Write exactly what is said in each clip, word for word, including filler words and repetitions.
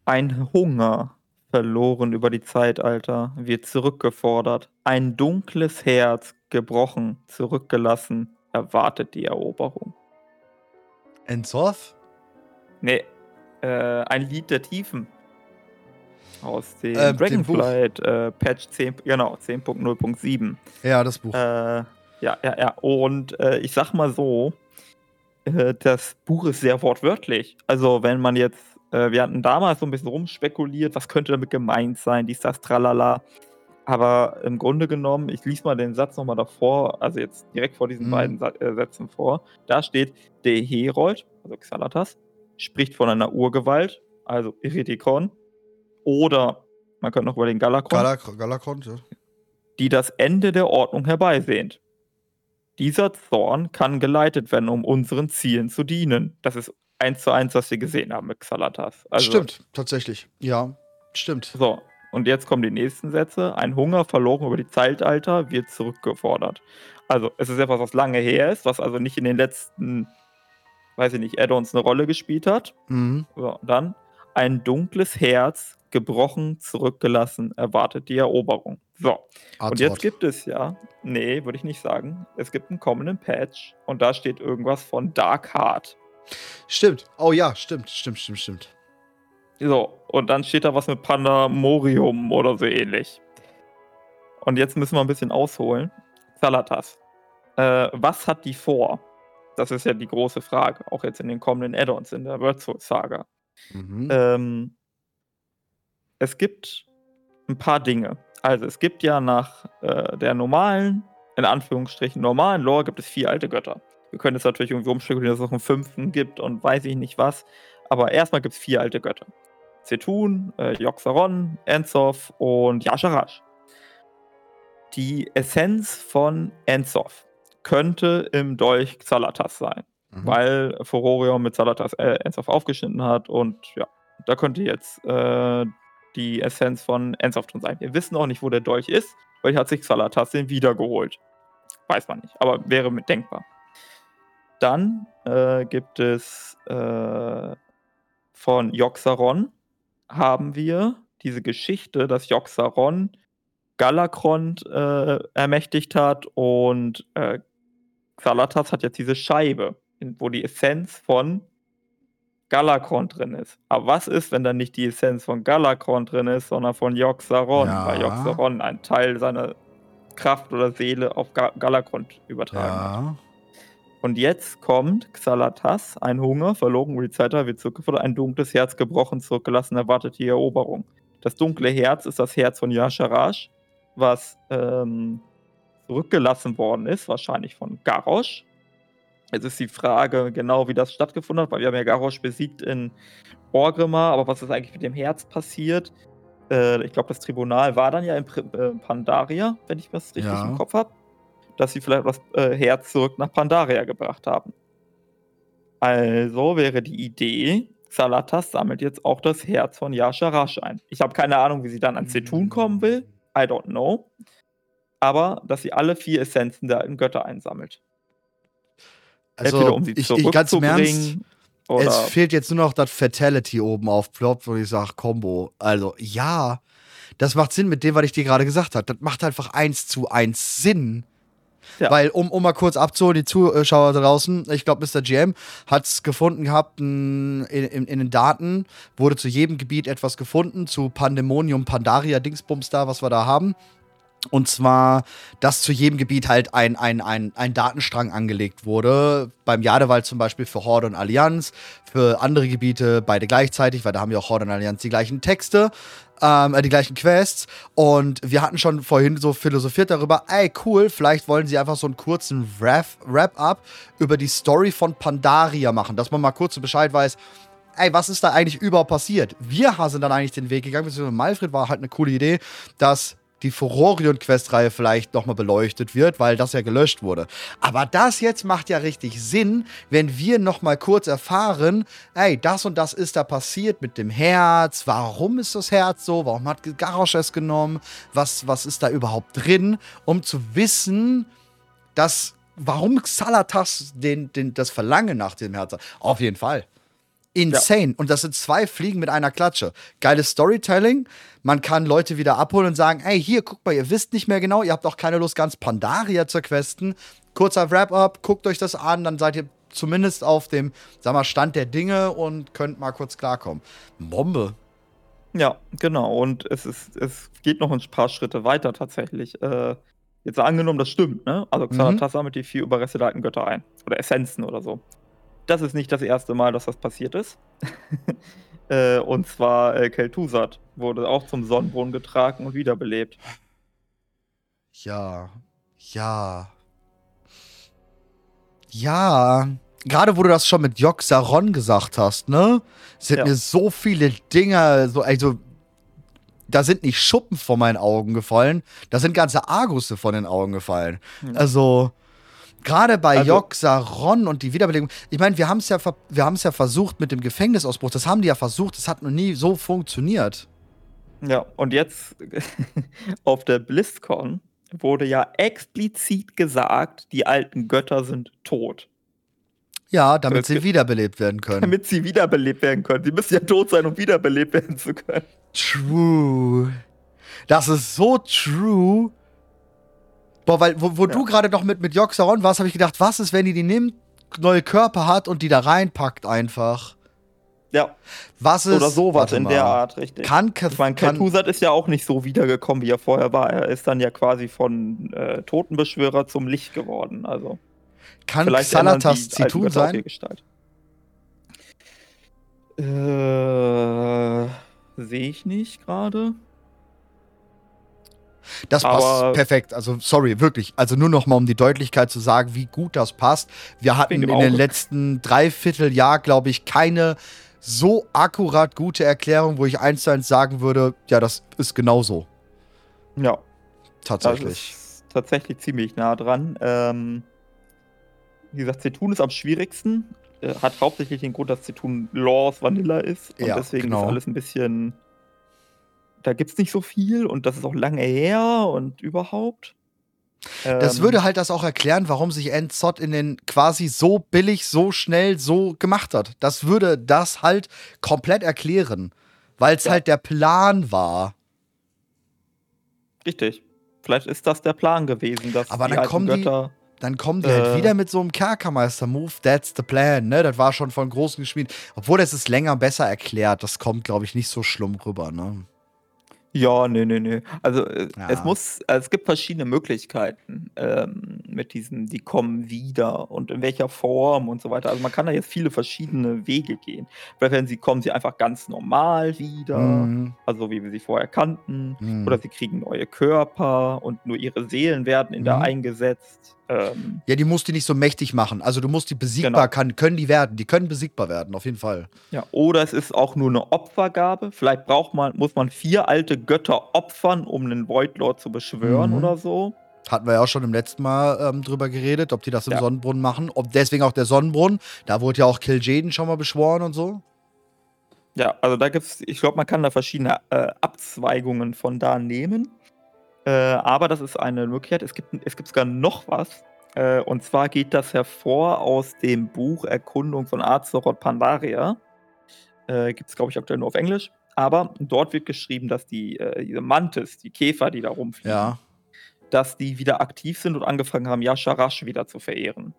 Ein Hunger, verloren über die Zeitalter, wird zurückgefordert. Ein dunkles Herz, gebrochen, zurückgelassen, erwartet die Eroberung. Enzoth? Nee, äh, ein Lied der Tiefen. Aus dem Ähm, dem Dragonflight äh, Patch zehn, genau, zehn Punkt null Punkt sieben. Ja, das Buch. Äh, ja, ja, ja. Und äh, ich sag mal so, äh, das Buch ist sehr wortwörtlich. Also wenn man jetzt, äh, wir hatten damals so ein bisschen rumspekuliert, was könnte damit gemeint sein, dies, das, tralala. Aber im Grunde genommen, ich lese mal den Satz nochmal davor, also jetzt direkt vor diesen Mhm. beiden Sa äh, Sätzen vor. Da steht, der Herold, also Xalatas, spricht von einer Urgewalt, also Eretikon, oder man könnte noch über den Galakron, Galak Galakron, ja. die das Ende der Ordnung herbeisehnt. Dieser Zorn kann geleitet werden, um unseren Zielen zu dienen. Das ist eins zu eins, was wir gesehen haben mit Xalatas. Also, Stimmt, tatsächlich. Ja, stimmt. so, und jetzt kommen die nächsten Sätze. Ein Hunger verloren über die Zeitalter wird zurückgefordert. Also, es ist etwas, was lange her ist, was also nicht in den letzten, weiß ich nicht, Add-ons eine Rolle gespielt hat. Mhm. So, dann ein dunkles Herz, gebrochen, zurückgelassen, erwartet die Eroberung. So, und jetzt Azeroth. gibt es ja, nee, würde ich nicht sagen, es gibt einen kommenden Patch und da steht irgendwas von Dark Heart. Stimmt. Oh ja, stimmt, stimmt, stimmt, stimmt. So, und dann steht da was mit Pandemorium oder so ähnlich. Und jetzt müssen wir ein bisschen ausholen. Xalatas. Äh, was hat die vor? Das ist ja die große Frage, auch jetzt in den kommenden Add-ons in der World Soul Saga. Mhm. Ähm, es gibt ein paar Dinge. Also es gibt ja nach äh, der normalen, in Anführungsstrichen normalen Lore, gibt es vier alte Götter. Wir können jetzt natürlich irgendwie umspekulieren, dass es noch einen fünften gibt und weiß ich nicht was. Aber erstmal gibt es vier alte Götter. Zetun, äh, Yogg-Saron, Enzoth und Y'Shaarj. Die Essenz von Enzoth könnte im Dolch Xalatas sein, Mhm. weil Furorion mit Xalatas äh, Enzoth aufgeschnitten hat und ja, da könnte jetzt äh, die Essenz von Enzoth drin sein. Wir wissen auch nicht, wo der Dolch ist, weil hat sich Xalatas den wiedergeholt. Weiß man nicht, aber wäre mit denkbar. Dann äh, gibt es äh, von Yogg-Saron haben wir diese Geschichte, dass Yogg-Saron Galakron äh, ermächtigt hat und äh, Xalatas hat jetzt diese Scheibe, wo die Essenz von Galakron drin ist. Aber was ist, wenn dann nicht die Essenz von Galakron drin ist, sondern von Yogg-Saron, Ja. weil Yogg-Saron einen Teil seiner Kraft oder Seele auf Ga Galakron übertragen hat. Ja. Und jetzt kommt Xalatas, ein Hunger, verloren über die Zeit, wird zurückgefordert, ein dunkles Herz gebrochen, zurückgelassen, erwartet die Eroberung. Das dunkle Herz ist das Herz von Y'Shaarj, was ähm, zurückgelassen worden ist, wahrscheinlich von Garrosh. Jetzt ist die Frage genau, wie das stattgefunden hat, weil wir haben ja Garrosh besiegt in Orgrimmar, aber was ist eigentlich mit dem Herz passiert? Äh, ich glaube, das Tribunal war dann ja in Pri äh, Pandaria, wenn ich das richtig Ja. im Kopf habe, dass sie vielleicht das äh, Herz zurück nach Pandaria gebracht haben. Also wäre die Idee, Xalatas sammelt jetzt auch das Herz von Y'Shaarj ein. Ich habe keine Ahnung, wie sie dann an Zetun kommen will. I don't know. Aber, dass sie alle vier Essenzen der alten Götter einsammelt. Also, Entweder um sie ich, ich ganz im Ernst, zurückzubringen oder. es fehlt jetzt nur noch das Fatality oben aufploppt, wo ich sage, Combo. Also, ja, das macht Sinn mit dem, was ich dir gerade gesagt habe. Das macht einfach eins zu eins Sinn. Ja. Weil, um, um mal kurz abzuholen, die Zuschauer draußen, ich glaube, Mister G M hat es gefunden gehabt, in, in, in den Daten wurde zu jedem Gebiet etwas gefunden, zu Pandemonium, Pandaria, Dingsbums da, was wir da haben. Und zwar, dass zu jedem Gebiet halt ein, ein, ein, ein Datenstrang angelegt wurde. Beim Jadewald zum Beispiel für Horde und Allianz, für andere Gebiete beide gleichzeitig, weil da haben ja auch Horde und Allianz die gleichen Texte, ähm, die gleichen Quests. Und wir hatten schon vorhin so philosophiert darüber, ey, cool, vielleicht wollen sie einfach so einen kurzen Wrap-up über die Story von Pandaria machen, dass man mal kurz so Bescheid weiß, ey, was ist da eigentlich überhaupt passiert? Wir sind dann eigentlich den Weg gegangen, beziehungsweise Malfred war halt eine coole Idee, dass die Furorion-Questreihe vielleicht nochmal beleuchtet wird, weil das ja gelöscht wurde. Aber das jetzt macht ja richtig Sinn, wenn wir nochmal kurz erfahren, ey, das und das ist da passiert mit dem Herz, warum ist das Herz so, warum hat Garrosh es genommen, was, was ist da überhaupt drin, um zu wissen, dass, warum Xalatas den, den, das Verlangen nach dem Herz hat. Auf jeden Fall. Insane. Ja. Und das sind zwei Fliegen mit einer Klatsche. Geiles Storytelling. Man kann Leute wieder abholen und sagen, ey, hier, guck mal, ihr wisst nicht mehr genau, ihr habt auch keine Lust, ganz Pandaria zu questen. Kurzer Wrap-up, guckt euch das an, dann seid ihr zumindest auf dem, sag mal, Stand der Dinge und könnt mal kurz klarkommen. Bombe. Ja, genau. Und es ist, es geht noch ein paar Schritte weiter tatsächlich. Äh, jetzt angenommen, das stimmt, ne? Also Xanatas sammelt die vier Überreste der alten Götter ein. Oder Essenzen oder so. Das ist nicht das erste Mal, dass das passiert ist. äh, und zwar äh, Kel'Thuzad wurde auch zum Sonnenbrunnen getragen und wiederbelebt. Ja. Ja. Ja. Gerade wo du das schon mit Yogg-Saron gesagt hast, ne? Sind ja. mir so viele Dinge, so, also, da sind nicht Schuppen vor meinen Augen gefallen, da sind ganze Argusse von den Augen gefallen. Ja. Also, gerade bei also, Yogg-Saron und die Wiederbelebung, ich meine, wir haben es ja, wir haben es ja versucht mit dem Gefängnisausbruch, das haben die ja versucht, das hat noch nie so funktioniert. Ja, und jetzt auf der BlizzCon wurde ja explizit gesagt, die alten Götter sind tot. Ja, damit sie wiederbelebt werden können. Damit sie wiederbelebt werden können. Sie müssen ja tot sein, um wiederbelebt werden zu können. True. Das ist so true. Boah, weil, wo, wo ja. du gerade noch mit, mit Yogg-Saron warst, habe ich gedacht, was ist, wenn die die nimmt, neue Körper hat und die da reinpackt einfach? Ja. Was ist, oder sowas in der Art, richtig. Kann, ich meine, Kel'Thuzad ist ja auch nicht so wiedergekommen, wie er vorher war. Er ist dann ja quasi von äh, Totenbeschwörer zum Licht geworden, also. Kann Xanatas Zitun sein? Äh, sehe ich nicht gerade. Das passt Aber perfekt. Also, sorry, wirklich. Also nur noch mal, um die Deutlichkeit zu sagen, wie gut das passt. Wir hatten in den letzten Dreivierteljahr, glaube ich, keine so akkurat gute Erklärung, wo ich eins zu eins sagen würde, ja, das ist genauso. Ja. Tatsächlich. Das ist tatsächlich ziemlich nah dran. Ähm, wie gesagt, Zitun ist am schwierigsten. Äh, hat hauptsächlich den Grund, dass Zitun Laws Vanilla ist. Und ja, deswegen genau. ist alles ein bisschen. Da gibt's nicht so viel und das ist auch lange her und überhaupt. Das Ähm, würde halt das auch erklären, warum sich N Z O T in den quasi so billig, so schnell, so gemacht hat. Das würde das halt komplett erklären. Weil es Ja. halt der Plan war. Richtig. Vielleicht ist das der Plan gewesen, dass Aber die dann alten kommen die, Götter. dann kommen die Äh. halt wieder mit so einem Kerkermeister-Move. That's the plan, ne? Das war schon von Großen geschmiedet. Obwohl, das ist länger besser erklärt. Das kommt, glaube ich, nicht so schlimm rüber, ne? Ja, nee, nee, nee. Also äh, Ja. es muss, also es gibt verschiedene Möglichkeiten ähm, mit diesen, die kommen wieder und in welcher Form und so weiter. Also man kann da jetzt viele verschiedene Wege gehen. Vielleicht werden sie, kommen sie einfach ganz normal wieder, Mhm. also wie wir sie vorher kannten, Mhm. oder sie kriegen neue Körper und nur ihre Seelen werden in da Mhm. eingesetzt. Ähm, Ja, die musst du nicht so mächtig machen. Also du musst die besiegbar, Genau. kann, können die werden. Die können besiegbar werden, auf jeden Fall. ja, oder es ist auch nur eine Opfergabe. Vielleicht braucht man, muss man vier alte Götter opfern, um einen Voidlord zu beschwören Mhm. oder so. Hatten wir ja auch schon im letzten Mal ähm, drüber geredet, ob die das im Ja. Sonnenbrunnen machen. Ob deswegen auch der Sonnenbrunnen. Da wurde ja auch Kil'jaeden schon mal beschworen und so. Ja, also da gibt's, ich glaube, man kann da verschiedene äh, Abzweigungen von da nehmen. Äh, aber das ist eine Möglichkeit. Es gibt, es gibt sogar noch was. Äh, und zwar geht das hervor aus dem Buch Erkundung von Azeroth Pandaria. Äh, gibt es, glaube ich, aktuell nur auf Englisch. Aber dort wird geschrieben, dass die, äh, diese Mantis, die Käfer, die da rumfliegen, Ja. dass die wieder aktiv sind und angefangen haben, Yasharash wieder zu verehren.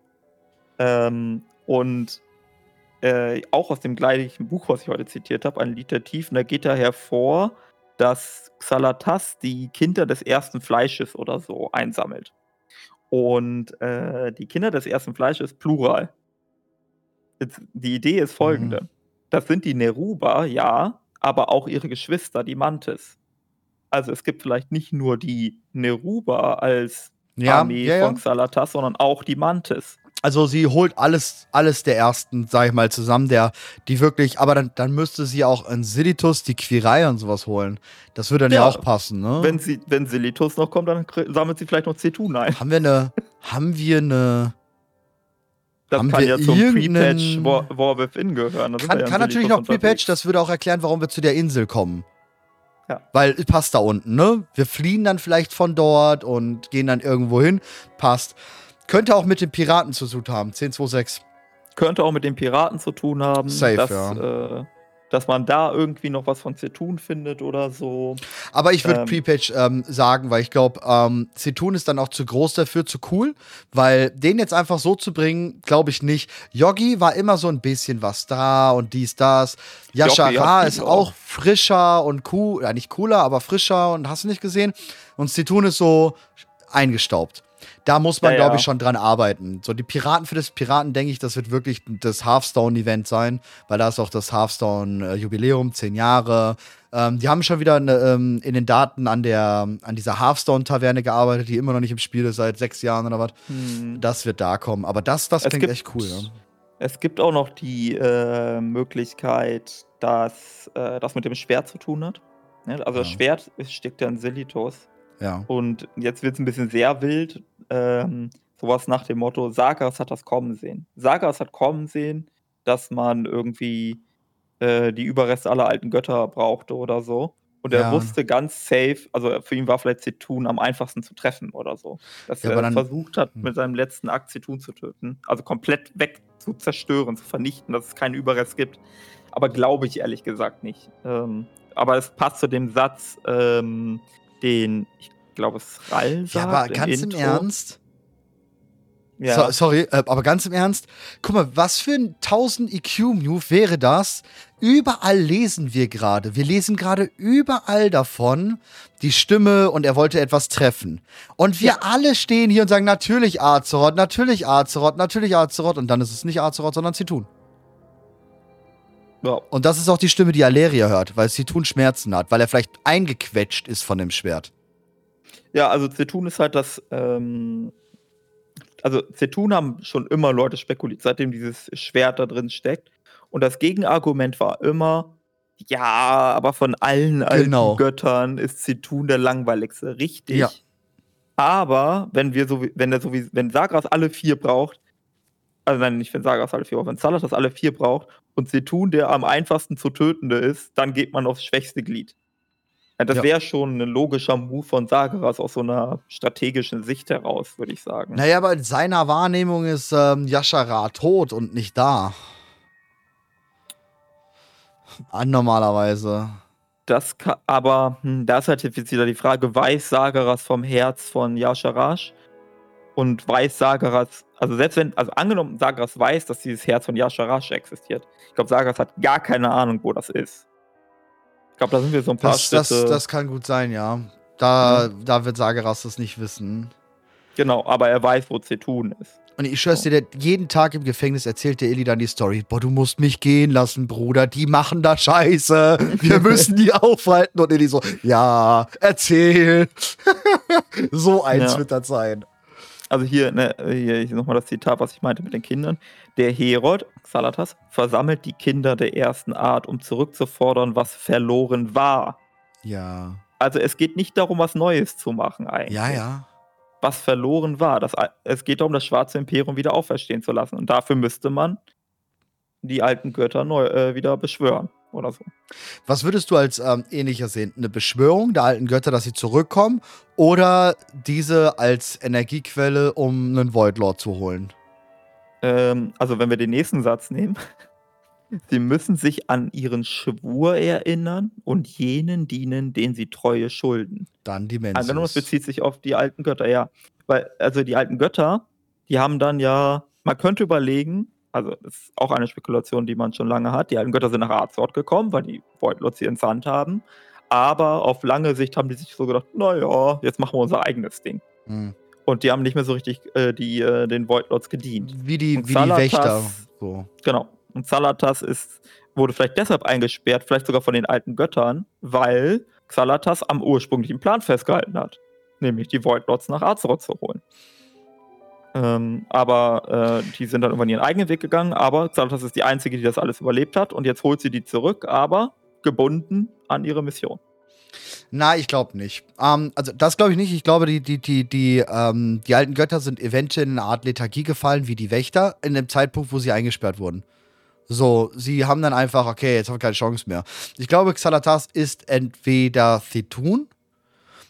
Ähm, und äh, auch aus dem gleichen Buch, was ich heute zitiert habe, ein Lied der Tiefen, da geht da hervor, dass Xalatas die Kinder des ersten Fleisches oder so einsammelt. Und äh, die Kinder des ersten Fleisches, Plural. Jetzt, die Idee ist folgende. Mhm. Das sind die Neruba, ja, aber auch ihre Geschwister, die Mantis. Also es gibt vielleicht nicht nur die Neruba als Ja, Armee ja, ja. von Xalatas, sondern auch die Mantis. Also sie holt alles, alles der Ersten, sag ich mal, zusammen, der, die wirklich, aber dann, dann müsste sie auch in Silitus die Quirei und sowas holen. Das würde dann ja, Ja, auch passen, ne? Wenn, sie, wenn Silitus noch kommt, dann krie- sammelt sie vielleicht noch Zitun ein. Haben wir eine, haben wir eine, Das haben kann wir ja zum irgendeinen- Pre-Patch War, War Within gehören. Da sind kann, wir ja in kann natürlich Silitus noch Pre-Patch, unterwegs. das würde auch erklären, warum wir zu der Insel kommen. Ja. Weil, passt da unten, ne? Wir fliehen dann vielleicht von dort und gehen dann irgendwo hin. Passt. Könnte auch mit den Piraten zu tun haben, zehn zwei sechs. Könnte auch mit den Piraten zu tun haben. Safe, dass, ja. äh, dass man da irgendwie noch was von Zetun findet oder so. Aber ich würde Ähm, Prepage ähm, sagen, weil ich glaube, ähm, Zetun ist dann auch zu groß dafür, zu cool. Weil den jetzt einfach so zu bringen, glaube ich nicht. Yogi war immer so ein bisschen was da und dies, das. Yashara Yogi ist hat auch auch. frischer und cool, ja nicht cooler, aber frischer und hast du nicht gesehen. Und Zetun ist so eingestaubt. Da muss man, Ja, glaube ich, ja. schon dran arbeiten. So, die Piraten für das Piraten, denke ich, das wird wirklich das Hearthstone-Event sein, weil da ist auch das Hearthstone-Jubiläum, zehn Jahre. Ähm, die haben schon wieder eine, ähm, in den Daten an der an dieser Hearthstone-Taverne gearbeitet, die immer noch nicht im Spiel ist, seit sechs Jahren oder was. Hm. Das wird da kommen. Aber das, das Es klingt gibt, echt cool, ja. es gibt auch noch die äh, Möglichkeit, dass äh, das mit dem Schwert zu tun hat. Ne? Also das Ja. Schwert ist, steckt ja in Silitos. Ja. Und jetzt wird es ein bisschen sehr wild. Ähm, sowas nach dem Motto, Sagas hat das kommen sehen. Sagas hat kommen sehen, dass man irgendwie äh, die Überreste aller alten Götter brauchte oder so. Und er Ja. wusste ganz safe, also für ihn war vielleicht Zetun am einfachsten zu treffen oder so. Dass Ja, aber er dann- versucht hat, hm. mit seinem letzten Akt Zetun zu töten. Also komplett weg zu zerstören, zu vernichten, dass es keinen Überrest gibt. Aber glaube ich ehrlich gesagt nicht. Ähm, aber es passt zu dem Satz, ähm, den, ich glaube, es Rall sagt Ja, aber im ganz im Intro. Ernst. Ja, So, sorry, äh, aber ganz im Ernst, guck mal, was für ein tausend I Q-Move wäre das? Überall lesen wir gerade. Wir lesen gerade überall davon die Stimme und er wollte etwas treffen. Und wir Ja. alle stehen hier und sagen, natürlich Azeroth, natürlich Azeroth, natürlich Azeroth. Und dann ist es nicht Azeroth, sondern Zetun. ja. Und das ist auch die Stimme, die Aleria hört, weil Zetun Schmerzen hat, weil er vielleicht eingequetscht ist von dem Schwert. Ja, also Zetun ist halt das, ähm, also Zetun haben schon immer Leute spekuliert, seitdem dieses Schwert da drin steckt. Und das Gegenargument war immer, ja, aber von allen alten Genau. Göttern ist Zetun der langweiligste. Richtig. Ja. Aber wenn wir so, wie- wenn der so wie, wenn Sagras alle vier braucht, also nein, nicht wenn Sagras alle vier braucht, wenn Salatas alle vier braucht und Zetun der am einfachsten zu tötende ist, dann geht man aufs schwächste Glied. Ja, das Ja. wäre schon ein logischer Move von Sagras aus so einer strategischen Sicht heraus, würde ich sagen. Naja, aber in seiner Wahrnehmung ist ähm, Yashara tot und nicht da. An normalerweise. Das kann, aber hm, da ist halt jetzt wieder die Frage, weiß Sagaras vom Herz von Yasharash? Und weiß Sagaras, also selbst wenn, also angenommen Sagaras weiß, dass dieses Herz von Yasharash existiert. Ich glaube, Sagaras hat gar keine Ahnung, wo das ist. Ich glaube, da sind wir so ein paar Das, das, Schritte. das kann gut sein, ja. Da, da wird Sagaras das nicht wissen. Genau, aber er weiß, wo Zetun ist. Und ich schwör's dir, der, jeden Tag im Gefängnis erzählt der Illy dann die Story. Boah, du musst mich gehen lassen, Bruder. Die machen da Scheiße. Wir müssen die aufhalten. Und Illy so, ja, erzähl. So eins Ja. wird das sein. Also hier, ne, hier nochmal das Zitat, was ich meinte mit den Kindern. Der Herod, Xalatas, versammelt die Kinder der ersten Art, um zurückzufordern, was verloren war. Ja. Also es geht nicht darum, was Neues zu machen eigentlich. Ja, ja. Was verloren war. Das, es geht darum, das schwarze Imperium wieder auferstehen zu lassen. Und dafür müsste man die alten Götter neu, äh, wieder beschwören oder so. Was würdest du als ähm, ähnlicher sehen? Eine Beschwörung der alten Götter, dass sie zurückkommen? Oder diese als Energiequelle, um einen Voidlord zu holen? Ähm, also wenn wir den nächsten Satz nehmen. Sie müssen sich an ihren Schwur erinnern und jenen dienen, denen sie Treue schulden. Dann die Angenommen, es Mensus. bezieht sich auf die alten Götter, ja. Weil, also die alten Götter, die haben dann ja, man könnte überlegen, also das ist auch eine Spekulation, die man schon lange hat, die alten Götter sind nach Azeroth gekommen, weil die Voidlords sie entsandt haben. Aber auf lange Sicht haben die sich so gedacht, naja, jetzt machen wir unser eigenes Ding. Hm. Und die haben nicht mehr so richtig äh, die, äh, den Voidlords gedient. Wie die, Und wie die Xalatas- Wächter. So. Genau. Und Xalatas ist, wurde vielleicht deshalb eingesperrt, vielleicht sogar von den alten Göttern, weil Xalatas am ursprünglichen Plan festgehalten hat. Nämlich die Voidlords nach Azeroth zu holen. Ähm, aber äh, die sind dann irgendwann ihren eigenen Weg gegangen, aber Xalatas ist die Einzige, die das alles überlebt hat und jetzt holt sie die zurück, aber gebunden an ihre Mission. Na, ich glaube nicht. Ähm, also das glaube ich nicht. Ich glaube, die, die, die, die, ähm, die alten Götter sind eventuell in eine Art Lethargie gefallen, wie die Wächter, in dem Zeitpunkt, wo sie eingesperrt wurden. So, sie haben dann einfach, okay, jetzt haben wir keine Chance mehr. Ich glaube, Xalatas ist entweder Zetun,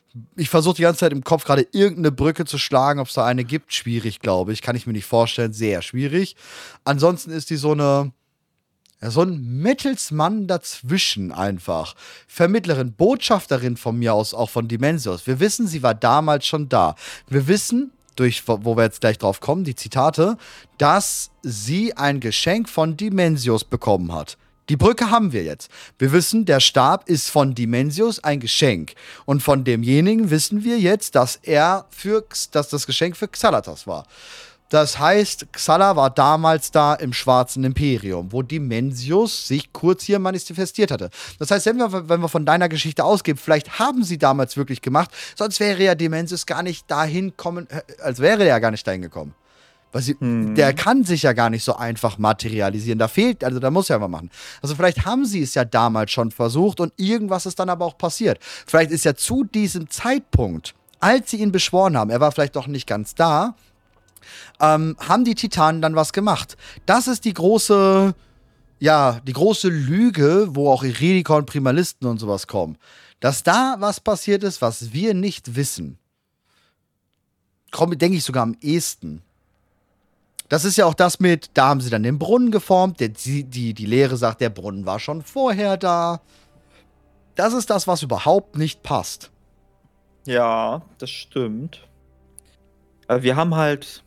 Ich versuche die ganze Zeit im Kopf gerade irgendeine Brücke zu schlagen, ob es da eine gibt. Schwierig, glaube ich. Kann ich mir nicht vorstellen. Sehr schwierig. Ansonsten ist die so eine, ja, so ein Mittelsmann dazwischen einfach. Vermittlerin, Botschafterin von mir aus, auch von Dimensios. Wir wissen, sie war damals schon da. Wir wissen, durch, wo wir jetzt gleich drauf kommen, die Zitate, dass sie ein Geschenk von Dimensios bekommen hat. Die Brücke haben wir jetzt. Wir wissen, der Stab ist von Dimensios ein Geschenk. Und von demjenigen wissen wir jetzt, dass er für, dass das Geschenk für Xalatas war. Das heißt, Xala war damals da im Schwarzen Imperium, wo Dimensios sich kurz hier manifestiert hatte. Das heißt, wenn wir, wenn wir von deiner Geschichte ausgehen, vielleicht haben sie damals wirklich gemacht, sonst wäre ja Dimensios gar nicht dahin kommen, als wäre er ja gar nicht dahin gekommen. Weil sie, hm. Der kann sich ja gar nicht so einfach materialisieren. Da fehlt, also da muss ja mal machen. Also vielleicht haben sie es ja damals schon versucht und irgendwas ist dann aber auch passiert. Vielleicht ist ja zu diesem Zeitpunkt, als sie ihn beschworen haben, er war vielleicht doch nicht ganz da, ähm, haben die Titanen dann was gemacht. Das ist die große, ja, die große Lüge, wo auch Iridikon, Primalisten und sowas kommen. Dass da was passiert ist, was wir nicht wissen. Kommt, denke ich, sogar am ehesten. Das ist ja auch das mit, da haben sie dann den Brunnen geformt, der, die, die, die Lehre sagt, der Brunnen war schon vorher da. Das ist das, was überhaupt nicht passt. Ja, das stimmt. Aber wir haben halt,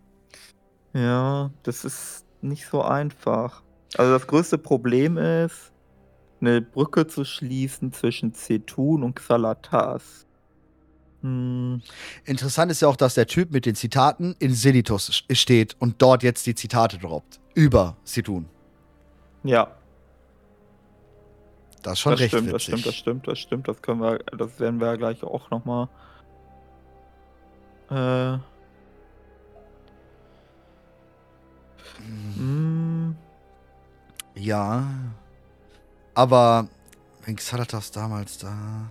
ja, das ist nicht so einfach. Also das größte Problem ist, eine Brücke zu schließen zwischen Zetun und Xalatas. Hm. Interessant ist ja auch, dass der Typ mit den Zitaten in Silitus steht und dort jetzt die Zitate droppt. Über Zetun. Ja. Das ist schon das recht stimmt, witzig. Das stimmt, das stimmt, das stimmt. Das können wir, das werden wir ja gleich auch nochmal. Äh. Hm. Ja. Aber wenn Xalatas damals da.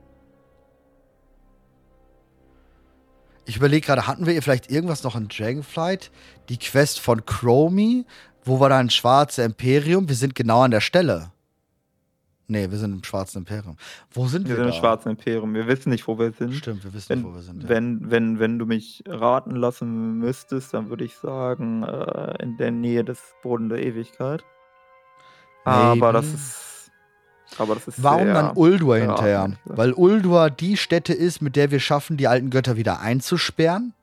Ich überlege gerade, hatten wir ihr vielleicht irgendwas noch in Dragonflight? Die Quest von Chromie? Wo war da ein schwarzes Imperium? Wir sind genau an der Stelle. Nee, wir sind im Schwarzen Imperium. Wo sind wir Wir sind da? im Schwarzen Imperium. Wir wissen nicht, wo wir sind. Stimmt, wir wissen wenn, nicht, wo wir sind. Ja. Wenn, wenn, wenn du mich raten lassen müsstest, dann würde ich sagen, äh, in der Nähe des Boden der Ewigkeit. Maybe. Aber das ist. Aber das ist Warum sehr dann Uldur hinterher? geraten, Weil Uldur die Stätte ist, mit der wir schaffen, die alten Götter wieder einzusperren.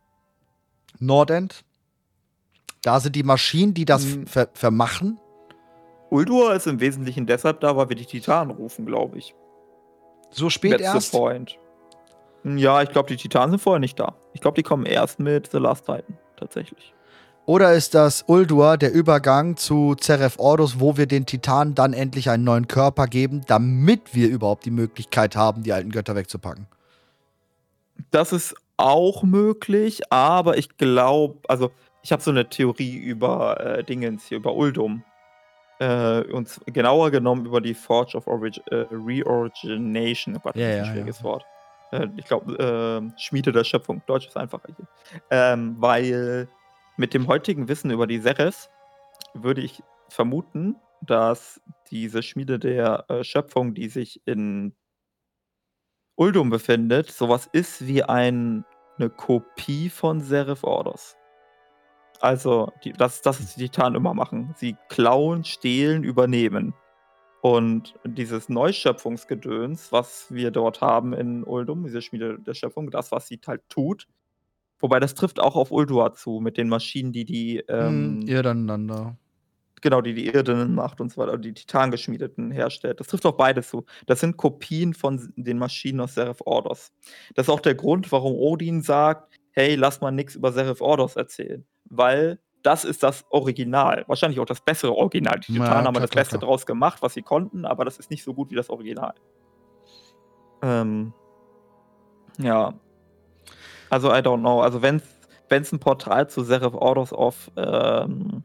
Nordend. Da sind die Maschinen, die das Hm. ver vermachen. Uldur ist im Wesentlichen deshalb da, weil wir die Titanen rufen, glaube ich. So spät That's erst? the point. Ja, ich glaube, die Titanen sind vorher nicht da. Ich glaube, die kommen erst mit The Last Titan, tatsächlich. Oder ist das Uldur der Übergang zu Zeref Ordos, wo wir den Titanen dann endlich einen neuen Körper geben, damit wir überhaupt die Möglichkeit haben, die alten Götter wegzupacken? Das ist auch möglich, aber ich glaube, also ich habe so eine Theorie über äh, Dingens hier, über Uldum. Äh, und genauer genommen über die Forge of Orig äh, Reorigination. Oh Gott, das Ja, ist ein ja, schwieriges ja. Wort. Äh, ich glaube, äh, Schmiede der Schöpfung. Deutsch ist einfacher hier. Ähm, weil mit dem heutigen Wissen über die Seres würde ich vermuten, dass diese Schmiede der äh, Schöpfung, die sich in Uldum befindet, sowas ist wie ein, eine Kopie von Seraph Ordos. Also, die, das, das ist die Titanen immer machen. Sie klauen, stehlen, übernehmen. Und dieses Neuschöpfungsgedöns, was wir dort haben in Uldum, diese Schmiede der Schöpfung, das, was sie halt tut, wobei das trifft auch auf Uldur zu, mit den Maschinen, die die, ähm, Hm, ihr dann genau, die die Irdinnen macht und so weiter, die Titangeschmiedeten herstellt. Das trifft auf beide zu. Das sind Kopien von den Maschinen aus Seraph Ordos. Das ist auch der Grund, warum Odin sagt, hey, lass mal nichts über Seraph Ordos erzählen. Weil das ist das Original. Wahrscheinlich auch das bessere Original. Die Ja, Titanen haben klar, das klar, Beste klar. draus gemacht, was sie konnten, aber das ist nicht so gut wie das Original. Ähm, ja. Also, I don't know. Also, wenn es ein Portal zu Seraph Ordos auf, ähm,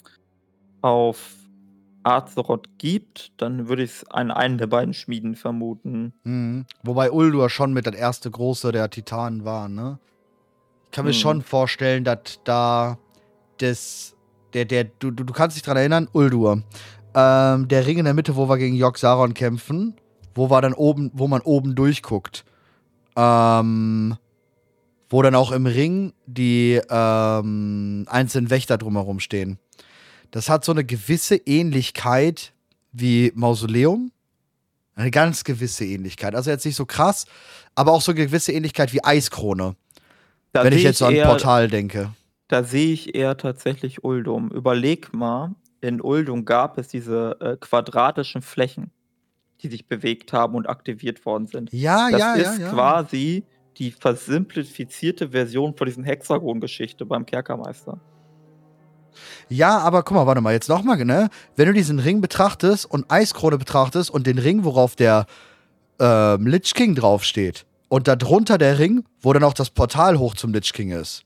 auf Azeroth gibt, dann würde ich es an einen der beiden Schmieden vermuten. Mhm. Wobei Uldur schon mit der erste große der Titanen war, ne? Ich kann mir Mhm. schon vorstellen, dass da das, der, der, du, du, du kannst dich dran erinnern, Uldur. Ähm, der Ring in der Mitte, wo wir gegen Yogg-Saron kämpfen, wo war dann oben, wo man oben durchguckt. ähm, wo dann auch im Ring die ähm, einzelnen Wächter drumherum stehen. Das hat so eine gewisse Ähnlichkeit wie Mausoleum. Eine ganz gewisse Ähnlichkeit. Also jetzt nicht so krass, aber auch so eine gewisse Ähnlichkeit wie Eiskrone. Da wenn ich sehe jetzt so an eher, Portal denke. Da sehe ich eher tatsächlich Uldum. Überleg mal, in Uldum gab es diese äh, quadratischen Flächen, die sich bewegt haben und aktiviert worden sind. Ja, Das ja, ja, ist ja. quasi die versimplifizierte Version von diesen Hexagon-Geschichte beim Kerkermeister. Ja, aber guck mal, warte mal, jetzt nochmal, ne? Wenn du diesen Ring betrachtest und Eiskrone betrachtest und den Ring, worauf der ähm, Lich King draufsteht und darunter der Ring, wo dann auch das Portal hoch zum Lich King ist,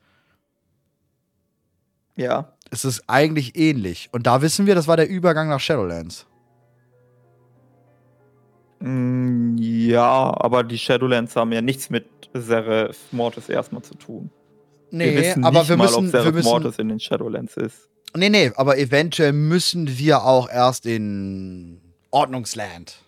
Ja. ist es eigentlich ähnlich. Und da wissen wir, das war der Übergang nach Shadowlands. Mm, ja, aber die Shadowlands haben ja nichts mit Seraph Mortis erstmal zu tun. Nee, wir wissen aber nicht wir mal, müssen, ob Seraph wir müssen, Mortis in den Shadowlands ist. Nee, nee, aber eventuell müssen wir auch erst in Ordnungsland.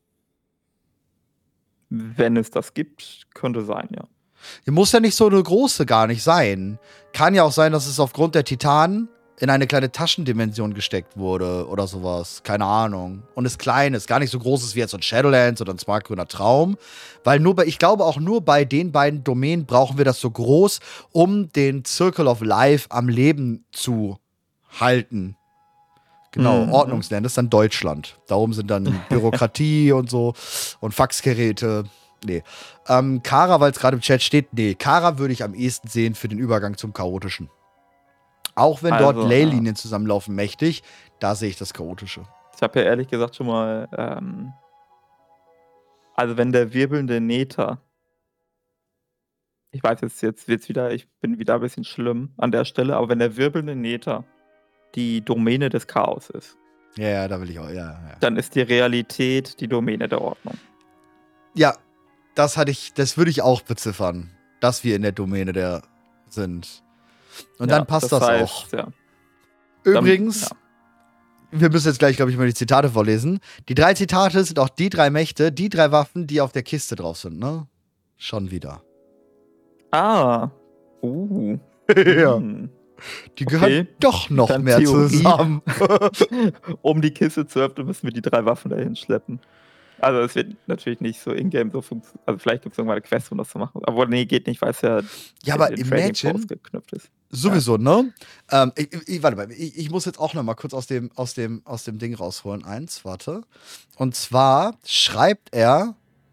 Wenn es das gibt, könnte sein, ja. Die muss ja nicht so eine große gar nicht sein. Kann ja auch sein, dass es aufgrund der Titanen in eine kleine Taschendimension gesteckt wurde oder sowas. Keine Ahnung. Und ist klein, ist gar nicht so groß ist wie jetzt so ein Shadowlands oder ein Smartgrüner Traum. Weil nur bei, ich glaube auch nur bei den beiden Domänen brauchen wir das so groß, um den Circle of Life am Leben zu halten. Genau, Mhm. Ordnungsland ist dann Deutschland. Da oben sind dann Bürokratie und so und Faxgeräte. Nee. Ähm, Kara, weil es gerade im Chat steht, nee, Kara würde ich am ehesten sehen für den Übergang zum Chaotischen. Auch wenn Also, dort Leylinien zusammenlaufen, mächtig, da sehe ich das Chaotische. Ich habe ja ehrlich gesagt schon mal, ähm, also wenn der wirbelnde Nether, ich weiß jetzt, jetzt wird's wieder, ich bin wieder ein bisschen schlimm an der Stelle, aber wenn der wirbelnde Nether die Domäne des Chaos ist, Ja, ja, da will ich auch, ja, ja. dann ist die Realität die Domäne der Ordnung. Ja, das hatte ich, das würde ich auch beziffern, dass wir in der Domäne der sind. Und Ja, dann passt das, heißt, auch. Ja. Übrigens, Dann, wir müssen jetzt gleich, glaube ich, mal die Zitate vorlesen. Die drei Zitate sind auch die drei Mächte, die drei Waffen, die auf der Kiste drauf sind, ne? Schon wieder. Ah. Uh. Ja. Hm. Die gehören Okay. doch noch Dann mehr Theorie. zusammen. Um die Kiste zu öffnen, müssen wir die drei Waffen dahin schleppen. Also es wird natürlich nicht so in-game so funktionieren. Also vielleicht gibt es irgendwann eine Quest, um das zu machen. Aber nee, geht nicht, weil es ja, Ja, aber in den Trading imagine, Post geknüpft ist. sowieso, ne? Ähm, ich, ich, warte mal, ich, ich muss jetzt auch noch mal kurz aus dem, aus, dem, aus dem Ding rausholen. Eins, warte. Und zwar schreibt er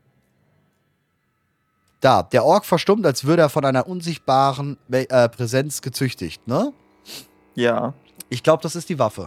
da, der Ork verstummt, als würde er von einer unsichtbaren äh, Präsenz gezüchtigt, ne? Ja. Ich glaube, das ist die Waffe.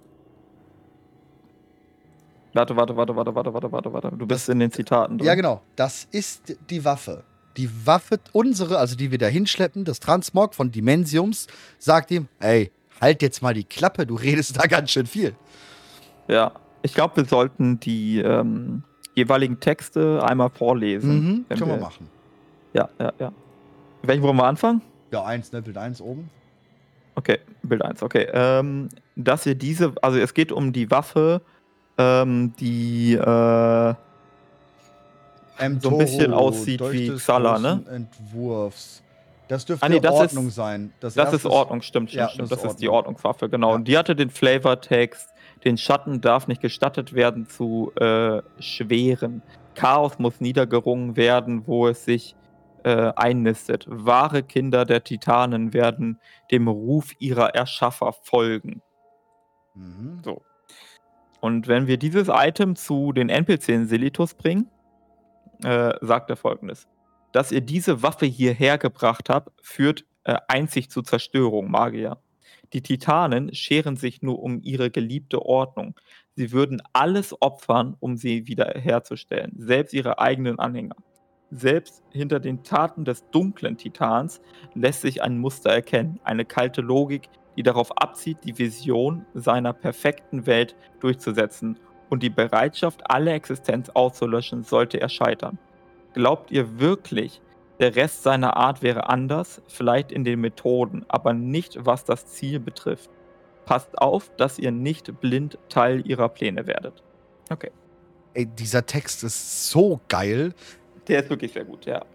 Warte, warte, warte, warte, warte, warte, warte, warte. Du bist in den Zitaten drin. Ja, genau. Das ist die Waffe. Die Waffe, unsere, also die wir da hinschleppen, das Transmog von Dimensiums, sagt ihm, ey, halt jetzt mal die Klappe, du redest da ganz schön viel. Ja. Ich glaube, wir sollten die ähm, jeweiligen Texte einmal vorlesen. Mhm, wenn können wir wir machen. Ja, ja, ja. Welchen wollen wir anfangen? Ja, eins, ne, Bild eins oben. Okay, Bild eins, okay. Ähm, dass ihr diese, also es geht um die Waffe, ähm, die äh, Ähm, so ein bisschen Toro, aussieht Dolch wie des Xala, ne? großen Entwurfs. Das dürfte Ah, nee, das Ordnung ist- sein. Das, Das erste ist Ordnung, stimmt, stimmt, Ja, stimmt. das Das, ist ist die Ordnung. Ordnungswaffe, genau. Ja. Und die hatte den Flavortext, den Schatten darf nicht gestattet werden zu äh, schweren. Chaos muss niedergerungen werden, wo es sich äh, einnistet. Wahre Kinder der Titanen werden dem Ruf ihrer Erschaffer folgen. Mhm. So. Und wenn wir dieses Item zu den N P C in Selitus bringen, äh, sagt er folgendes. Dass ihr diese Waffe hierher gebracht habt, führt äh, einzig zu Zerstörung, Magier. Die Titanen scheren sich nur um ihre geliebte Ordnung. Sie würden alles opfern, um sie wiederherzustellen, selbst ihre eigenen Anhänger. Selbst hinter den Taten des dunklen Titans lässt sich ein Muster erkennen, eine kalte Logik, die darauf abzielt, die Vision seiner perfekten Welt durchzusetzen und die Bereitschaft, alle Existenz auszulöschen, sollte er scheitern. Glaubt ihr wirklich, der Rest seiner Art wäre anders? Vielleicht in den Methoden, aber nicht, was das Ziel betrifft. Passt auf, dass ihr nicht blind Teil ihrer Pläne werdet. Okay. Ey, dieser Text ist so geil. Der ist wirklich sehr gut, ja.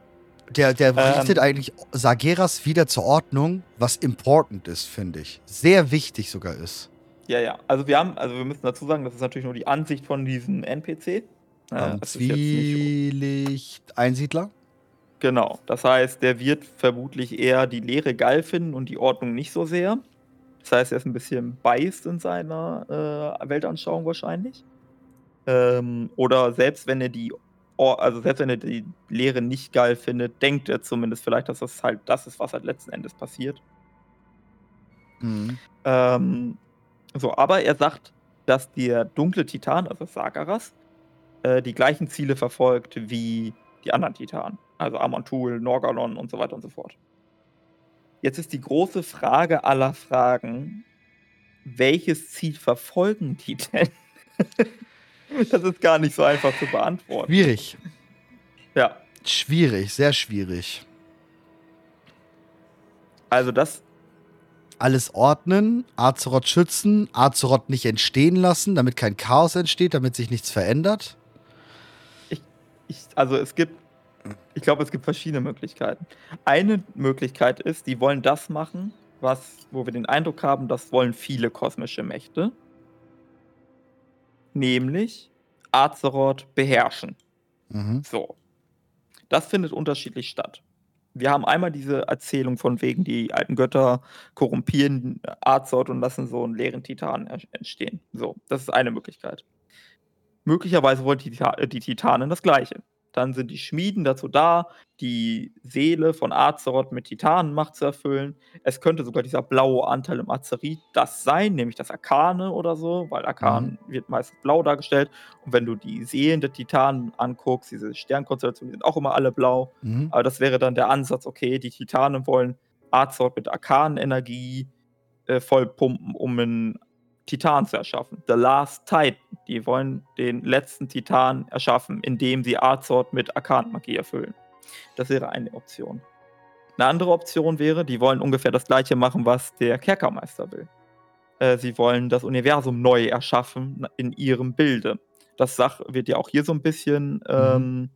Der, der Ähm, richtet eigentlich Sargeras wieder zur Ordnung, was important ist, finde ich. Sehr wichtig sogar ist. Ja, ja. Also wir haben, also wir müssen dazu sagen, das ist natürlich nur die Ansicht von diesem N P C. Äh, Ähm, es ist jetzt nicht Zwielicht Einsiedler. genau. Das heißt, der wird vermutlich eher die Lehre geil finden und die Ordnung nicht so sehr. Das heißt, er ist ein bisschen biased in seiner äh, Weltanschauung wahrscheinlich. Ähm, oder selbst wenn er die, Or also selbst wenn er die Lehre nicht geil findet, denkt er zumindest vielleicht, dass das halt das ist, was halt letzten Endes passiert. Mhm. Ähm, so, aber er sagt, dass der dunkle Titan, also Sargeras, äh, die gleichen Ziele verfolgt wie die anderen Titanen. Also Amantul, Norgalon und so weiter und so fort. Jetzt ist die große Frage aller Fragen, welches Ziel verfolgen die denn? Das ist gar nicht so einfach zu beantworten. Schwierig. Ja, Schwierig, sehr schwierig. also das, Alles ordnen, Azeroth schützen, Azeroth nicht entstehen lassen, damit kein Chaos entsteht, damit sich nichts verändert. ich, also es gibt, ich glaube, es gibt verschiedene Möglichkeiten. Eine Möglichkeit ist, die wollen das machen, was, wo wir den Eindruck haben, das wollen viele kosmische Mächte. Nämlich Azeroth beherrschen. Mhm. So. Das findet unterschiedlich statt. Wir haben einmal diese Erzählung von wegen, die alten Götter korrumpieren Azeroth und lassen so einen leeren Titan er- entstehen. So, das ist eine Möglichkeit. Möglicherweise wollen die, Tita- äh, die Titanen das Gleiche. Dann sind die Schmieden dazu da, die Seele von Azeroth mit Titanenmacht zu erfüllen. Es könnte sogar dieser blaue Anteil im Azerit das sein, nämlich das Arkane oder so, weil Arkan wird meistens blau dargestellt. Und wenn du die Seelen der Titanen anguckst, diese Sternkonstellationen, die sind auch immer alle blau. Mhm. Aber das wäre dann der Ansatz, okay, die Titanen wollen Azeroth mit Arkanenergie äh, vollpumpen, um einen Titan zu erschaffen. The Last Titan. Die wollen den letzten Titan erschaffen, indem sie Azeroth mit Arkanmagie erfüllen. Das wäre eine Option. Eine andere Option wäre, die wollen ungefähr das gleiche machen, was der Kerkermeister will. Äh, sie wollen das Universum neu erschaffen in ihrem Bilde. Das Sach wird ja auch hier so ein bisschen ähm,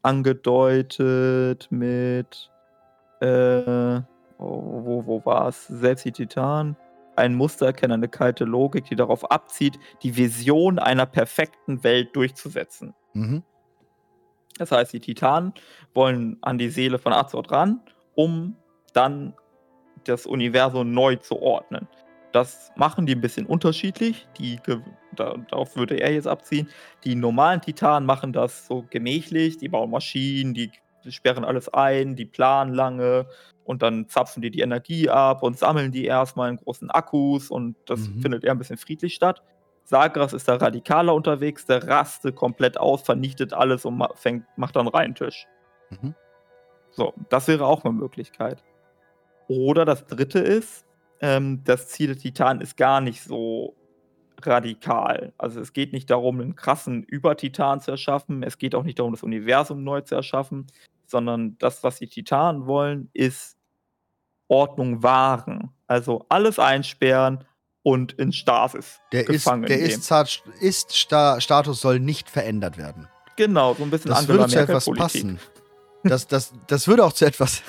angedeutet mit äh, wo, wo, wo war es? Selbst die Titanen. Ein Mustererkenner, eine kalte Logik, die darauf abzieht, die Vision einer perfekten Welt durchzusetzen. Mhm. Das heißt, die Titanen wollen an die Seele von Azeroth ran, um dann das Universum neu zu ordnen. Das machen die ein bisschen unterschiedlich. Die, ge- da, darauf würde er jetzt abziehen. Die normalen Titanen machen das so gemächlich. Die bauen Maschinen, die sperren alles ein, die planen lange und dann zapfen die die Energie ab und sammeln die erstmal in großen Akkus und das Mhm. findet eher ein bisschen friedlich statt. Sargeras ist da radikaler unterwegs, der rastet komplett aus, vernichtet alles und ma fängt, macht dann reinen Tisch. Mhm. So, das wäre auch eine Möglichkeit. Oder das dritte ist, ähm, das Ziel der Titanen ist gar nicht so radikal. Also es geht nicht darum, einen krassen Übertitan zu erschaffen. Es geht auch nicht darum, das Universum neu zu erschaffen, sondern das, was die Titanen wollen, ist Ordnung wahren. Also alles einsperren und in Stasis Der ist, gefangen der nehmen. Ist-Status ist Sta Status soll nicht verändert werden. Genau, so ein bisschen Das Angela würde zu etwas Merkel-Politik. passen. Das, das, das würde auch zu etwas.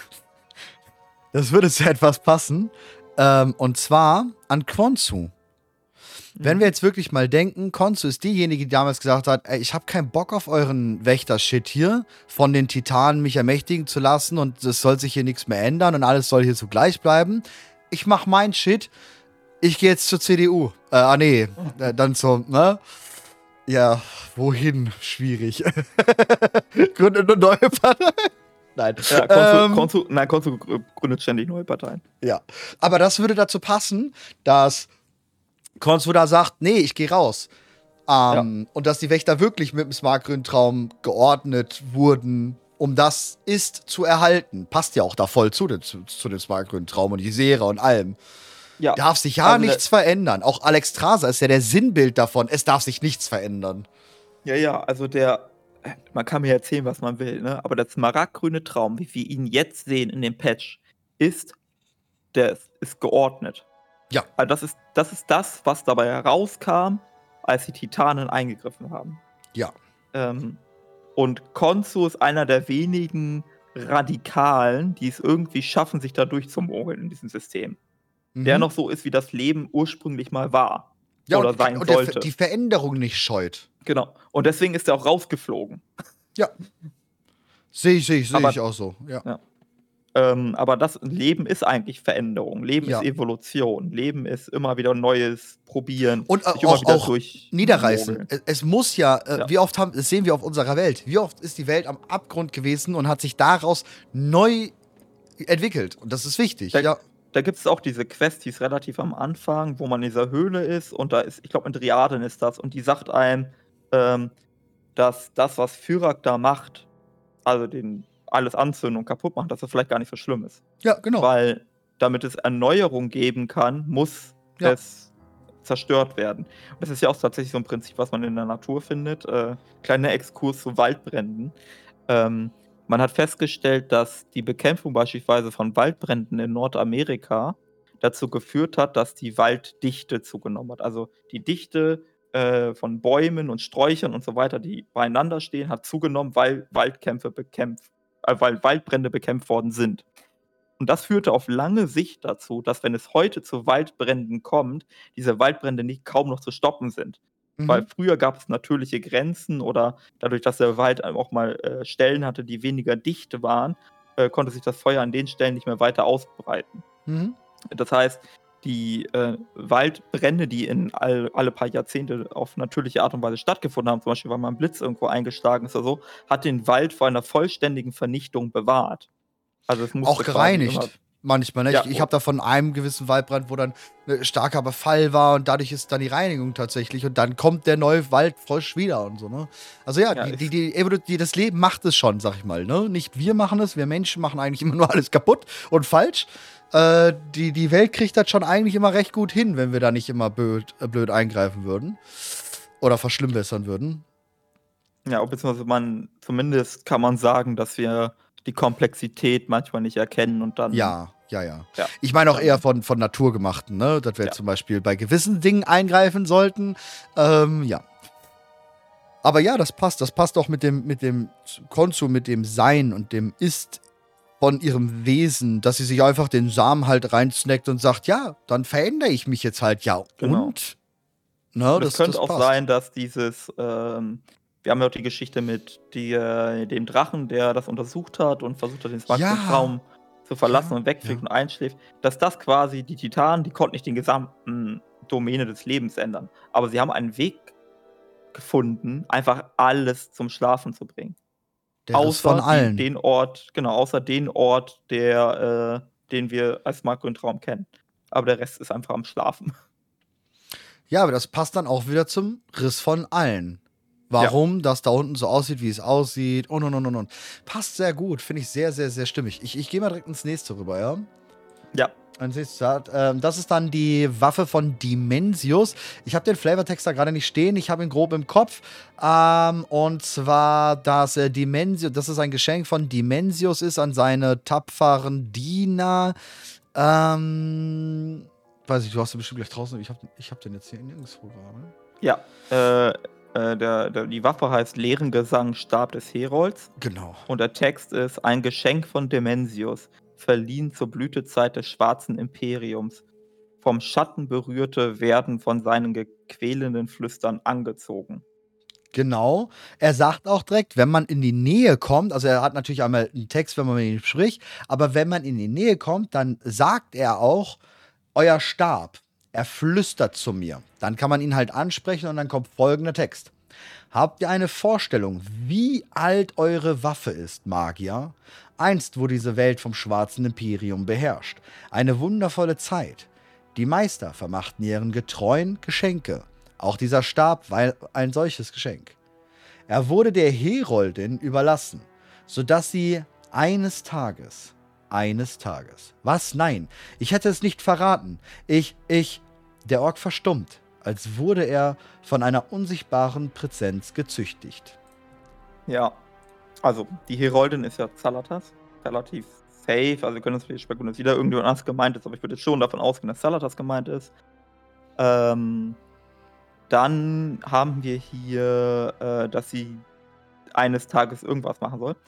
Das würde zu etwas passen. Ähm, und zwar an Khonshu. Wenn wir jetzt wirklich mal denken, Khonshu ist diejenige, die damals gesagt hat, ey, ich habe keinen Bock auf euren Wächter-Shit hier, von den Titanen mich ermächtigen zu lassen und es soll sich hier nichts mehr ändern und alles soll hier so gleich bleiben. Ich mach mein Shit. Ich gehe jetzt zur C D U. Äh, ah, nee, äh, dann zur, ne? Ja, wohin? Schwierig. Gründet eine neue Partei. Nein. Ja, Khonshu, Ähm, Khonshu, nein, Khonshu gründet ständig neue Parteien. Ja, aber das würde dazu passen, dass Khonshu da sagt, nee, ich gehe raus. Ähm, und dass die Wächter wirklich mit dem Smaragdgrüntraum geordnet wurden, um das ist zu erhalten. Passt ja auch da voll zu, den, zu, zu dem Smaragdgrüntraum und die Serie und allem. Ja, Darf sich ja also nichts verändern. Auch Alexstrasza ist ja der Sinnbild davon. Es darf sich nichts verändern. Ja, ja, also der, man kann mir erzählen, was man will, ne? Aber der smaragdgrüne Traum, wie wir ihn jetzt sehen in dem Patch, ist, der ist, ist geordnet. Ja. Also das ist, das ist das, was dabei herauskam, als die Titanen eingegriffen haben. Ja. Ähm, und Khonshu ist einer der wenigen Radikalen, die es irgendwie schaffen, sich da durchzumogeln in diesem System. Der Mhm. noch so ist, wie das Leben ursprünglich mal war Ja, oder und, sein und der, sollte. die Veränderung nicht scheut. Genau. Und deswegen ist er auch rausgeflogen. Ja. Sehe ich, sehe ich, sehe Aber- ich auch so. Ja. Ja. Ähm, aber das Leben ist eigentlich Veränderung. Leben Ja. ist Evolution. Leben ist immer wieder Neues probieren. Und äh, sich immer auch, wieder auch durch niederreißen. mogeln. Es, es muss ja, äh, Ja. wie oft haben, das sehen wir auf unserer Welt, wie oft ist die Welt am Abgrund gewesen und hat sich daraus neu entwickelt. Und das ist wichtig. Der- Ja. Da gibt es auch diese Quest, die ist relativ am Anfang, wo man in dieser Höhle ist und da ist, ich glaube, in Driaden ist das und die sagt einem, ähm, dass das, was Fyrak da macht, also den alles anzünden und kaputt machen, dass das vielleicht gar nicht so schlimm ist. Ja, genau. Weil damit es Erneuerung geben kann, muss Ja. es zerstört werden. Und das ist ja auch tatsächlich so ein Prinzip, was man in der Natur findet. Äh, kleiner Exkurs zu Waldbränden. Ähm, man hat festgestellt, dass die Bekämpfung beispielsweise von Waldbränden in Nordamerika dazu geführt hat, dass die Walddichte zugenommen hat. Also die Dichte äh, von Bäumen und Sträuchern und so weiter, die beieinander stehen, hat zugenommen, weil Waldkämpfe bekämpft, äh, weil Waldbrände bekämpft worden sind. Und das führte auf lange Sicht dazu, dass, wenn es heute zu Waldbränden kommt, diese Waldbrände nicht kaum noch zu stoppen sind. Weil Mhm. früher gab es natürliche Grenzen oder dadurch, dass der Wald auch mal äh, Stellen hatte, die weniger dicht waren, äh, konnte sich das Feuer an den Stellen nicht mehr weiter ausbreiten. Mhm. Das heißt, die äh, Waldbrände, die in all, alle paar Jahrzehnte auf natürliche Art und Weise stattgefunden haben, zum Beispiel weil mal ein Blitz irgendwo eingeschlagen ist oder so, hat den Wald vor einer vollständigen Vernichtung bewahrt. Also es musste Auch gereinigt. quasi immer, Manchmal, ne? Ja, ich ich habe da von einem gewissen Waldbrand, wo dann ein starker Befall war und dadurch ist dann die Reinigung tatsächlich und dann kommt der neue Wald frisch wieder und so, ne? Also ja, Ja, die, ist- die, die, Evolu- die, das Leben macht es schon, sag ich mal, ne? Nicht wir machen es, wir Menschen machen eigentlich immer nur alles kaputt und falsch. Äh, die, die Welt kriegt das schon eigentlich immer recht gut hin, wenn wir da nicht immer blöd, äh, blöd eingreifen würden. Oder verschlimmbessern würden. ja, beziehungsweise man, zumindest kann man sagen, dass wir die Komplexität manchmal nicht erkennen und dann. Ja, ja, ja. Ja. Ich meine auch eher von, von naturgemachten, ne? Dass wir Ja. zum Beispiel bei gewissen Dingen eingreifen sollten. Ähm, ja. Aber ja, das passt. Das passt auch mit dem, mit dem Konzu, mit dem Sein und dem Ist von ihrem Wesen, dass sie sich einfach den Samen halt reinsnackt und sagt, ja, dann verändere ich mich jetzt halt. Ja, Genau. und? Ne, Und es könnte das auch passt. sein, dass dieses, ähm, wir haben ja auch die Geschichte mit die, äh, dem Drachen, der das untersucht hat und versucht hat, den Smaragdraum zu verlassen Ja, und wegfliegt ja. und einschläft, dass das quasi die Titanen, die konnten nicht den gesamten Domäne des Lebens ändern. Aber sie haben einen Weg gefunden, einfach alles zum Schlafen zu bringen. Der Riss Außer von die, allen. den Ort, genau, außer den Ort, der, äh, den wir als Smaragdraum kennen. Aber der Rest ist einfach am Schlafen. Ja, aber das passt dann auch wieder zum Riss von allen. Warum das da unten so aussieht, wie es aussieht und und und und und. Passt sehr gut, finde ich sehr, sehr, sehr stimmig. Ich, ich gehe mal direkt ins nächste rüber, ja? Ja. Ins nächste, ähm, das ist dann die Waffe von Dimensius. Ich habe den Flavortext da gerade nicht stehen, ich habe ihn grob im Kopf. Ähm, und zwar, dass äh, Dimensius, das ist ein Geschenk von Dimensius ist an seine tapferen Diener. Ähm, weiß ich, du hast den bestimmt gleich draußen. Ich habe ich hab den jetzt hier nirgendwo gerade. Ja, äh, äh, der, der, die Waffe heißt Lehrengesang Stab des Herolds Genau. und der Text ist ein Geschenk von Dimensius, verliehen zur Blütezeit des Schwarzen Imperiums. Vom Schatten berührte werden von seinen gequälenden Flüstern angezogen. Genau. Er sagt auch direkt, wenn man in die Nähe kommt, also er hat natürlich einmal einen Text, wenn man mit ihm spricht, aber wenn man in die Nähe kommt, dann sagt er auch, euer Stab, er flüstert zu mir. Dann kann man ihn halt ansprechen und dann kommt folgender Text. Habt ihr eine Vorstellung, wie alt eure Waffe ist, Magier? Einst wurde diese Welt vom Schwarzen Imperium beherrscht. Eine wundervolle Zeit. Die Meister vermachten ihren Getreuen Geschenke. Auch dieser Stab war ein solches Geschenk. Er wurde der Heroldin überlassen, sodass sie eines Tages, eines Tages, was? Nein, ich hätte es nicht verraten. Ich, ich, der Ork verstummt, als wurde er von einer unsichtbaren Präsenz gezüchtigt. Ja, also die Heroldin ist ja Zalatas, relativ safe, also wir können uns vielleicht spekulieren, dass wieder irgendjemand anders gemeint ist, aber ich würde jetzt schon davon ausgehen, dass Zalatas gemeint ist. Ähm, dann haben wir hier, äh, dass sie eines Tages irgendwas machen soll.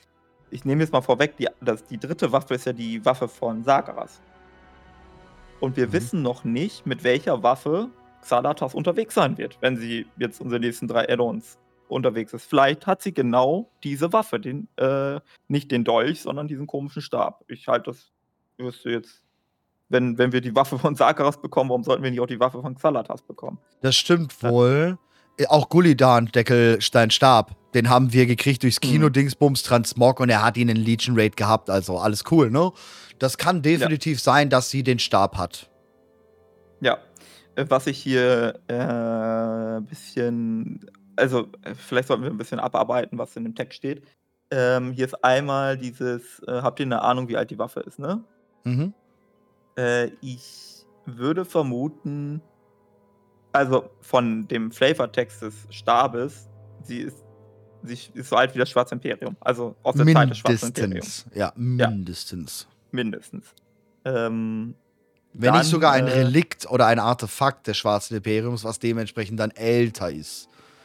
ich nehme jetzt mal vorweg, die, das, die dritte Waffe ist ja die Waffe von Sargeras. Und wir Mhm. wissen noch nicht, mit welcher Waffe Xalatas unterwegs sein wird, wenn sie jetzt unsere nächsten drei Add-ons unterwegs ist. Vielleicht hat sie genau diese Waffe, den, äh, nicht den Dolch, sondern diesen komischen Stab. Ich halte das, wirst du jetzt, wenn, wenn wir die Waffe von Sargeras bekommen, warum sollten wir nicht auch die Waffe von Xalatas bekommen? Das stimmt wohl. Äh, Auch Gullidan, Deckelstein Stab, den haben wir gekriegt durchs Kino Mhm. Dingsbums Transmog und er hat ihn in Legion Raid gehabt, also alles cool, ne? Das kann definitiv sein, dass sie den Stab hat. Ja, äh, was ich hier ein äh, bisschen, also äh, vielleicht sollten wir ein bisschen abarbeiten, was in dem Text steht. Ähm, hier ist einmal dieses, äh, habt ihr eine Ahnung, wie alt die Waffe ist, ne? Mhm. Äh, ich würde vermuten, also von dem Flavortext des Stabes, sie ist, sie ist so alt wie das Schwarze Imperium. Also aus der Zeit des Schwarzen Imperiums. Mindestens. Ja, mindestens. Mindestens. Ähm, Wenn dann, nicht sogar ein äh, Relikt oder ein Artefakt des Schwarzen Imperiums, was dementsprechend dann älter ist.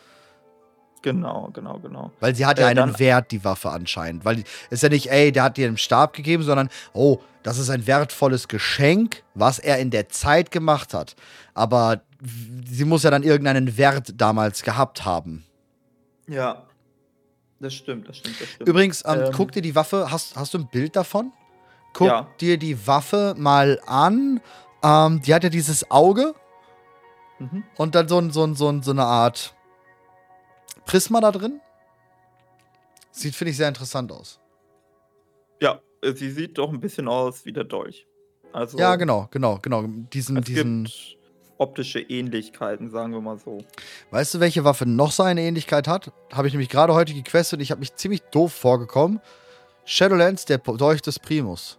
Genau, genau, genau. Weil sie hat ja Äh, einen dann- Wert, die Waffe anscheinend. Weil es ist ja nicht, ey, der hat dir einen Stab gegeben, sondern, oh, das ist ein wertvolles Geschenk, was er in der Zeit gemacht hat. Aber w- sie muss ja dann irgendeinen Wert damals gehabt haben. Ja, das stimmt, das stimmt, das stimmt. Übrigens, ähm, Ähm, guck dir die Waffe, hast, hast du ein Bild davon? Guck Ja. dir die Waffe mal an. Ähm, die hat ja dieses Auge Mhm. und dann so, ein, so, ein, so, ein, so eine Art Prisma da drin. Sieht, finde ich, sehr interessant aus. Ja, äh, sie sieht doch ein bisschen aus wie der Dolch. Also, Ja, genau, genau, genau. Diesen, es diesen. gibt optische Ähnlichkeiten, sagen wir mal so. Weißt du, welche Waffe noch so eine Ähnlichkeit hat? Habe ich nämlich gerade heute gequestet und ich habe mich ziemlich doof vorgekommen. Shadowlands, der Dolch des Primus.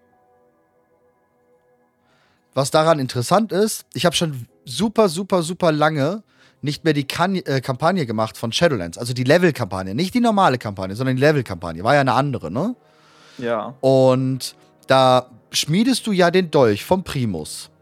Was daran interessant ist, ich habe schon super, super, super lange nicht mehr die kan äh, Kampagne gemacht von Shadowlands. Also die Level-Kampagne. Nicht die normale Kampagne, sondern die Level-Kampagne. War ja eine andere, ne? Ja. Und da schmiedest du ja den Dolch vom Primus.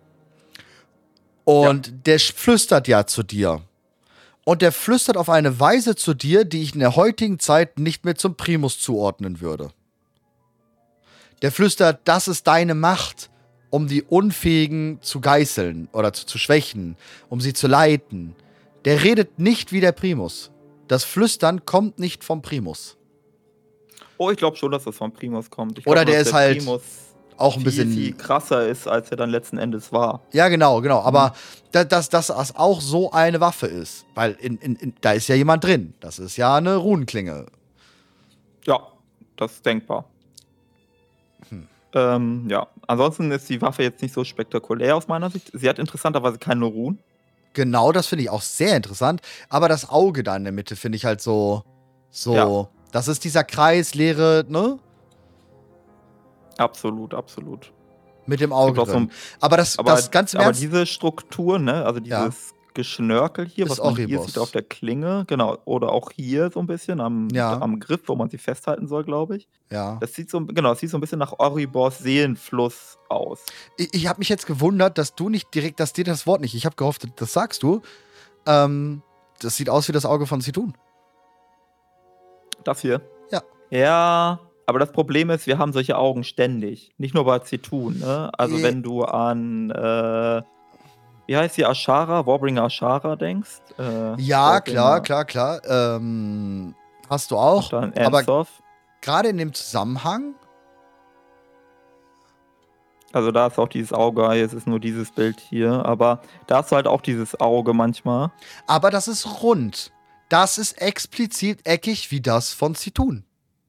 Und der flüstert ja zu dir. Und der flüstert auf eine Weise zu dir, die ich in der heutigen Zeit nicht mehr zum Primus zuordnen würde. Der flüstert, das ist deine Macht, um die Unfähigen zu geißeln oder zu, zu schwächen, um sie zu leiten. Der redet nicht wie der Primus. Das Flüstern kommt nicht vom Primus. Oh, ich glaube schon, dass das von Primus kommt. Ich Oder glaub, der dass ist halt Primus Auch ein viel, bisschen. viel krasser ist, als er dann letzten Endes war. Ja, genau, genau. Aber da, dass das auch so eine Waffe ist. Weil in, in, in, da ist ja jemand drin. Das ist ja eine Runenklinge. Ja, das ist denkbar. Hm. Ähm, ja, ansonsten ist die Waffe jetzt nicht so spektakulär aus meiner Sicht. Sie hat interessanterweise keine Runen. Genau, das finde ich auch sehr interessant. Aber das Auge da in der Mitte finde ich halt so. So. Ja. Das ist dieser Kreis, leere, ne? Absolut, absolut. Mit dem Auge Gibt auch so drin. ein- Aber das, Aber, das ganz im aber Ernst. diese Struktur, ne, also Ja. dieses Geschnörkel hier, Ist was man hier Oribos. sieht auf der Klinge, genau, oder auch hier so ein bisschen am, Ja. am Griff, wo man sie festhalten soll, glaube ich. Ja. Das sieht so, genau, das sieht so ein bisschen nach Oribors Seelenfluss aus. Ich, ich habe mich jetzt gewundert, dass du nicht direkt, dass dir das Wort nicht. Ich habe gehofft, das sagst du. Ähm, das sieht aus wie das Auge von Situn. Das hier? Ja. Ja, aber das Problem ist, wir haben solche Augen ständig. Nicht nur bei Zitun, ne? Also Äh. wenn du an, äh, wie heißt die, Ashara, Warbringer Ashara denkst. Äh, Ja, Warbringer- klar, klar, klar. Ähm, hast du auch. Dann Aber Ansoth. gerade in dem Zusammenhang. Also da ist auch dieses Auge, jetzt ist nur dieses Bild hier, aber da hast du halt auch dieses Auge manchmal. Aber das ist rund. Das ist explizit eckig wie das von Situn.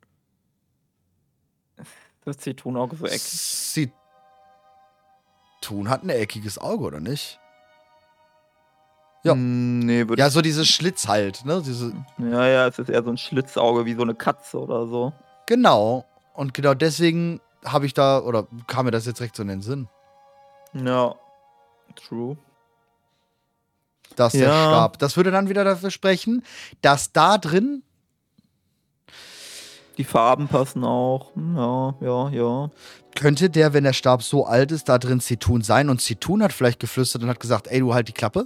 Das Zitronauge so eckig. Situn hat ein eckiges Auge, oder nicht? Ja. Hm, nee, würde Ja, so dieses Schlitz halt, ne? Diese, Ja, ja, es ist eher so ein Schlitzauge wie so eine Katze oder so. genau. Und genau deswegen habe ich da, oder kam mir das jetzt direkt so in den Sinn. Ja, true. Dass der Ja. Stab. Das würde dann wieder dafür sprechen, dass da drin, Die Farben passen auch. Hm, Ja, ja, ja. könnte der, wenn der Stab so alt ist, da drin Situn sein. Und Situn hat vielleicht geflüstert und hat gesagt, ey, du halt die Klappe.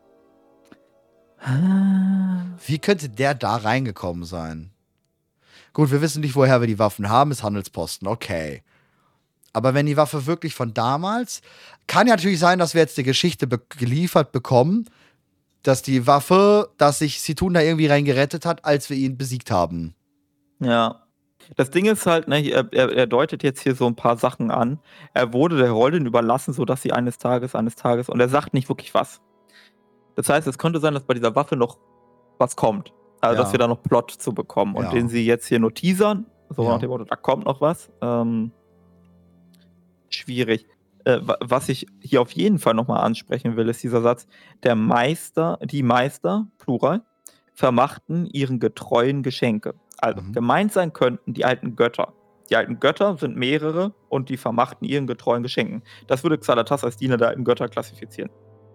Wie könnte der da reingekommen sein? Gut, wir wissen nicht, woher wir die Waffen haben, ist Handelsposten, okay. Aber wenn die Waffe wirklich von damals, kann ja natürlich sein, dass wir jetzt die Geschichte be geliefert bekommen, dass die Waffe, dass sich Situn da irgendwie reingerettet hat, als wir ihn besiegt haben. Ja. Das Ding ist halt, ne, er, er, er deutet jetzt hier so ein paar Sachen an. Er wurde der Heroldin überlassen, sodass sie eines Tages, eines Tages, und er sagt nicht wirklich was. Das heißt, es könnte sein, dass bei dieser Waffe noch was kommt. Also, Ja. dass wir da noch Plot zu bekommen. Und Ja. den sie jetzt hier nur teasern, so Ja. nach dem Motto, da kommt noch was. Ähm, schwierig. Äh, wa- was ich hier auf jeden Fall nochmal ansprechen will, ist dieser Satz: Der Meister, die Meister, Plural, vermachten ihren Getreuen Geschenke. Also, Mhm. gemeint sein könnten die alten Götter. Die alten Götter sind mehrere und die vermachten ihren getreuen Geschenken. Das würde Xalatas als Diener der alten Götter klassifizieren.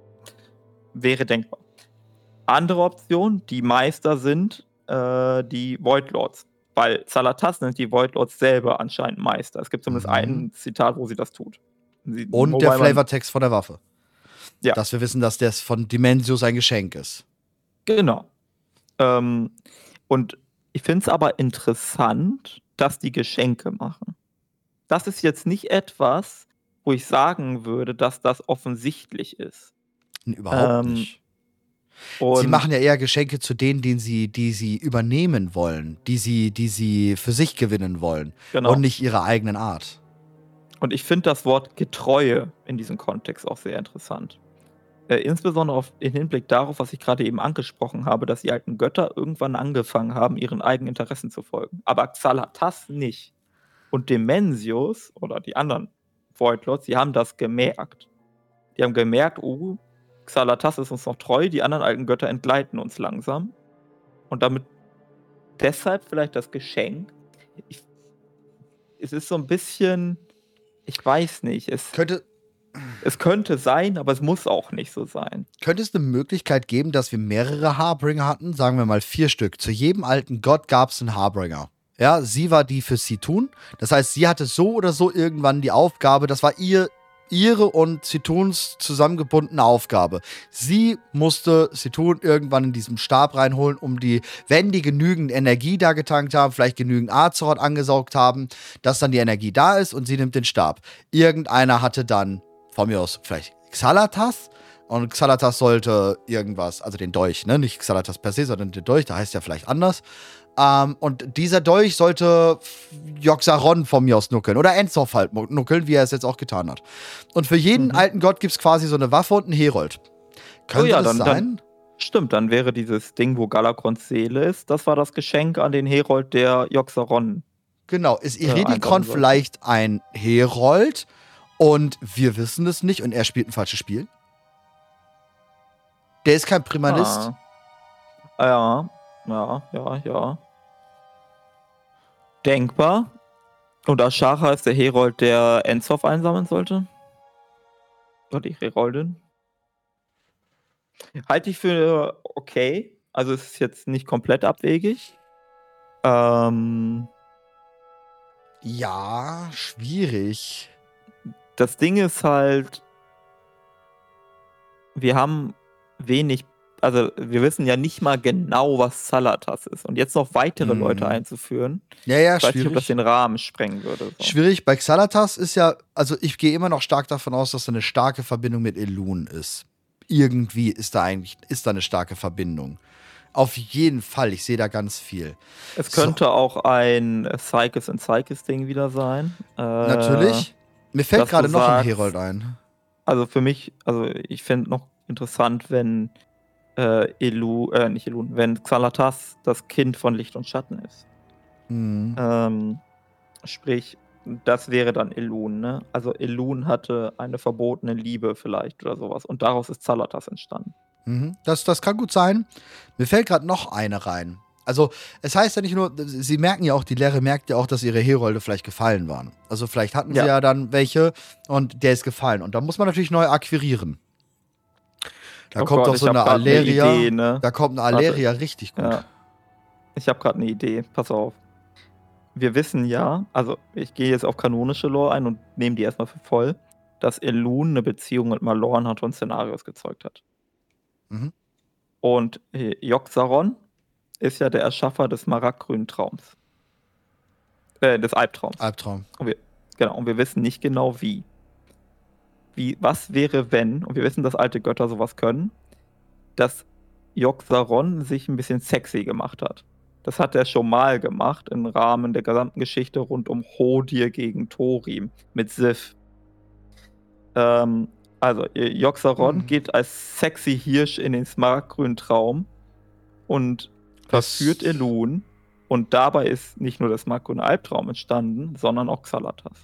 Wäre denkbar. Andere Option, die Meister sind äh, die Void Lords. Weil Xalatas nennt die Void Lords selber anscheinend Meister. Es gibt zumindest Mhm. ein Zitat, wo sie das tut. Sie, Und wobei der man- Flavortext von der Waffe. Ja. Dass wir wissen, dass das von Dimensius ein Geschenk ist. Genau. Ähm, und ich finde es aber interessant, dass die Geschenke machen. Das ist jetzt nicht etwas, wo ich sagen würde, dass das offensichtlich ist. Überhaupt Ähm, nicht. Und Sie machen ja eher Geschenke zu denen, die sie, die sie übernehmen wollen, die sie, die sie für sich gewinnen wollen genau. und nicht ihrer eigenen Art. Und ich finde das Wort Getreue in diesem Kontext auch sehr interessant. Äh, insbesondere auf, im Hinblick darauf, was ich gerade eben angesprochen habe, dass die alten Götter irgendwann angefangen haben, ihren eigenen Interessen zu folgen. Aber Xalatas nicht. Und Dimensius oder die anderen Void Lords, die haben das gemerkt. Die haben gemerkt, oh, Xalatas ist uns noch treu, die anderen alten Götter entgleiten uns langsam. Und damit deshalb vielleicht das Geschenk. Ich, es ist so ein bisschen, ich weiß nicht, es, Könnte, es könnte sein, aber es muss auch nicht so sein. könnte es eine Möglichkeit geben, dass wir mehrere Harbringer hatten? Sagen wir mal vier Stück. Zu jedem alten Gott gab es einen Harbringer. Ja, sie war die für Situn. Das heißt, sie hatte so oder so irgendwann die Aufgabe, das war ihr, ihre und Situns zusammengebundene Aufgabe. Sie musste Situn irgendwann in diesem Stab reinholen, um die, wenn die genügend Energie da getankt haben, vielleicht genügend Azeroth angesaugt haben, dass dann die Energie da ist und sie nimmt den Stab. Irgendeiner hatte dann, von mir aus, vielleicht Xalatas. Und Xalatas sollte irgendwas, also den Dolch, ne? Nicht Xalatas per se, sondern den Dolch, da heißt ja vielleicht anders. Ähm, und dieser Dolch sollte Yogg-Saron von mir aus nuckeln. Oder Enzorf halt nuckeln, wie er es jetzt auch getan hat. Und für jeden Mhm. alten Gott gibt es quasi so eine Waffe und einen Herold. Könnte ja, das dann- sein? Stimmt, dann wäre dieses Ding, wo Galakrons Seele ist, das war das Geschenk an den Herold, der Yogg-Saron. Genau. Ist Äh, Iredikon einbauen sollte. vielleicht ein Herold und wir wissen es nicht und er spielt ein falsches Spiel? Der ist kein Primalist. Ah. Ja, ja, ja, ja. Denkbar. Und Ashara ist der Herold, der Enzorf einsammeln sollte. Oder die Heroldin. Halte ich für okay. Also es ist jetzt nicht komplett abwegig. Ähm, Ja, schwierig. das Ding ist halt, wir haben wenig, also wir wissen ja nicht mal genau, was Xalatas ist. Und jetzt noch weitere Mhm. Leute einzuführen, Ja, ja, ich weiß nicht, ob das schwierig. den Rahmen sprengen würde. So. Schwierig. Bei Xalatas ist ja, also ich gehe immer noch stark davon aus, dass da eine starke Verbindung mit Elun ist. Irgendwie ist da eigentlich, ist da eine starke Verbindung. Auf jeden Fall, ich sehe da ganz viel. Es So. könnte auch ein Psychis and Psychis Ding wieder sein. Äh, Natürlich. Mir fällt dass gerade du noch ein sagst- Herold ein. Also für mich, also ich fände noch interessant, wenn äh, Elu, äh, nicht Elun, wenn Xalatas das Kind von Licht und Schatten ist. Hm. Ähm, sprich, das wäre dann Elun, ne? Also Elun hatte eine verbotene Liebe vielleicht oder sowas. Und daraus ist Xalatas entstanden. Mhm. Das, das kann gut sein. Mir fällt gerade noch eine rein. Also, es heißt ja nicht nur, sie merken ja auch, die Lehre merkt ja auch, dass ihre Herolde vielleicht gefallen waren. Also, vielleicht hatten sie Ja. ja dann welche und der ist gefallen. Und da muss man natürlich neu akquirieren. Da Oh kommt Gott, doch ich so hab eine grad eine Aleria. Idee, ne? Da kommt eine Aleria richtig gut. Ja. Ich habe gerade eine Idee. Pass auf. Wir wissen ja, also ich gehe jetzt auf kanonische Lore ein und nehme die erstmal für voll, dass Elun eine Beziehung mit Malorn hat und Szenarios gezeugt hat. Mhm. Und äh, Yogg-Saron ist ja der Erschaffer des Maraggrünen Traums. Äh, des Albtraums. Albtraum. Und wir, genau, und wir wissen nicht genau wie. wie. Was wäre, wenn, und wir wissen, dass alte Götter sowas können, dass Yogg-Saron sich ein bisschen sexy gemacht hat. Das hat er schon mal gemacht im Rahmen der gesamten Geschichte rund um Hodir gegen Thorim mit Sif. Ähm, also, Yogg-Saron Hm. geht als sexy Hirsch in den smaragdgrünen Traum und Das- verführt Elun. Und dabei ist nicht nur der smaragdgrüne Albtraum entstanden, sondern auch Xalatas.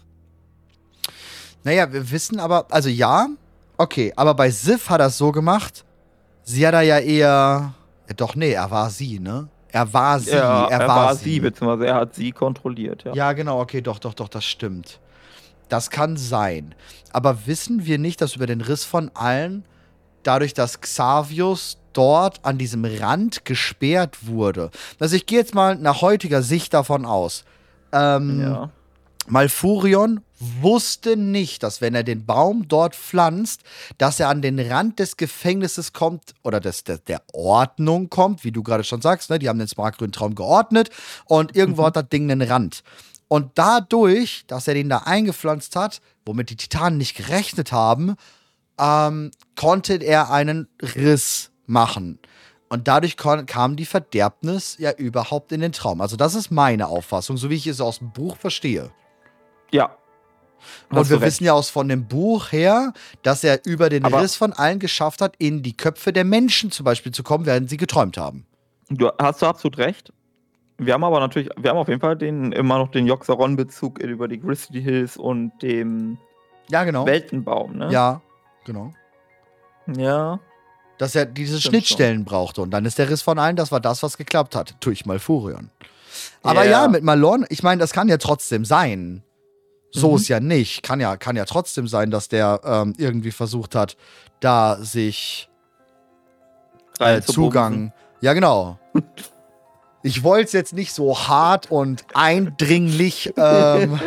Naja, wir wissen aber, also ja, okay, aber bei Sif hat er es so gemacht, sie hat er ja eher, ja, doch, nee, er war sie, ne? Er war sie, Ja, er, er war, war sie. sie, beziehungsweise er hat sie kontrolliert, ja. Ja, genau, okay, doch, doch, doch, das stimmt. Das kann sein. Aber wissen wir nicht, dass über den Riss von allen, dadurch, dass Xavius dort an diesem Rand gesperrt wurde. Also ich gehe jetzt mal nach heutiger Sicht davon aus. Ähm, Ja. Malfurion wusste nicht, dass wenn er den Baum dort pflanzt, dass er an den Rand des Gefängnisses kommt oder des, der, der Ordnung kommt, wie du gerade schon sagst, ne? Die haben den smaragdgrünen Traum geordnet und irgendwo Mhm. hat das Ding einen Rand. Und dadurch, dass er den da eingepflanzt hat, womit die Titanen nicht gerechnet haben, ähm, konnte er einen Riss machen. Und dadurch kon- kam die Verderbnis ja überhaupt in den Traum. Also das ist meine Auffassung, so wie ich es aus dem Buch verstehe. Ja. Und Hast wir du recht. wissen ja aus von dem Buch her, dass er über den Aber- Riss von allen geschafft hat, in die Köpfe der Menschen zum Beispiel zu kommen, während sie geträumt haben. Du hast du absolut recht. Wir haben aber natürlich, wir haben auf jeden Fall den, immer noch den Yogg-Saron-Bezug über die Grizzly Hills und dem Ja, genau. Weltenbaum, ne? Ja, genau. Ja. Dass er diese Stimmt Schnittstellen brauchte. Und dann ist der Riss von allen, das war das, was geklappt hat. Durch Malfurion. Aber ja, Ja. mit Malorn, ich meine, das kann ja trotzdem sein. So Mhm. ist ja nicht. Kann ja, kann ja trotzdem sein, dass der ähm, irgendwie versucht hat, da sich äh, Reinzubumsen. Zugang. Ja, genau. Ich wollte es jetzt nicht so hart und eindringlich ähm,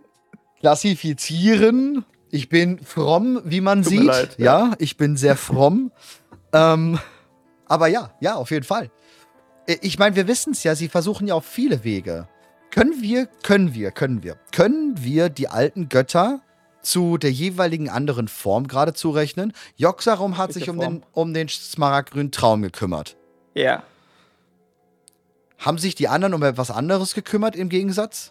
klassifizieren. Ich bin fromm, wie man Tut mir sieht. leid, ja. ich bin sehr fromm. ähm, aber ja, ja, auf jeden Fall. I- Ich meine, wir wissen es ja, sie versuchen ja auf viele Wege. Können wir, können wir, können wir, können wir die alten Götter zu der jeweiligen anderen Form gerade zurechnen? Yogg-Saron hat Welche sich um Form? den, um den smaragdgrünen Traum gekümmert. Ja. Haben sich die anderen um etwas anderes gekümmert im Gegensatz?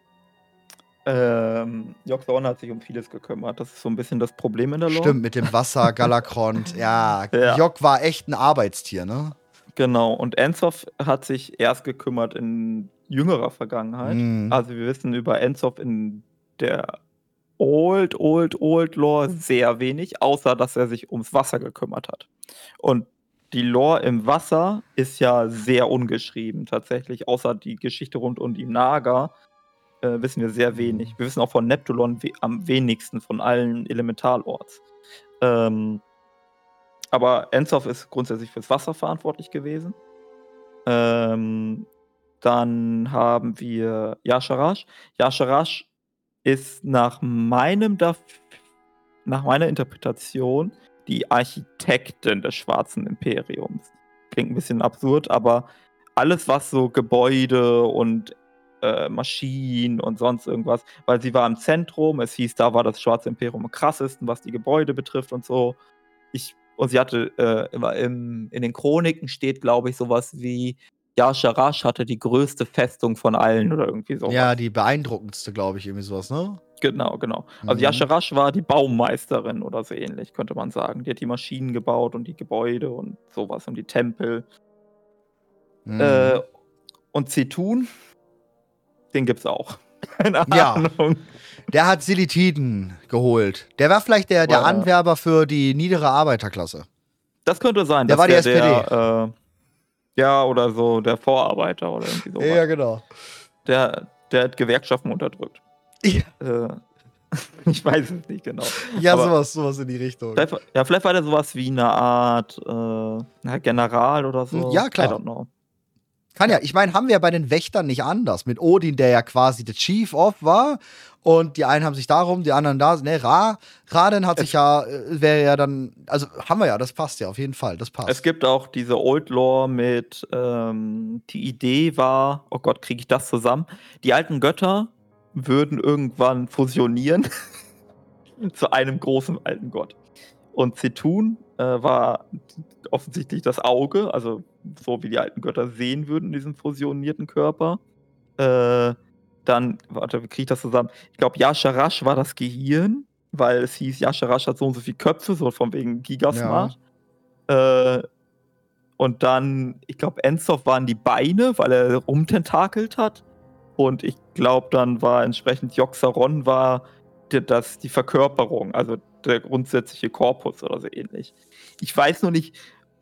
Ähm, Yogg-Saron hat sich um vieles gekümmert. Das ist so ein bisschen das Problem in der Lore. Stimmt, mit dem Wasser, Galakrond. Ja, Ja. Yogg war echt ein Arbeitstier, ne? Genau. Und Enzov hat sich erst gekümmert in jüngerer Vergangenheit. Mhm. Also wir wissen über Enzov in der Old, Old, Old Lore sehr wenig, außer dass er sich ums Wasser gekümmert hat. Und die Lore im Wasser ist ja sehr ungeschrieben tatsächlich, außer die Geschichte rund um die Naga äh, wissen wir sehr wenig. Wir wissen auch von Neptulon we am wenigsten von allen Elementalorts. Ähm, aber Enzov ist grundsätzlich fürs Wasser verantwortlich gewesen. Ähm, dann haben wir Yasharash. Yasharash ist nach meinem Daf nach meiner Interpretation die Architektin des Schwarzen Imperiums. Klingt ein bisschen absurd, aber alles, was so Gebäude und äh, Maschinen und sonst irgendwas, weil sie war im Zentrum, es hieß, da war das Schwarze Imperium am krassesten, was die Gebäude betrifft und so. Ich, und sie hatte, äh, immer im, in den Chroniken steht, glaube ich, sowas wie Yasharash hatte die größte Festung von allen oder irgendwie sowas. Ja, die beeindruckendste, glaube ich, irgendwie sowas, ne? Genau, genau. Also Mhm. Yasharash war die Baumeisterin oder so ähnlich, könnte man sagen. Die hat die Maschinen gebaut und die Gebäude und sowas und die Tempel. Mhm. Äh, und Zetun, den gibt's auch. Keine Ja. Ahnung. Der hat Silithiden geholt. Der war vielleicht der, der Wow. Anwerber für die niedere Arbeiterklasse. Das könnte sein. Der das war die wär S P D. Der, äh, ja, oder so, der Vorarbeiter oder irgendwie sowas. genau. Der, der hat Gewerkschaften unterdrückt. Ja, Äh, ich weiß es nicht genau. ja Aber- sowas, sowas in die Richtung. Vielleicht, ja, vielleicht war der sowas wie eine Art äh, na, General oder so. Ja, klar. I don't know. Kann ja, ich meine, haben wir ja bei den Wächtern nicht anders. Mit Odin, der ja quasi der Chief of war. Und die einen haben sich darum, die anderen da. Ne, Ra, Raden hat Es- sich ja, äh, wäre ja dann, also haben wir ja, das passt ja auf jeden Fall, das passt. Es gibt auch diese Old Lore mit, ähm, die Idee war, oh Gott, kriege ich das zusammen? Die alten Götter würden irgendwann fusionieren zu einem großen alten Gott. Und Zetun äh, war offensichtlich das Auge, also so wie die alten Götter sehen würden in diesem fusionierten Körper. Äh, dann, warte, wie kriege ich das zusammen? Ich glaube, Yasharash war das Gehirn, weil es hieß, Yasharash hat so und so viele Köpfe, so von wegen Gigasmart. Ja. Äh, und dann, ich glaube, Ensof waren die Beine, weil er rumtentakelt hat. Und ich glaube, dann war entsprechend Yogg-Saron war die, das, die Verkörperung, also der grundsätzliche Korpus oder so ähnlich. Ich weiß nur nicht,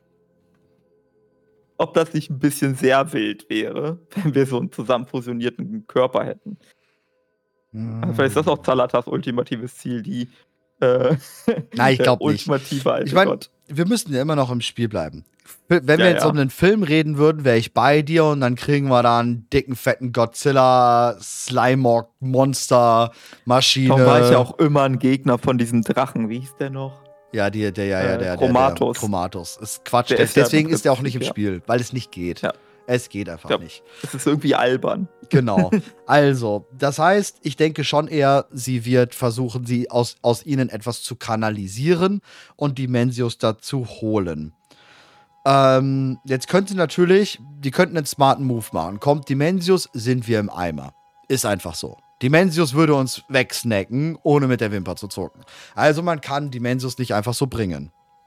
ob das nicht ein bisschen sehr wild wäre, wenn wir so einen zusammenfusionierten Körper hätten. Mm. Also vielleicht ist das auch Zalatas ultimatives Ziel, die äh, Nein, ich glaube nicht. ultimative alte ich mein, Gott. Wir müssen ja immer noch im Spiel bleiben. Wenn wir ja, jetzt ja. um einen Film reden würden, wäre ich bei dir und dann kriegen wir da einen dicken, fetten Godzilla, Slimog, Monster, Maschine. Darum war ich ja auch immer ein Gegner von diesem Drachen. Wie hieß der noch? Ja, die, der, ja, ja, äh, der, Chromatos. Der, der Chromatos. Ist Quatsch. Der Des, ist ja deswegen ist der auch nicht Prinzip, im Spiel, weil es nicht geht. Ja. Es geht einfach ja, nicht. Es ist irgendwie albern. Genau. Also, das heißt, ich denke schon eher, sie wird versuchen, sie aus, aus ihnen etwas zu kanalisieren und die Mensius dazu holen. Ähm, jetzt könnte natürlich, die könnten einen smarten Move machen. Kommt die Mensius, sind wir im Eimer. Ist einfach so. Die Mensius würde uns wegsnacken, ohne mit der Wimper zu zucken. Also man kann die Mensius nicht einfach so bringen.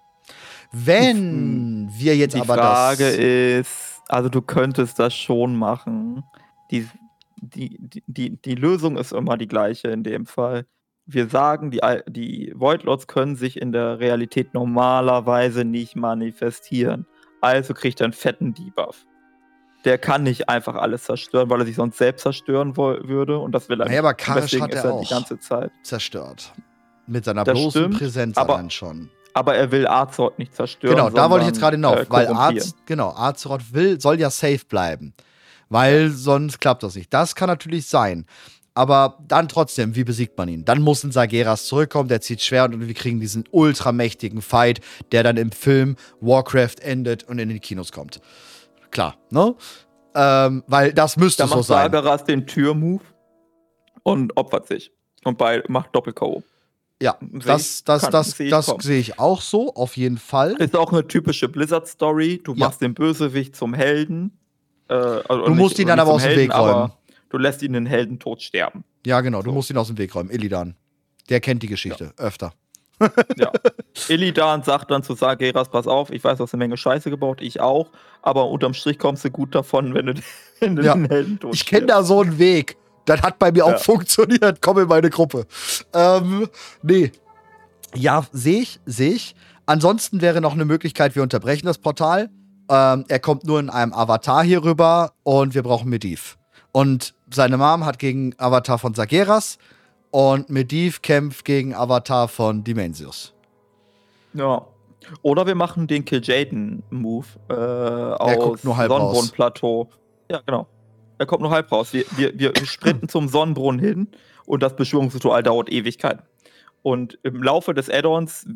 Wenn die, wir jetzt die aber Frage das... ist, also du könntest das schon machen. Die, die, die, die, die Lösung ist immer die gleiche in dem Fall. Wir sagen, die, die Voidlords können sich in der Realität normalerweise nicht manifestieren. Also kriegt er einen fetten Debuff. Der kann nicht einfach alles zerstören, weil er sich sonst selbst zerstören würde. Und das will er naja, aber nicht. Deswegen hat ist er er auch die ganze Zeit zerstört. Mit seiner das bloßen stimmt, Präsenz aber, allein schon. Aber er will Azeroth nicht zerstören. Genau, da wollte ich jetzt gerade hinauf. Äh, weil Az genau, Azeroth will, soll ja safe bleiben. Weil sonst klappt das nicht. Das kann natürlich sein. Aber dann trotzdem, wie besiegt man ihn? Dann muss ein Sargeras zurückkommen, der zieht Schwert und wir kriegen diesen ultramächtigen Fight, der dann im Film Warcraft endet und in den Kinos kommt. Klar, ne? Ähm, weil das müsste da so sein. Da macht Sargeras den Tür-Move und opfert sich. Und bei, macht Doppel-K O. Ja, das, das, kann, das, seh das sehe ich auch so, auf jeden Fall. Ist auch eine typische Blizzard-Story. Du ja. machst den Bösewicht zum Helden. Äh, also du musst nicht, ihn dann aber aus dem Helden, Weg räumen. Du lässt ihn den Heldentod sterben. Ja, genau, du so. musst ihn aus dem Weg räumen. Illidan. Der kennt die Geschichte ja. öfter. Ja. Illidan sagt dann zu Sargeras, pass auf, ich weiß, du hast eine Menge Scheiße gebaut, ich auch, aber unterm Strich kommst du gut davon, wenn du, wenn du ja. den Heldentod Ich kenne da so einen Weg. Das hat bei mir ja. auch funktioniert. Komm in meine Gruppe. Ähm, nee. Ja, sehe ich, sehe ich. Ansonsten wäre noch eine Möglichkeit, wir unterbrechen das Portal. Ähm, er kommt nur in einem Avatar hier rüber und wir brauchen Medivh. Und seine Mom hat gegen Avatar von Sargeras und Medivh kämpft gegen Avatar von Dimensius. Ja. Oder wir machen den Kil'jaeden-Move äh, aus Sonnenbrunnenplateau. Ja, genau. Er kommt nur halb raus. Wir, wir, wir sprinten zum Sonnenbrunnen hin und das Beschwörungsritual dauert Ewigkeiten. Und im Laufe des Add-ons,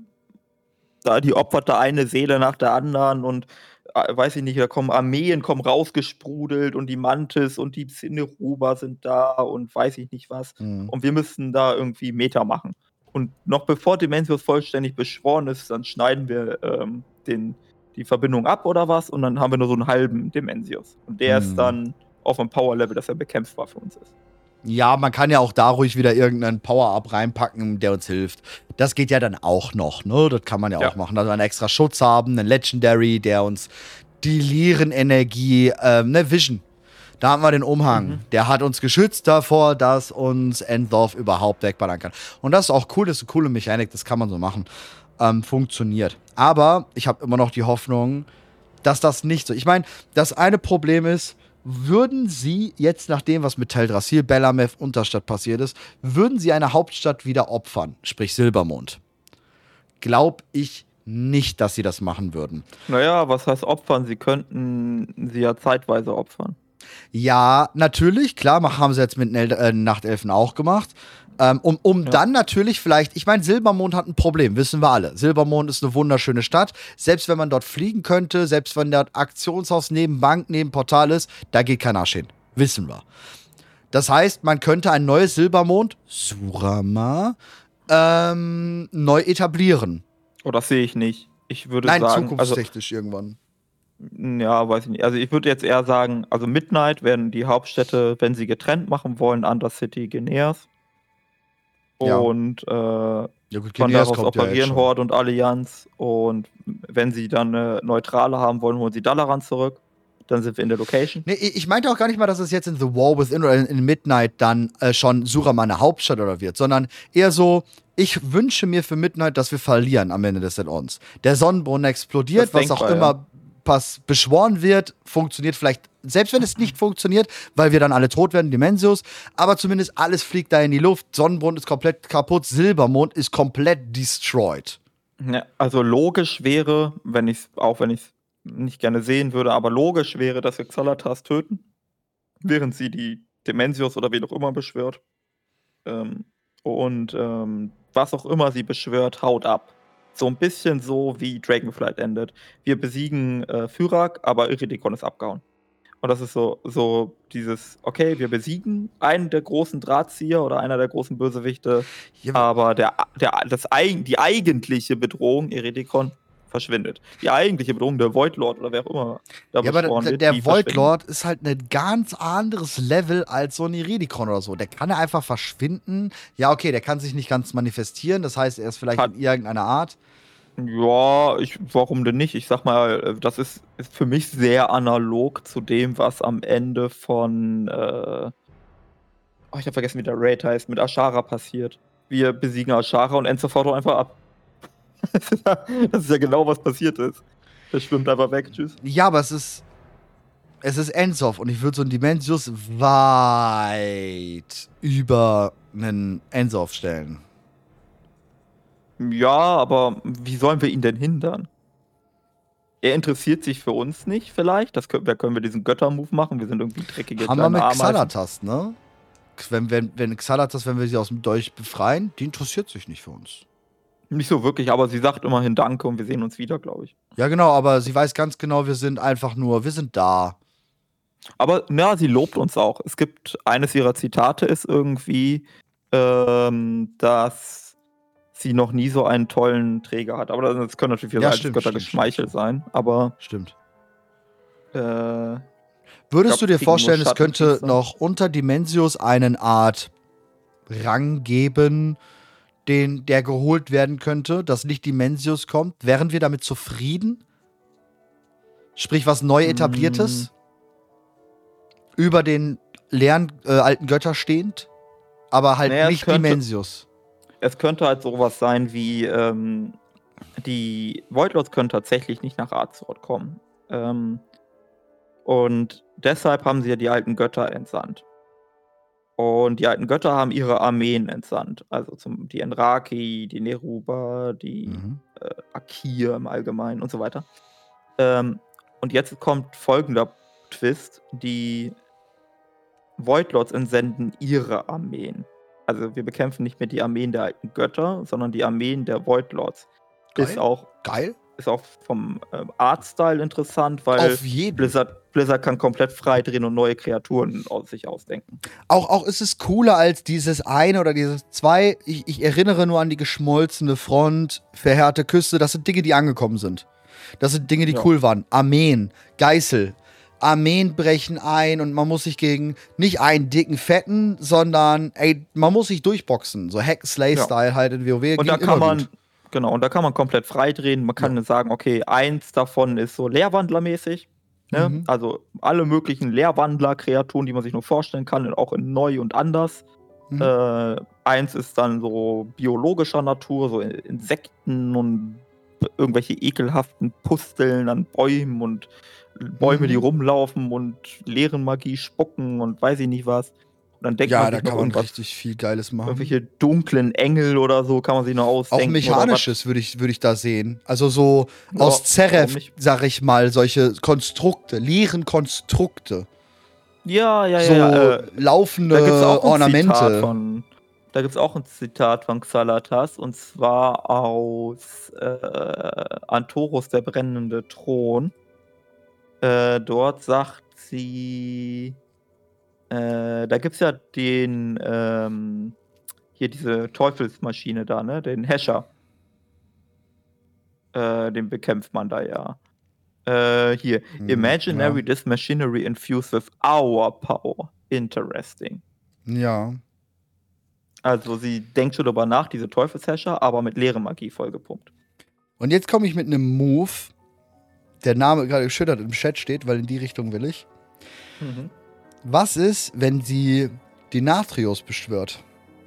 da die opfert da eine Seele nach der anderen und äh, weiß ich nicht, da kommen Armeen, kommen rausgesprudelt und die Mantis und die Zinneruba sind da und weiß ich nicht was. Mhm. Und wir müssen da irgendwie Meta machen. Und noch bevor Dimensius vollständig beschworen ist, dann schneiden wir ähm, den, die Verbindung ab oder was und dann haben wir nur so einen halben Dimensius. Und der mhm. ist dann auf einem Power-Level, dass er bekämpfbar für uns ist. Ja, man kann ja auch da ruhig wieder irgendeinen Power-Up reinpacken, der uns hilft. Das geht ja dann auch noch, ne? Das kann man ja, ja. auch machen. Also einen extra Schutz haben, einen Legendary, der uns die Lieren-Energie, ähm, ne, Vision. Da haben wir den Umhang. Mhm. Der hat uns geschützt davor, dass uns Endorf überhaupt wegballern kann. Und das ist auch cool, das ist eine coole Mechanik, das kann man so machen. Ähm, funktioniert. Aber ich habe immer noch die Hoffnung, dass das nicht so. Ich meine, das eine Problem ist, würden sie jetzt nach dem, was mit Teldrassil, Bellameth, Unterstadt passiert ist, würden sie eine Hauptstadt wieder opfern, sprich Silbermond? Glaub ich nicht, dass sie das machen würden. Naja, was heißt opfern? Sie könnten sie ja zeitweise opfern. Ja, natürlich, klar, haben sie jetzt mit den äh, Nachtelfen auch gemacht. Ähm, um um ja. dann natürlich vielleicht, ich meine, Silbermond hat ein Problem, wissen wir alle. Silbermond ist eine wunderschöne Stadt. Selbst wenn man dort fliegen könnte, selbst wenn dort Aktionshaus neben Bank, neben Portal ist, da geht kein Arsch hin. Wissen wir. Das heißt, man könnte ein neues Silbermond, Surama, ähm, neu etablieren. Oh, das sehe ich nicht. Ich würde Nein, sagen, also, zukunftstechnisch irgendwann. ja, weiß ich nicht. Also ich würde jetzt eher sagen, also Midnight werden die Hauptstädte, wenn sie getrennt machen wollen, Undercity, Geneas. Ja. Und äh, Ja gut, von Geneas daraus kommt ja jetzt operieren schon. Horde und Allianz. Und wenn sie dann eine neutrale haben wollen, holen sie Dalaran zurück. Dann sind wir in der Location. Nee, ich ich meinte auch gar nicht mal, dass es jetzt in The War Within oder in, in Midnight dann äh, schon Surama eine Hauptstadt oder wird, sondern eher so, ich wünsche mir für Midnight, dass wir verlieren am Ende des Add-ons. Der Sonnenbrunnen explodiert, Das was denkbar, auch ja. immer was beschworen wird, funktioniert vielleicht, selbst wenn es nicht funktioniert, weil wir dann alle tot werden, Dimensios, aber zumindest alles fliegt da in die Luft, Sonnenbrunnen ist komplett kaputt, Silbermond ist komplett destroyed. Ja, also logisch wäre, wenn ich auch wenn ich es nicht gerne sehen würde, aber logisch wäre, dass wir Xalatas töten, während sie die Dimensios oder wen auch immer beschwört. Ähm, und ähm, was auch immer sie beschwört, haut ab. So ein bisschen so wie Dragonflight endet. Wir besiegen äh, Fyrak, aber Iridikon ist abgehauen. Und das ist so, so dieses, okay, wir besiegen einen der großen Drahtzieher oder einer der großen Bösewichte, Ja, aber der, der, das, eig- die eigentliche Bedrohung, Iridikon, verschwindet. Die eigentliche Bedrohung, der Voidlord oder wer auch immer da Ja, aber beschworen der, wird, der die verschwinden. Voidlord ist halt ein ganz anderes Level als so ein Iridikon oder so. Der kann ja einfach verschwinden. Ja, okay, der kann sich nicht ganz manifestieren. Das heißt, er ist vielleicht Hat- in irgendeiner Art. Ja, ich, warum denn nicht? Ich sag mal, äh, das ist, ist für mich sehr analog zu dem, was am Ende von, äh, oh, ich habe vergessen, wie der Raid heißt, mit Ashara passiert. Wir besiegen Ashara und Enzo fährt doch einfach ab. Das ist ja- das ist ja genau, was passiert ist. Der schwimmt einfach weg, tschüss. Ja, aber es ist. Es ist Ensof und ich würde so einen Dimensius weit über einen Ensof stellen. Ja, aber wie sollen wir ihn denn hindern? Er interessiert sich für uns nicht, vielleicht. Das können, wir- können wir diesen Götter-Move machen. Wir sind irgendwie dreckige Haben wir kleine mit Ameisen. Xalatas, ne? Wenn, wenn, wenn Xalatas, wenn wir sie aus dem Dolch befreien, die interessiert sich nicht für uns. Nicht so wirklich, aber sie sagt immerhin Danke und wir sehen uns wieder, glaube ich. Ja, genau, aber sie weiß ganz genau, wir sind einfach nur, wir sind da. Aber na, sie lobt uns auch. Es gibt eines ihrer Zitate ist irgendwie, ähm, dass sie noch nie so einen tollen Träger hat. Aber das können natürlich wieder Ja, als stimmt, Götter stimmt, geschmeichelt stimmt, sein. Aber Stimmt. äh, Würdest glaub, du dir wir kriegen vorstellen, nur es könnte Schattenpriester. noch unter Dimensios eine Art Rang geben, den, der geholt werden könnte, dass nicht Dimensios kommt? Wären wir damit zufrieden? Sprich, was neu etabliertes? Über den leeren äh, alten Götter stehend? Aber halt Naja, es nicht könnte- Dimensios. Es könnte halt sowas sein wie, ähm, die Voidlords können tatsächlich nicht nach Azeroth kommen. Ähm, und deshalb haben sie ja die alten Götter entsandt. Und die alten Götter haben ihre Armeen entsandt. Also zum, die Enraki, die Neruba, die Mhm. äh, Akir im Allgemeinen und so weiter. Ähm, und jetzt kommt folgender Twist. Die Voidlords entsenden ihre Armeen. Also wir bekämpfen nicht mehr die Armeen der alten Götter, sondern die Armeen der Voidlords. Geil. Ist auch, Geil. ist auch vom ähm, Artstyle interessant, weil Auf jeden. Blizzard, Blizzard kann komplett frei drehen und neue Kreaturen aus sich ausdenken. Auch, auch ist es cooler als dieses eine oder dieses zwei. Ich, ich erinnere nur an die geschmolzene Front, verheerte Küste. Das sind Dinge, die angekommen sind. Das sind Dinge, die Ja. cool waren. Armeen, Geißel. Armeen brechen ein und man muss sich gegen nicht einen dicken Fetten, sondern ey, man muss sich durchboxen. So Hack-Slay-Style halt in WoW. Und da ging kann immer man, gut. genau, und da kann man komplett frei drehen. Man kann sagen, okay, eins davon ist so Leerwandlermäßig. Ne? Mhm. Also alle möglichen Leerwandler-Kreaturen, die man sich nur vorstellen kann, auch in neu und anders. Mhm. Äh, eins ist dann so biologischer Natur, so Insekten und irgendwelche ekelhaften Pusteln an Bäumen und Bäume, Mhm. die rumlaufen und leeren Magie spucken und weiß ich nicht was. Und dann denkt Ja, man da sich noch kann man irgendwas, richtig viel Geiles machen. irgendwelche dunklen Engel oder so kann man sich noch Auch ausdenken. Mechanisches würde ich, würd ich da sehen. Also so Ja, aus warum Zeref, nicht? sag ich mal, solche Konstrukte, leeren Konstrukte. Ja, ja, so ja. Äh, laufende da gibt es auch ein Ornamente. Zitat von. Da gibt es auch ein Zitat von Xalatas und zwar aus äh, Antorus, der brennende Thron. Äh, dort sagt sie, äh, äh, da gibt's ja den, ähm, hier diese Teufelsmaschine da, ne? Den Hescher. Äh, den bekämpft man da ja. Äh, hier. Hm, Imaginary ja. this machinery infused with our power. Interesting. Ja. Also sie denkt schon darüber nach, diese Teufelshescher, aber mit leere Magie vollgepumpt. Und jetzt komme ich mit einem Move, der Name gerade geschüttert im Chat steht, weil in die Richtung will ich. Mhm. Was ist, wenn sie die Natrios beschwört?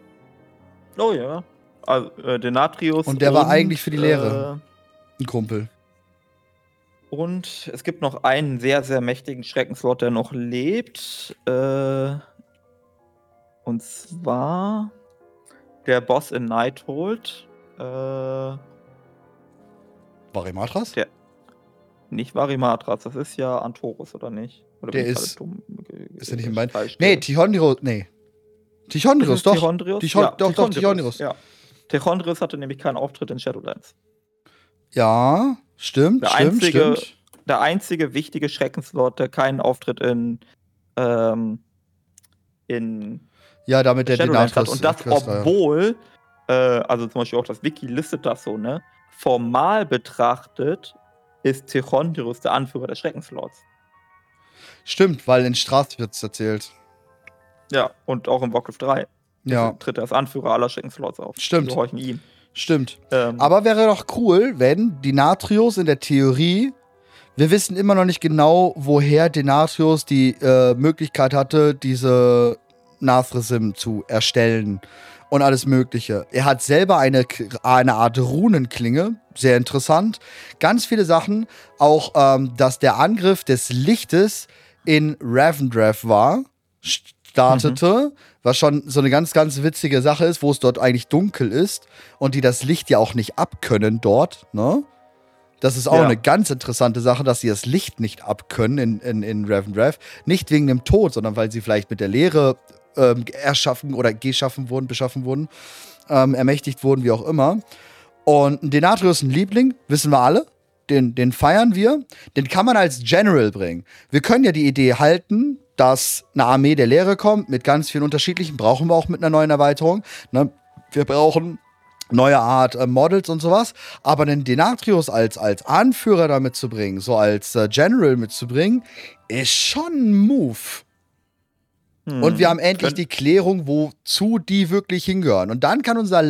Oh ja. Also, äh, Denatrius. Und der war eigentlich für die Lehre. Äh, Ein Kumpel. Und es gibt noch einen sehr, sehr mächtigen Schreckenslord, der noch lebt. Äh, und zwar der Boss in Nighthold. Äh, Varimatras? Der, nicht Varimatras, das ist ja Antorus, oder nicht? Oder Der bin ich ist- gerade dumm, Ist der nicht im Bein? falsch Nee, stehe? Tichondrios. Nee. Tichondrios, Ist es doch. Tichondrios? Tichon- Ja, doch, doch, Tichondrios. Ja. Tichondrios hatte nämlich keinen Auftritt in Shadowlands. Ja, stimmt, Der stimmt, einzige- stimmt. Der einzige wichtige Schreckenslord, der keinen Auftritt in, ähm, in Ja, damit der Shadowlands hat. Denatris. Und das, Quest war, ja. obwohl, äh, also zum Beispiel auch das Wiki listet das so, ne? Formal betrachtet ist Tichondrios der Anführer des Schreckenslords. Stimmt, weil in Straß wird's erzählt. Ja, und auch in Warcraft drei Ja, tritt er als Anführer aller Schreckenslords auf. Stimmt. Die gehorchen ihm. stimmt. Ähm, Aber wäre doch cool, wenn Denatrios in der Theorie, wir wissen immer noch nicht genau, woher Denatrios die äh, Möglichkeit hatte, diese Nathrasim zu erstellen und alles Mögliche. Er hat selber eine, eine Art Runenklinge, sehr interessant. Ganz viele Sachen, auch ähm, dass der Angriff des Lichtes in Ravendrev war, startete, mhm. was schon so eine ganz, ganz witzige Sache ist, wo es dort eigentlich dunkel ist und die das Licht ja auch nicht abkönnen dort, ne? Das ist auch Ja. eine ganz interessante Sache, dass sie das Licht nicht abkönnen in, in, in Ravendrev. Nicht wegen dem Tod, sondern weil sie vielleicht mit der Leere ähm, erschaffen oder geschaffen wurden, beschaffen wurden, ähm, ermächtigt wurden, wie auch immer. Und Denatrios ist ein Liebling, wissen wir alle. Den, den feiern wir. Den kann man als General bringen. Wir können ja die Idee halten, dass eine Armee der Leere kommt, mit ganz vielen unterschiedlichen, brauchen wir auch mit einer neuen Erweiterung. Ne? Wir brauchen neue Art äh, Models und sowas, aber den Denatrios als, als Anführer da mitzubringen, so als äh, General mitzubringen, ist schon ein Move. hm, Und wir haben endlich könnt- die Klärung, wozu die wirklich hingehören. Und dann kann unser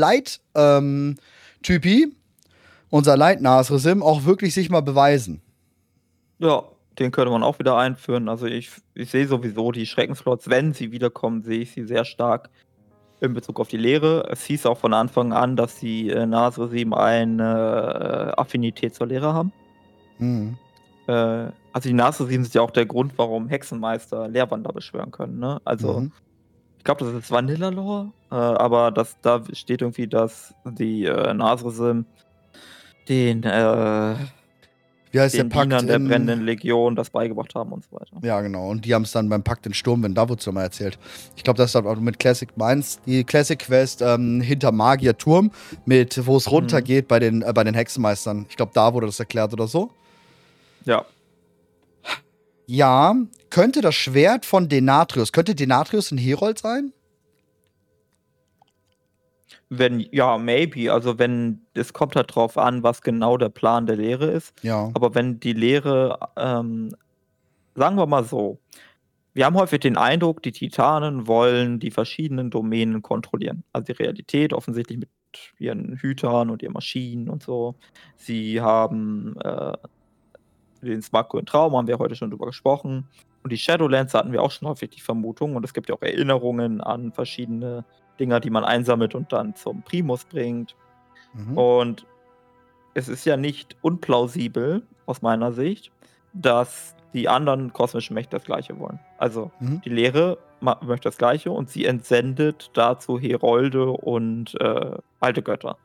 Light-Typi, unser Light-Nasresim, auch wirklich sich mal beweisen. Ja, den könnte man auch wieder einführen. Also ich, ich sehe sowieso die Schreckenslords, wenn sie wiederkommen, sehe ich sie sehr stark in Bezug auf die Lehre. Es hieß auch von Anfang an, dass die äh, Nasresim eine äh, Affinität zur Lehre haben. Mhm. Äh, also die Nasresim sind ja auch der Grund, warum Hexenmeister Lehrwander beschwören können. Ne? Also Mhm. ich glaube, das ist Vanilla-Lore, äh, aber das, da steht irgendwie, dass die äh, Nasresim den, äh, Wie heißt den der Pakt Dienern der in... brennenden Legion das beigebracht haben und so weiter. Ja, genau. Und die haben es dann beim Pakt in Sturm, wenn Davutzer mal erzählt. Ich glaube, das ist auch mit Classic meinst. Die Classic Quest ähm, hinter Magier Turm, mit wo es runtergeht bei den, äh, bei den Hexenmeistern. Ich glaube, da wurde das erklärt oder so. Ja. Ja, könnte das Schwert von Denatrios, könnte Denatrios ein Herold sein? Wenn, ja, maybe. Also wenn, es kommt halt drauf an, was genau der Plan der Lehre ist. Ja. Aber wenn die Lehre, ähm, sagen wir mal so, wir haben häufig den Eindruck, die Titanen wollen die verschiedenen Domänen kontrollieren. Also die Realität offensichtlich mit ihren Hütern und ihren Maschinen und so. Sie haben äh, den Smarco in Traum, haben wir heute schon drüber gesprochen. Und die Shadowlands hatten wir auch schon häufig die Vermutung. Und es gibt ja auch Erinnerungen an verschiedene Dinger, die man einsammelt und dann zum Primus bringt. Mhm. Und es ist ja nicht unplausibel, aus meiner Sicht, dass die anderen kosmischen Mächte das Gleiche wollen. Also Mhm. die Lehre ma- möchte das Gleiche und sie entsendet dazu Herolde und äh, alte Götter.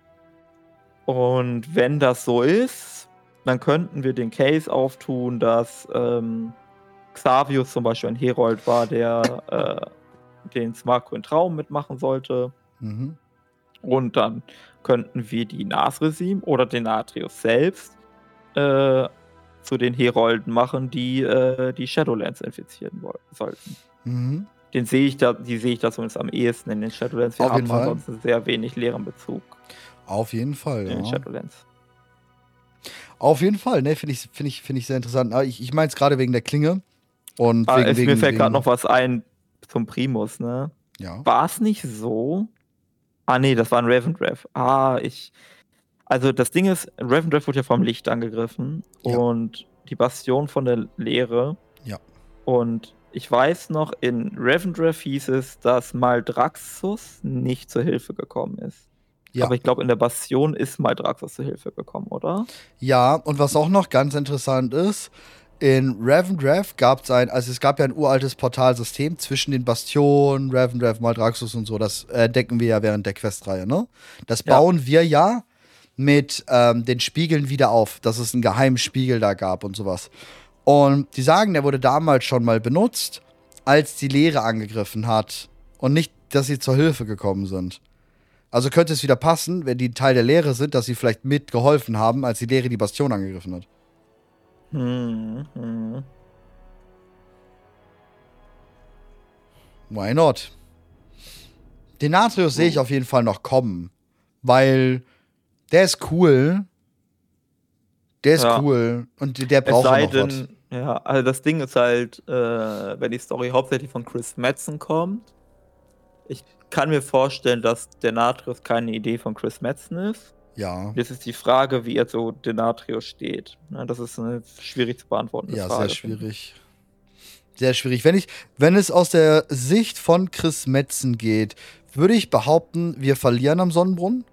Und wenn das so ist, dann könnten wir den Case auftun, dass ähm, Xavius zum Beispiel ein Herold war, der äh, den Smarco in Traum mitmachen sollte. Mhm. Und dann könnten wir die Nasresim oder den Atrius selbst äh, zu den Herolden machen, die äh, die Shadowlands infizieren woll- sollten. Mhm. Den sehe ich da, die sehe ich da zumindest am ehesten in den Shadowlands. Wir Auf jeden haben Fall. ansonsten sehr wenig leeren Bezug Auf jeden Fall, in den ja. Shadowlands. Auf jeden Fall, ne, finde ich, find ich, find ich sehr interessant. Aber ich, ich meine es gerade wegen der Klinge. Und Ah, wegen, es, wegen, mir fällt wegen, gerade noch was ein zum Primus, ne? Ja. War es nicht so? Ah, nee, das war ein Revendreth. Ah, ich. Also, das Ding ist, Revendreth wurde ja vom Licht angegriffen Ja. und die Bastion von der Leere. Ja. Und ich weiß noch, in Revendreth hieß es, dass Maldraxxus nicht zur Hilfe gekommen ist. Ja. Aber ich glaube, in der Bastion ist Maldraxxus zur Hilfe gekommen, oder? Ja, und was auch noch ganz interessant ist, in Revendreth gab es ein, also es gab ja ein uraltes Portalsystem zwischen den Bastionen, Revendreth, Maldraxxus und so, das entdecken wir ja während der Questreihe, ne? Das Ja. bauen wir ja mit ähm, den Spiegeln wieder auf, dass es einen geheimen Spiegel da gab und sowas. Und die sagen, der wurde damals schon mal benutzt, als die Leere angegriffen hat und nicht, dass sie zur Hilfe gekommen sind. Also könnte es wieder passen, wenn die Teil der Leere sind, dass sie vielleicht mitgeholfen haben, als die Leere die Bastion angegriffen hat. Hm, hm. Why not? Den Natrius sehe ich auf jeden Fall noch kommen, weil der ist cool. Der ist Ja. cool und der Es braucht sei noch was. denn, ja, also das Ding ist halt, äh, wenn die Story hauptsächlich von Chris Metzen kommt, ich kann mir vorstellen, dass Denatrius keine Idee von Chris Metzen ist. Ja, Jetzt ist die Frage, wie er zu Denatrius steht. Na, das ist eine schwierig zu beantwortende ja, Frage. sehr schwierig. Sehr schwierig. Wenn ich, wenn es aus der Sicht von Chris Metzen geht, würde ich behaupten, wir verlieren am Sonnenbrunnen.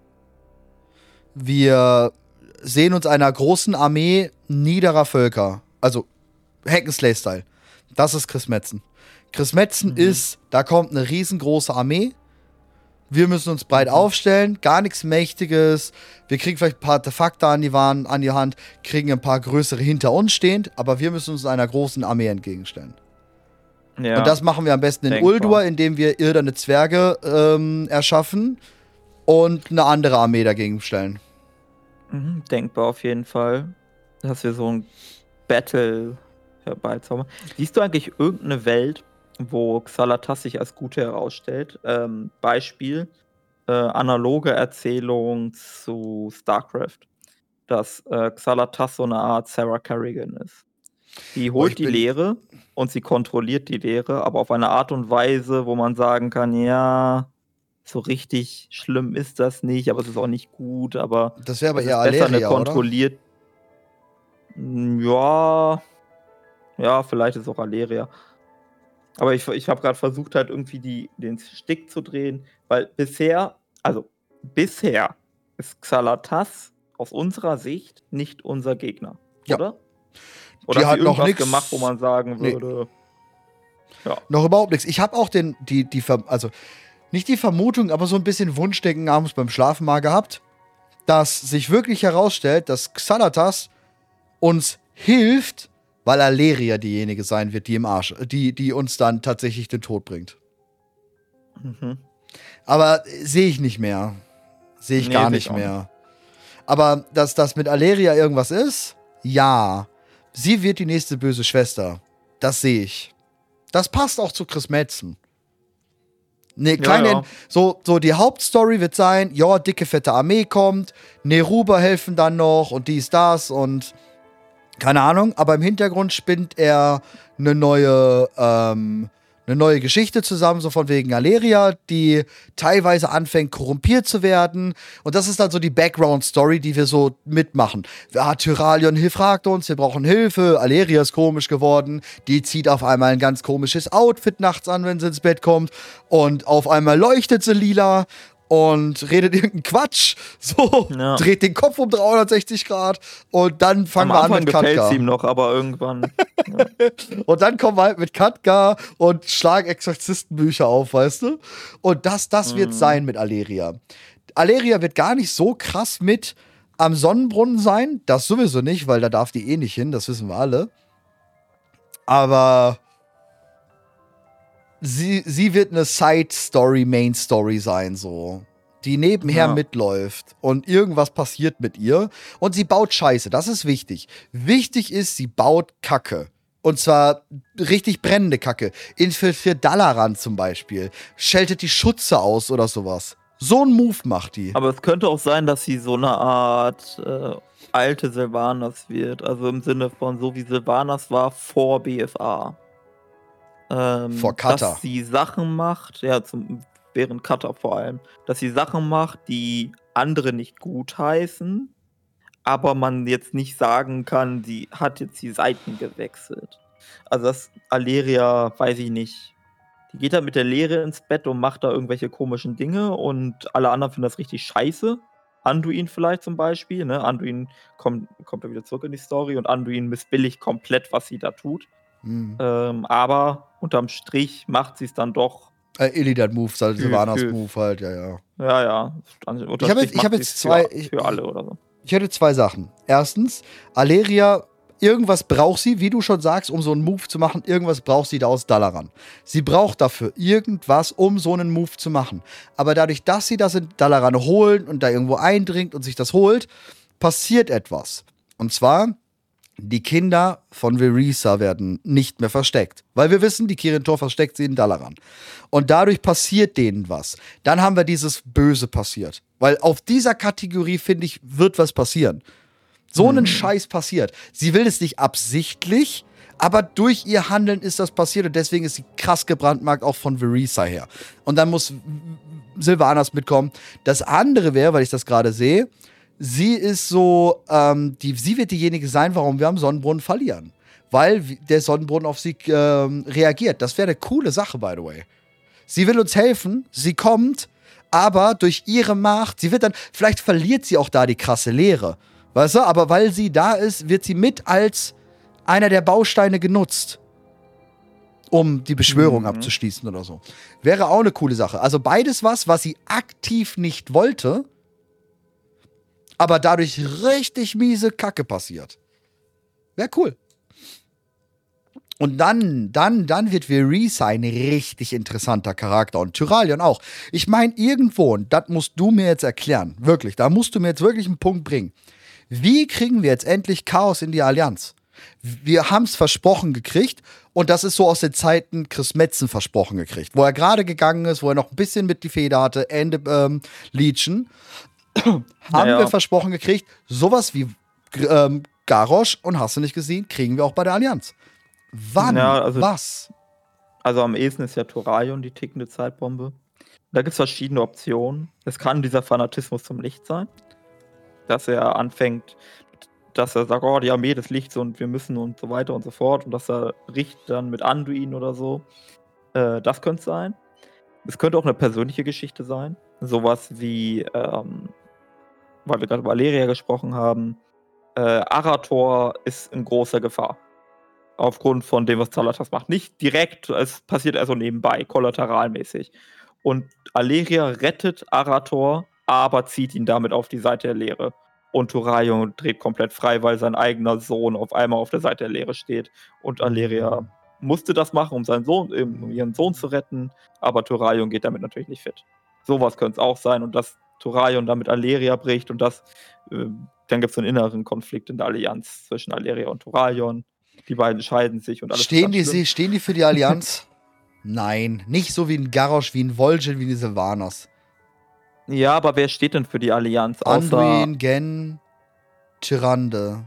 Wir sehen uns einer großen Armee niederer Völker. Also Hackenslay-Style. Das ist Chris Metzen. Chris Metzen Mhm. ist, da kommt eine riesengroße Armee. Wir müssen uns breit Mhm. aufstellen, gar nichts Mächtiges. Wir kriegen vielleicht ein paar Artefakte an die, Wand, an die Hand, kriegen ein paar größere hinter uns stehend, aber wir müssen uns einer großen Armee entgegenstellen. Ja. Und das machen wir am besten in denkbar. Uldur, indem wir irdene Zwerge ähm, erschaffen und eine andere Armee dagegen stellen. Mhm, denkbar auf jeden Fall, dass wir so ein Battle herbeizaubern. Siehst du eigentlich irgendeine Welt, wo Xalatas sich als Gute herausstellt? Ähm, Beispiel, äh, analoge Erzählung zu StarCraft, dass äh, Xalatas so eine Art Sarah Kerrigan ist. Die Boah, holt ich die bin- Leere und sie kontrolliert die Leere, aber auf eine Art und Weise, wo man sagen kann, ja, so richtig schlimm ist das nicht, aber es ist auch nicht gut, aber Das wäre aber es eher ist besser eine Aleria, oder? kontrolliert. Mm, Ja, ja, vielleicht ist auch Aleria. Aber ich, ich habe gerade versucht, halt irgendwie die, den Stick zu drehen, weil bisher, also bisher ist Xalatas aus unserer Sicht nicht unser Gegner, Ja. oder? Die Oder hat hat sie noch irgendwas nix- gemacht, wo man sagen Nee. würde, ja. Noch überhaupt nichts. Ich habe auch den, die, die, Ver also nicht die Vermutung, aber so ein bisschen Wunschdenken abends beim Schlafen mal gehabt, dass sich wirklich herausstellt, dass Xalatas uns hilft, weil Aleria diejenige sein wird, die im Arsch, die, die uns dann tatsächlich den Tod bringt. Mhm. Aber äh, sehe ich nicht mehr. Sehe ich Nee, gar seh nicht ich auch mehr. Aber dass das mit Aleria irgendwas ist, ja. Sie wird die nächste böse Schwester. Das sehe ich. Das passt auch zu Chris Metzen. Ne, kleine, ja. So, so die Hauptstory wird sein, ja, dicke, fette Armee kommt, Neruba helfen dann noch und dies, das und keine Ahnung, aber im Hintergrund spinnt er eine neue, ähm, eine neue Geschichte zusammen, so von wegen Aleria, die teilweise anfängt, korrumpiert zu werden. Und das ist dann so die Background-Story, die wir so mitmachen. Ja, Tyralion fragt uns, wir brauchen Hilfe, Aleria ist komisch geworden, die zieht auf einmal ein ganz komisches Outfit nachts an, wenn sie ins Bett kommt. Und auf einmal leuchtet sie lila und redet irgendeinen Quatsch, so, Ja. dreht den Kopf um dreihundertsechzig Grad und dann fangen Am wir an Anfang mit gefällt Katka. es ihm noch, aber irgendwann. Und dann kommen wir halt mit Katka und schlagen Exorzistenbücher auf, weißt du? Und das, das wird Mhm. sein mit Aleria. Aleria wird gar nicht so krass mit am Sonnenbrunnen sein. Das sowieso nicht, weil da darf die eh nicht hin, das wissen wir alle. Aber sie, sie wird eine Side-Story, Main-Story sein, so. Die nebenher Ja. mitläuft und irgendwas passiert mit ihr und sie baut Scheiße. Das ist wichtig. Wichtig ist, sie baut Kacke. Und zwar richtig brennende Kacke. Infiltriert Dalaran zum Beispiel. Schaltet die Schutze aus oder sowas. So ein Move macht die. Aber es könnte auch sein, dass sie so eine Art äh, alte Sylvanas wird. Also im Sinne von so wie Sylvanas war vor B F A. Ähm, Vor Kata. Dass sie Sachen macht, ja, zum, während Kata vor allem, dass sie Sachen macht, die andere nicht gutheißen, aber man jetzt nicht sagen kann, sie hat jetzt die Seiten gewechselt. Also das Aleria, weiß ich nicht. Die geht halt mit der Lehre ins Bett und macht da irgendwelche komischen Dinge und alle anderen finden das richtig scheiße. Anduin vielleicht zum Beispiel, ne? Anduin kommt, kommt da wieder zurück in die Story und Anduin missbilligt komplett, was sie da tut. Hm. Ähm, aber unterm Strich macht sie es dann doch. Äh, Illidan-Move, also Für- Sylvanas für- Move halt, ja, ja. Ja, ja. Unterm Ich hab jetzt- Strich ich hab macht jetzt sie's zwei- Für, ich- für alle oder so. Ich hätte zwei Sachen. Erstens, Aleria, irgendwas braucht sie, wie du schon sagst, um so einen Move zu machen. Irgendwas braucht sie da aus Dalaran. Sie braucht dafür irgendwas, um so einen Move zu machen. Aber dadurch, dass sie das in Dalaran holen und da irgendwo eindringt und sich das holt, passiert etwas. Und zwar, die Kinder von Verisa werden nicht mehr versteckt. Weil wir wissen, die Kirin Tor versteckt sie in Dalaran. Und dadurch passiert denen was. Dann haben wir dieses Böse passiert. Weil auf dieser Kategorie, finde ich, wird was passieren. So einen Scheiß passiert. Sie will es nicht absichtlich, aber durch ihr Handeln ist das passiert und deswegen ist sie krass gebrandmarkt, auch von Verisa her. Und dann muss Sylvanas mitkommen. Das andere wäre, weil ich das gerade sehe, sie ist so, ähm, die, sie wird diejenige sein, warum wir am Sonnenbrunnen verlieren. Weil der Sonnenbrunnen auf sie ähm, reagiert. Das wäre eine coole Sache, by the way. Sie will uns helfen, sie kommt, aber durch ihre Macht, sie wird dann, vielleicht verliert sie auch da die krasse Lehre. Weißt du, aber weil sie da ist, wird sie mit als einer der Bausteine genutzt, um die Beschwörung Mhm. abzuschließen oder so. Wäre auch eine coole Sache. Also beides was, was sie aktiv nicht wollte, aber dadurch richtig miese Kacke passiert. Wäre cool. Und dann, dann, dann wird Verisa ein richtig interessanter Charakter und Tyralion auch. Ich meine, irgendwo, und das musst du mir jetzt erklären, wirklich, da musst du mir jetzt wirklich einen Punkt bringen. Wie kriegen wir jetzt endlich Chaos in die Allianz? Wir haben es versprochen gekriegt und das ist so aus den Zeiten Chris Metzen versprochen gekriegt, wo er gerade gegangen ist, wo er noch ein bisschen mit die Feder hatte, Ende ähm, Legion. haben Naja. wir versprochen gekriegt, sowas wie ähm, Garrosh und hast du nicht gesehen, kriegen wir auch bei der Allianz. Wann? Ja, also- Was? Also am ehesten ist ja Thoraion die tickende Zeitbombe. Da gibt es verschiedene Optionen. Es kann dieser Fanatismus zum Licht sein, dass er anfängt, dass er sagt, oh, die Armee des Lichts und wir müssen und so weiter und so fort und dass er bricht dann mit Anduin oder so. Äh, das könnte sein. Es könnte auch eine persönliche Geschichte sein. Sowas wie, ähm, weil wir gerade über Aleria gesprochen haben, äh, Arator ist in großer Gefahr. Aufgrund von dem, was Zalatas macht. Nicht direkt, es passiert also nebenbei, kollateralmäßig. Und Aleria rettet Arator, aber zieht ihn damit auf die Seite der Lehre. Und Thoraion dreht komplett frei, weil sein eigener Sohn auf einmal auf der Seite der Lehre steht. Und Aleria musste das machen, um seinen Sohn, um ihren Sohn zu retten, aber Thoraion geht damit natürlich nicht fit. Sowas könnte es auch sein und dass Thoraion damit Aleria bricht und das, äh, dann gibt es einen inneren Konflikt in der Allianz zwischen Aleria und Thoraion. Die beiden scheiden sich und alles. Stehen ist die, ganz schlimm. sie- stehen die für die Allianz? Nein, nicht so wie ein Garrosh, wie ein Vol'jin, wie die Sylvanas. Ja, aber wer steht denn für die Allianz? Außer, Anduin, Gen, Tyrande.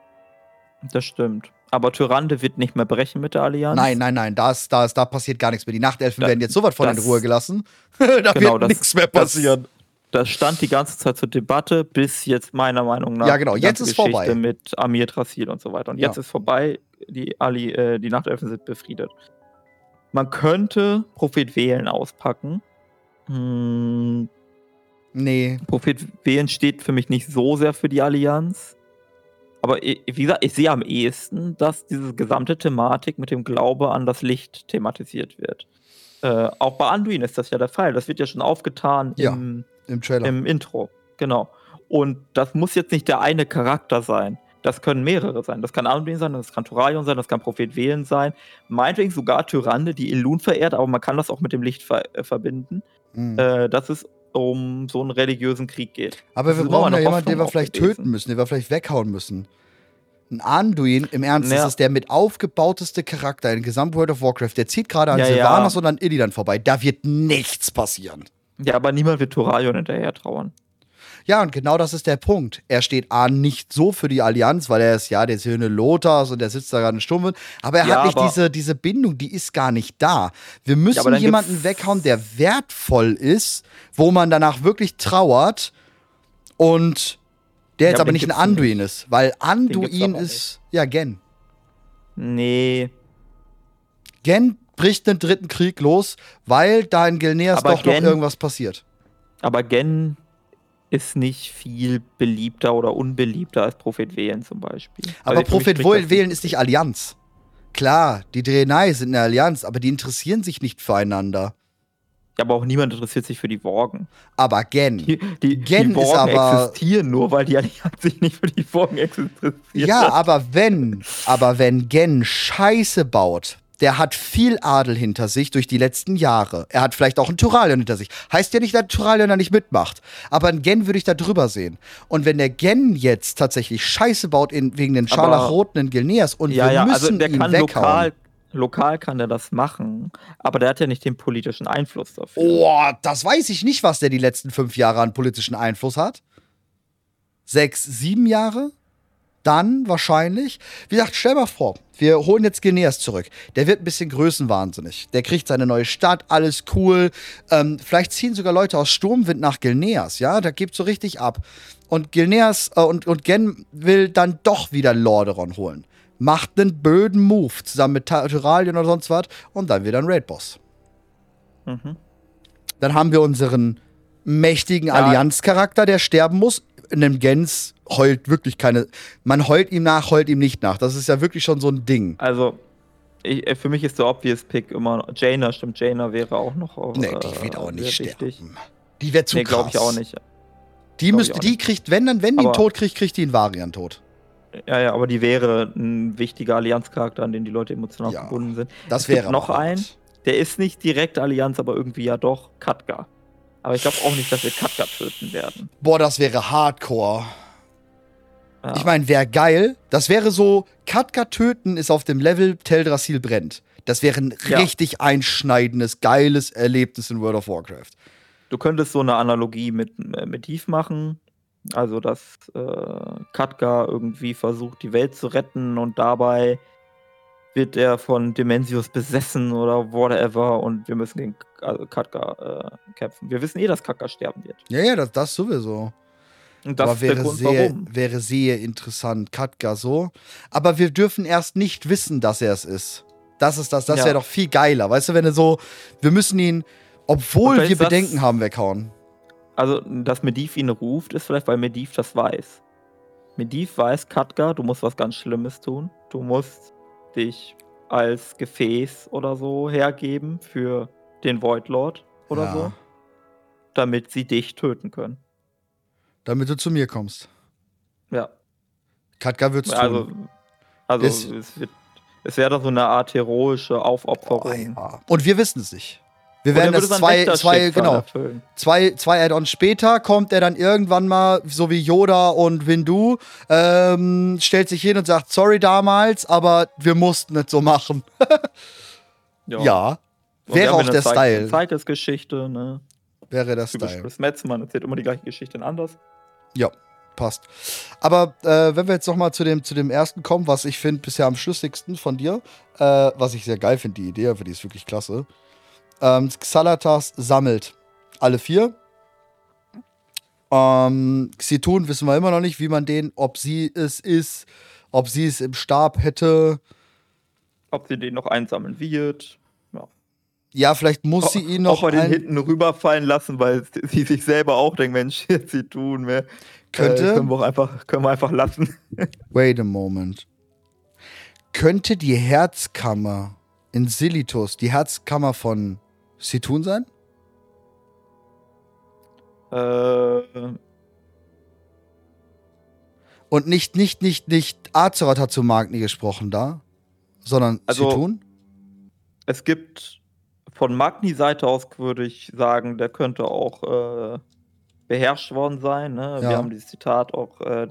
das stimmt. Aber Tyrande wird nicht mehr brechen mit der Allianz. Nein, nein, nein, da, ist, da, ist, da passiert gar nichts mehr. Die Nachtelfen Da- werden jetzt so weit von in das- Ruhe gelassen. da Genau, wird das- nichts mehr das- passieren. Das stand die ganze Zeit zur Debatte, bis jetzt meiner Meinung nach Ja, genau, die jetzt ganze ist Geschichte vorbei. mit Amir Trasil und so weiter. Und jetzt Ja. ist vorbei, die, Ali, äh, die Nachtelfen sind befriedet. Man könnte Prophet Wählen auspacken. Hm, Nee. Prophet Wählen steht für mich nicht so sehr für die Allianz. Aber i- wie gesagt, ich sehe am ehesten, dass diese gesamte Thematik mit dem Glaube an das Licht thematisiert wird. Äh, auch bei Anduin ist das ja der Fall. Das wird ja schon aufgetan Ja. im, Im Trailer. im Intro. Genau. Und das muss jetzt nicht der eine Charakter sein. Das können mehrere sein. Das kann Anduin sein, das kann Thoraion sein, das kann Prophet Wählen sein. Meinetwegen sogar Tyrande, die Elun verehrt, aber man kann das auch mit dem Licht ver äh, verbinden. Mhm. Äh, dass es um so einen religiösen Krieg geht. Aber das wir ist immer brauchen eine ja jemanden, den Hoffnung wir auch vielleicht gewesen. töten müssen, den wir vielleicht weghauen müssen. Ein Anduin, im Ernst, Ja. das ist der mit aufgebauteste Charakter in gesamt World of Warcraft. Der zieht gerade an Ja, Sylvanas ja. und an Illidan vorbei. Da wird nichts passieren. Ja, aber niemand wird Thoralion hinterher trauern. Ja, und genau das ist der Punkt. Er steht A, nicht so für die Allianz, weil er ist ja der Söhne Lothars und der sitzt da gerade stumm. Aber er Ja, hat nicht aber- diese, diese Bindung, die ist gar nicht da. Wir müssen aber dann jemanden gibt's- weghauen, der wertvoll ist, wo man danach wirklich trauert und der Ja, jetzt aber aber den nicht ein gibt's Anduin nicht. ist. Weil gibt's Anduin aber ist, ja, Gen. Nee. Gen bricht einen dritten Krieg los, weil da in Gilneas Aber doch noch Gen- irgendwas passiert. Aber Gen ist nicht viel beliebter oder unbeliebter als Prophet Velen zum Beispiel. Aber Also für mich Prophet spricht das Wählen ist nicht Allianz. Klar, die Draenei sind eine Allianz, aber die interessieren sich nicht füreinander. Ja, aber auch niemand interessiert sich für die Worgen. Aber Gen. Die, die, Gen die ist Worgen aber- existieren nur, weil die Allianz sich nicht für die Worgen interessiert. Ja, aber wenn, aber wenn Gen Scheiße baut, der hat viel Adel hinter sich durch die letzten Jahre. Er hat vielleicht auch einen Turalion hinter sich. Heißt ja nicht, dass Turalion da nicht mitmacht. Aber einen Gen würde ich da drüber sehen. Und wenn der Gen jetzt tatsächlich Scheiße baut in, wegen den Aber- Scharlachroten in Gilneas und Ja, wir ja, müssen also der ihn kann weghauen. lokal, lokal kann der das machen, aber der hat ja nicht den politischen Einfluss dafür. Oh, das weiß ich nicht, was der die letzten fünf Jahre an politischen Einfluss hat. Sechs, sieben Jahre? Dann wahrscheinlich. Wie gesagt, stell mal vor, wir holen jetzt Gilneas zurück. Der wird ein bisschen größenwahnsinnig. Der kriegt seine neue Stadt, alles cool. Ähm, vielleicht ziehen sogar Leute aus Sturmwind nach Gilneas, ja? Da gibt's so richtig ab. Und Gilneas äh, und, und Gen will dann doch wieder Lordaeron holen. Macht einen blöden Move zusammen mit Turalien oder sonst was und dann wieder ein Raid-Boss. Mhm. Dann haben wir unseren mächtigen Ja. Allianzcharakter, der sterben muss. In einem Gens heult wirklich keine. Man heult ihm nach, heult ihm nicht nach. Das ist ja wirklich schon so ein Ding. Also, ich, äh, für mich ist der obvious Pick immer noch- Jaina, stimmt, Jaina wäre auch noch. äh, Nee, die wird auch nicht sehr wichtig. sterben. Die wird zu Nee, krass. glaube ich auch nicht. Die, Glaub müsste, ich auch die nicht. kriegt, wenn dann, wenn die einen Aber- Tod kriegt, kriegt die einen Varian-Tod. Ja, ja, aber die wäre ein wichtiger Allianzcharakter, an den die Leute emotional Ja, verbunden sind. Das Es wäre gibt noch aber einen, hart. der ist nicht direkt Allianz, aber irgendwie ja doch, Khadgar. Aber ich glaube auch nicht, dass wir Khadgar töten werden. Boah, das wäre Hardcore. Ja. Ich meine, wäre geil. Das wäre so, Khadgar töten ist auf dem Level Teldrassil brennt. Das wäre ein Ja. richtig einschneidendes, geiles Erlebnis in World of Warcraft. Du könntest so eine Analogie mit, äh, mit Eve machen. Also, dass äh, Khadgar irgendwie versucht, die Welt zu retten und dabei wird er von Demensius besessen oder whatever und wir müssen gegen also Khadgar äh, kämpfen. Wir wissen eh, dass Khadgar sterben wird. Ja, ja, das, das sowieso. Und das Aber ist der wäre Grund, sehr, warum. wäre sehr interessant, Khadgar so. Aber wir dürfen erst nicht wissen, dass er es ist. Das ist das, das Ja. wäre doch viel geiler. Weißt du, wenn er so, wir müssen ihn, obwohl Und vielleicht wir ist das- Bedenken haben, weghauen. Also, dass Medivh ihn ruft, ist vielleicht, weil Medivh das weiß. Medivh weiß, Khadgar, du musst was ganz Schlimmes tun. Du musst dich als Gefäß oder so hergeben für den Void Lord oder Ja. so, damit sie dich töten können. Damit du zu mir kommst. Ja, Khadgar wird's also, tun. also Es- es, wird, es wäre doch so eine Art heroische Aufopferung. Oh, ja. Und wir wissen es nicht. Wir Und er werden würde das sein zwei, Wächterschicksal zwei, genau, erfüllen. zwei, zwei Add-ons später kommt er dann irgendwann mal, so wie Yoda und Windu, ähm, stellt sich hin und sagt, sorry damals, aber wir mussten es so machen. Ja, Und wir wäre haben auch eine der Zeit- Style. Zeitgeschichte, ne? Wäre der Typisch Style. Chris Metzmann erzählt immer die gleiche Geschichte in anders. Ja, passt. Aber äh, wenn wir jetzt noch mal zu dem, zu dem ersten kommen, was ich finde bisher am schlüssigsten von dir, äh, was ich sehr geil finde, die Idee, aber die ist wirklich klasse. Ähm, Xalatas sammelt alle vier. Ähm, Xitun wissen wir immer noch nicht, wie man den, ob sie es ist, ob sie es im Stab hätte. Ob sie den noch einsammeln wird. Ja. Ja, vielleicht muss sie ihn noch Ob wir den ein, hinten rüberfallen lassen, weil sie sich selber auch denkt, Mensch, jetzt sie tun mehr. Könnte. Äh, können wir auch einfach, können wir einfach lassen. Wait a moment. Könnte die Herzkammer in Silitus die Herzkammer von Situn sein? äh, Und nicht, nicht, nicht, nicht Azeroth hat zu Magni gesprochen da, sondern Also- Situn? es gibt von Magni-Seite aus, würde ich sagen, der könnte auch äh, beherrscht worden sein. Ne? Ja. Wir haben dieses Zitat auch, äh, der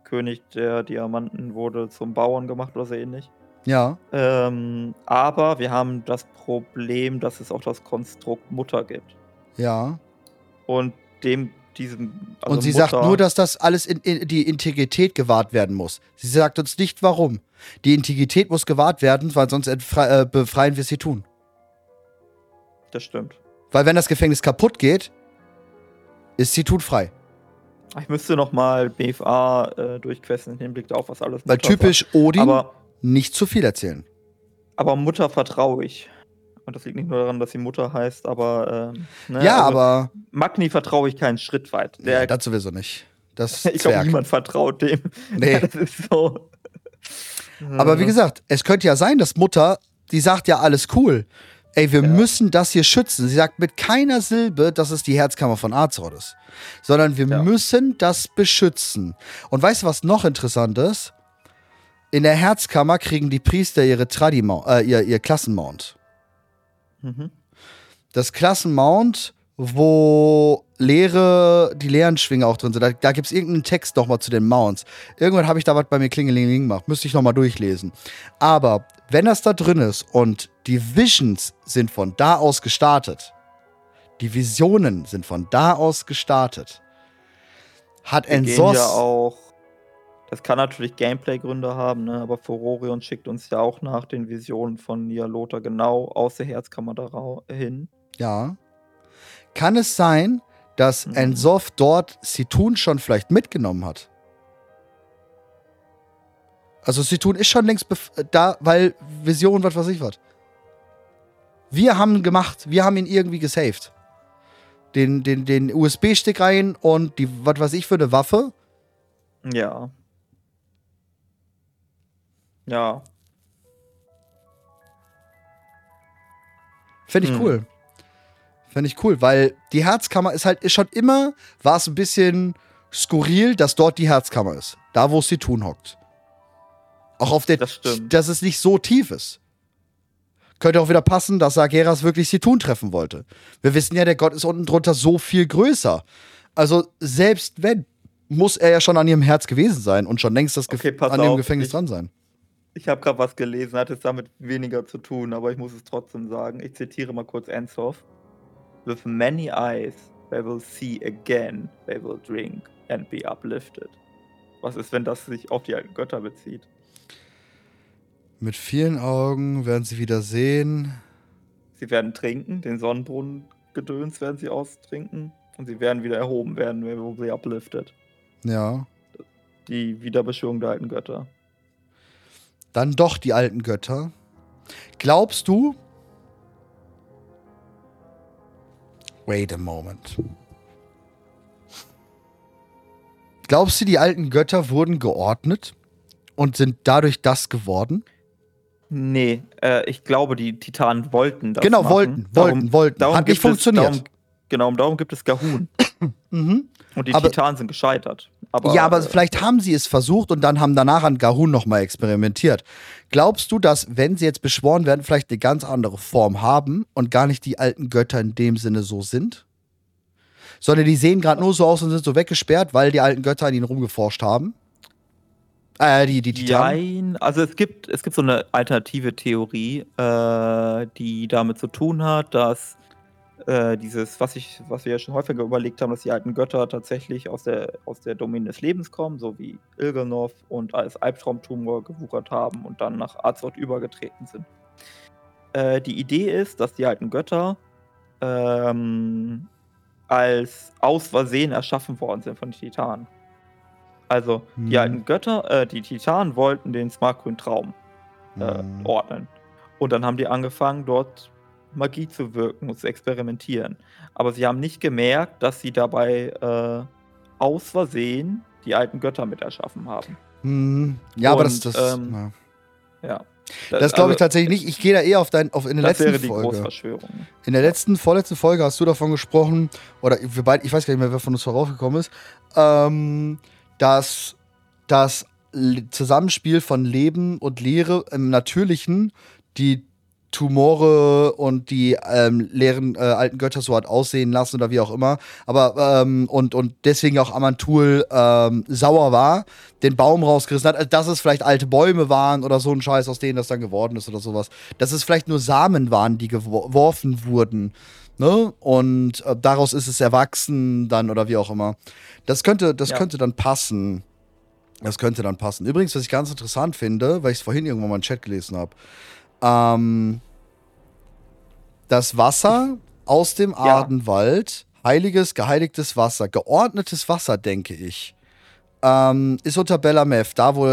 König der Diamanten wurde zum Bauern gemacht oder so ähnlich. Ja. Ähm, aber wir haben das Problem, dass es auch das Konstrukt Mutter gibt. Ja. Und dem, diesem, also Und sie Mutter, sagt nur, dass das alles in, in die Integrität gewahrt werden muss. Sie sagt uns nicht, warum. Die Integrität muss gewahrt werden, weil sonst entfre- äh, befreien wir sie tun. Das stimmt. Weil wenn das Gefängnis kaputt geht, ist sie tun frei. Ich müsste nochmal B F A äh, durchquesten im Hinblick darauf, was alles Weil Mutter typisch sagt. Odin Aber, nicht zu viel erzählen. aber Mutter vertraue ich. Und das liegt nicht nur daran, dass sie Mutter heißt, aber ähm, ne, Ja, also aber Magni vertraue ich keinen Schritt weit. Der, ja, das sowieso nicht. Das ich glaube, Zwerg. niemand vertraut dem. Nee. Das ist so. Aber wie gesagt, es könnte ja sein, dass Mutter, die sagt ja alles cool. Ey, wir Ja. müssen das hier schützen. Sie sagt mit keiner Silbe, dass es die Herzkammer von Azeroth ist. Sondern wir Ja. müssen das beschützen. Und weißt du, was noch interessant ist? In der Herzkammer kriegen die Priester ihre Tradimount, äh, ihr, ihr Klassenmount. Mhm. Das Klassenmount, wo leere, die leeren Schwinge auch drin sind. Da, da gibt es irgendeinen Text nochmal zu den Mounts. Irgendwann habe ich da was bei mir Klingelingeling gemacht. Müsste ich nochmal durchlesen. Aber wenn das da drin ist und die Visions sind von da aus gestartet, die Visionen sind von da aus gestartet, hat Wir gehen Ensos... ja auch. Das kann natürlich Gameplay-Gründe haben, ne? Aber Furorion schickt uns ja auch nach den Visionen von Nialota genau aus der Herzkammer da hin. Ja. Kann es sein, dass Mhm. Ensoth dort Situn schon vielleicht mitgenommen hat? Also Situn ist schon längst bef- da, weil Vision, was weiß ich was. Wir haben ihn gemacht, wir haben ihn irgendwie gesaved. Den, den, den U S B-Stick rein und die, was weiß ich für eine Waffe. Ja. Ja. Fände ich Hm. cool. Fände ich cool, weil die Herzkammer ist halt, ist schon immer, war es ein bisschen skurril, dass dort die Herzkammer ist. Da, wo Situn hockt. Auch auf der, Das stimmt. dass es nicht so tief ist. Könnte auch wieder passen, dass Sargeras wirklich Situn treffen wollte. Wir wissen ja, der Gott ist unten drunter so viel größer. Also, selbst wenn, muss er ja schon an ihrem Herz gewesen sein und schon längst das Gef- Okay, pass an ihrem auf, Gefängnis ich- dran sein. Ich habe gerade was gelesen, hat jetzt damit weniger zu tun, aber ich muss es trotzdem sagen. Ich zitiere mal kurz Ensoth. With many eyes, they will see again, they will drink and be uplifted. Was ist, wenn das sich auf die alten Götter bezieht? Mit vielen Augen werden sie wieder sehen. Sie werden trinken, den Sonnenbrunnen-Gedöns werden sie austrinken und sie werden wieder erhoben werden, they will be uplifted. Ja. Die Wiederbeschwörung der alten Götter. Dann doch die alten Götter. Glaubst du? Wait a moment. Glaubst du, die alten Götter wurden geordnet und sind dadurch das geworden? Nee, äh, ich glaube, die Titanen wollten das Genau, machen. wollten, Darum- wollten, wollten. darum Hat nicht gibt es- funktioniert. Darum, genau, darum gibt es Gahun. Mhm. Und die Aber- Titanen sind gescheitert. Aber, ja, aber äh, vielleicht haben sie es versucht und dann haben danach an Gahun nochmal experimentiert. Glaubst du, dass, wenn sie jetzt beschworen werden, vielleicht eine ganz andere Form haben und gar nicht die alten Götter in dem Sinne so sind? Sondern die sehen gerade nur so aus und sind so weggesperrt, weil die alten Götter an ihnen rumgeforscht haben? Äh, die, die Titanen? Jein, also es gibt, es gibt so eine alternative Theorie, äh, die damit zu tun hat, dass äh, dieses, was ich, was wir ja schon häufiger überlegt haben, dass die alten Götter tatsächlich aus der, aus der Domäne des Lebens kommen, so wie Il'gynoth und als Albtraumtumor gewuchert haben und dann nach Azeroth übergetreten sind. Äh, die Idee ist, dass die alten Götter ähm, als aus Versehen erschaffen worden sind von den Titanen. Also die Hm. alten Götter, äh, die Titanen wollten den smartgrünen Traum äh, Hm. ordnen. Und dann haben die angefangen, dort Magie zu wirken und zu experimentieren. Aber sie haben nicht gemerkt, dass sie dabei äh, aus Versehen die alten Götter mit erschaffen haben. Hm. Ja, aber das, Und, das, ähm, ja. Ja. das glaube ich tatsächlich nicht. Ich gehe da eher auf, dein, auf in der Das letzten wäre die Folge. Großverschwörung. In der letzten, vorletzten Folge hast du davon gesprochen, oder wir beide, ich weiß gar nicht mehr, wer von uns voraufgekommen ist, ähm, dass das Le- Zusammenspiel von Leben und Lehre im Natürlichen die Tumore und die ähm, leeren äh, alten Götter so hat aussehen lassen oder wie auch immer. Aber ähm, und, und deswegen auch Amantul ähm, sauer war, den Baum rausgerissen hat, also, dass es vielleicht alte Bäume waren oder so ein Scheiß, aus denen das dann geworden ist oder sowas. Dass es vielleicht nur Samen waren, die geworfen wurden. Ne? Und äh, daraus ist es erwachsen dann oder wie auch immer. Das könnte, das Ja. könnte dann passen. Das könnte dann passen. Übrigens, was ich ganz interessant finde, weil ich es vorhin irgendwann mal im Chat gelesen habe, ähm, das Wasser aus dem Ja. Ardenwald, heiliges, geheiligtes Wasser, geordnetes Wasser, denke ich, ähm, ist unter Bellameth, da wo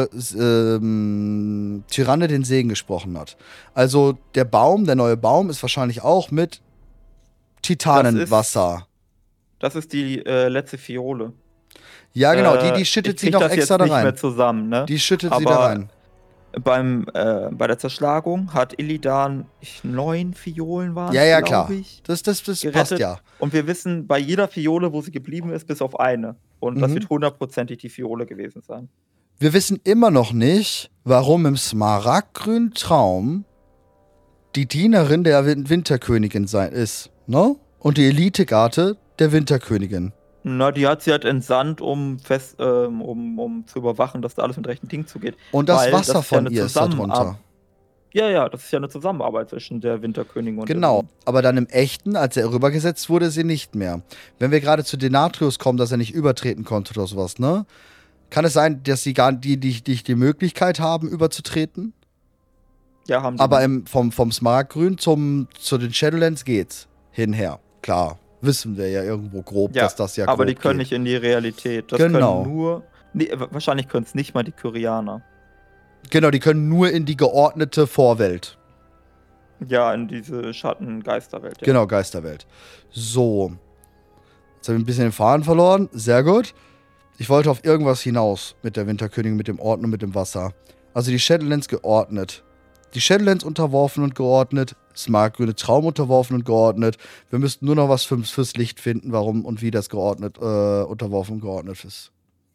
ähm, Tyranne den Segen gesprochen hat. Also der Baum, der neue Baum, ist wahrscheinlich auch mit Titanenwasser. Das ist die äh, letzte Fiole. Ja, genau, Äh, die, die ich schüttet sie krieg noch das extra jetzt da nicht mehr rein. zusammen, ne? Die schüttet sie da Aber rein. beim, äh, bei der Zerschlagung hat Illidan ich, neun Fiolen waren, Ja, ja, glaube klar. ich, Das, das, das passt gerettet. ja. Und wir wissen bei jeder Fiole, wo sie geblieben ist, bis auf eine. Und das Mhm. wird hundertprozentig die Fiole gewesen sein. Wir wissen immer noch nicht, warum im smaragdgrünen Traum die Dienerin der Win- Winterkönigin sein ist, ne? Und die Elitegarte der Winterkönigin. Na, die hat sie halt entsandt, um fest, ähm, um, um zu überwachen, dass da alles mit rechten Dingen zugeht. Und das Weil Wasser das ist ja von eine ihr ist da Zusammenarbeit. drunter. Ja, ja, das ist ja eine Zusammenarbeit zwischen der Winterkönigin und Genau, dem. aber dann im Echten, als er rübergesetzt wurde, sie nicht mehr. Wenn wir gerade zu Denatrius kommen, dass er nicht übertreten konnte oder sowas, ne? Kann es sein, dass sie gar die, die, die, die Möglichkeit haben, überzutreten? Ja, haben sie. Aber nicht. im, vom, vom Smaragdgrün zum, zu den Shadowlands geht's hinher. Klar, wissen wir ja irgendwo grob, Ja, dass das ja aber grob die können geht. nicht in die Realität. Das Genau. können nur. Nee, wa- wahrscheinlich können es nicht mal die Kyrianer. Genau, die können nur in die geordnete Vorwelt. Ja, in diese Schatten-Geisterwelt. Ja. Genau, Geisterwelt. So. Jetzt habe ich ein bisschen den Faden verloren. Sehr gut. Ich wollte auf irgendwas hinaus mit der Winterkönigin, mit dem Orden und mit dem Wasser. Also die Shadowlands geordnet. Die Shadowlands unterworfen und geordnet. Smaragdgrüne Traum unterworfen und geordnet. Wir müssten nur noch was fürs, fürs Licht finden, warum und wie das geordnet, äh, unterworfen und geordnet ist.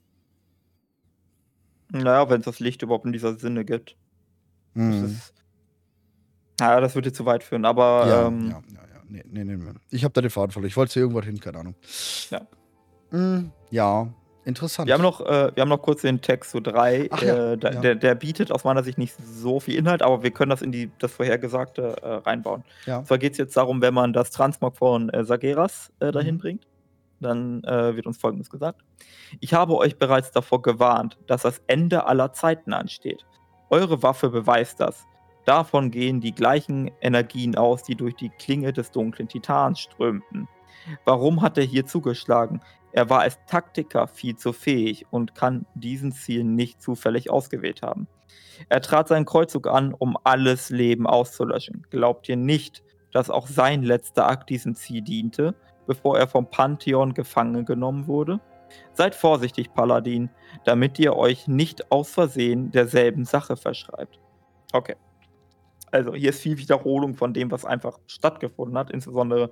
Naja, wenn es das Licht überhaupt in dieser Sinne gibt. Das Hm. ist. Naja, das würde zu weit führen, aber. Ja, ähm, ja, ja, ja. Nee, nee, nee, nee. Ich habe da den Faden verloren. Ich wollte zu irgendwas hin, keine Ahnung. Ja. Hm, ja, interessant. Wir haben noch, äh, wir haben noch kurz den Text zu drei. Ach ja, äh, da, ja. Der, der bietet aus meiner Sicht nicht so viel Inhalt, aber wir können das in die, das Vorhergesagte äh, reinbauen. Ja. Und zwar geht es jetzt darum, wenn man das Transmog von äh, Sageras äh, dahin Mhm. bringt, dann äh, wird uns Folgendes gesagt. Ich habe euch bereits davor gewarnt, dass das Ende aller Zeiten ansteht. Eure Waffe beweist das. Davon gehen die gleichen Energien aus, die durch die Klinge des dunklen Titans strömten. Warum hat er hier zugeschlagen? Er war als Taktiker viel zu fähig und kann diesen Ziel nicht zufällig ausgewählt haben. Er trat seinen Kreuzzug an, um alles Leben auszulöschen. Glaubt ihr nicht, dass auch sein letzter Akt diesem Ziel diente, bevor er vom Pantheon gefangen genommen wurde? Seid vorsichtig, Paladin, damit ihr euch nicht aus Versehen derselben Sache verschreibt. Okay. Also hier ist viel Wiederholung von dem, was einfach stattgefunden hat, insbesondere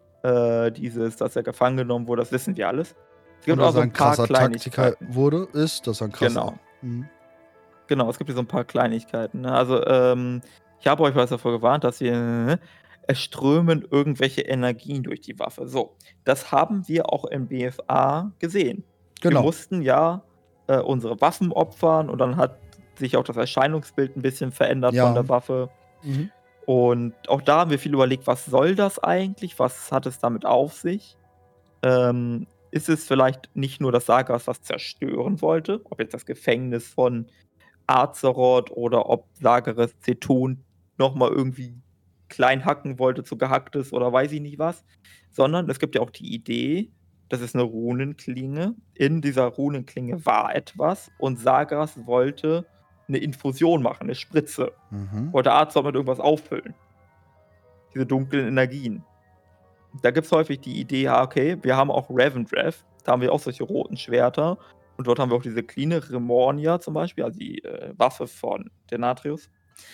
äh, dieses, dass er gefangen genommen wurde, das wissen wir alles. Es gibt Und auch dass so er ein ein paar krasser Taktiker Kleinigkeiten. wurde, ist, dass er ein krasser. Genau. Mhm. Genau, es gibt hier so ein paar Kleinigkeiten. Ne? Also, ähm, ich habe euch was davor gewarnt, dass wir. Es strömen irgendwelche Energien durch die Waffe. So, das haben wir auch im B F A gesehen. Wir Genau. mussten ja äh, unsere Waffen opfern und dann hat sich auch das Erscheinungsbild ein bisschen verändert Ja. von der Waffe. Mhm. Und auch da haben wir viel überlegt, was soll das eigentlich? Was hat es damit auf sich? Ähm, ist es vielleicht nicht nur, dass Sagas was zerstören wollte, ob jetzt das Gefängnis von Azeroth oder ob Sageres Zetun nochmal irgendwie klein hacken wollte zu Gehacktes oder weiß ich nicht was, sondern es gibt ja auch die Idee, das ist eine Runenklinge. In dieser Runenklinge war etwas und Sagas wollte eine Infusion machen, eine Spritze. Mhm. Wollte Azeroth mit irgendwas auffüllen. Diese dunklen Energien. Da gibt es häufig die Idee, ja, okay, wir haben auch Revendreth, da haben wir auch solche roten Schwerter und dort haben wir auch diese Kline Remornia zum Beispiel, also die äh, Waffe von Denatrius.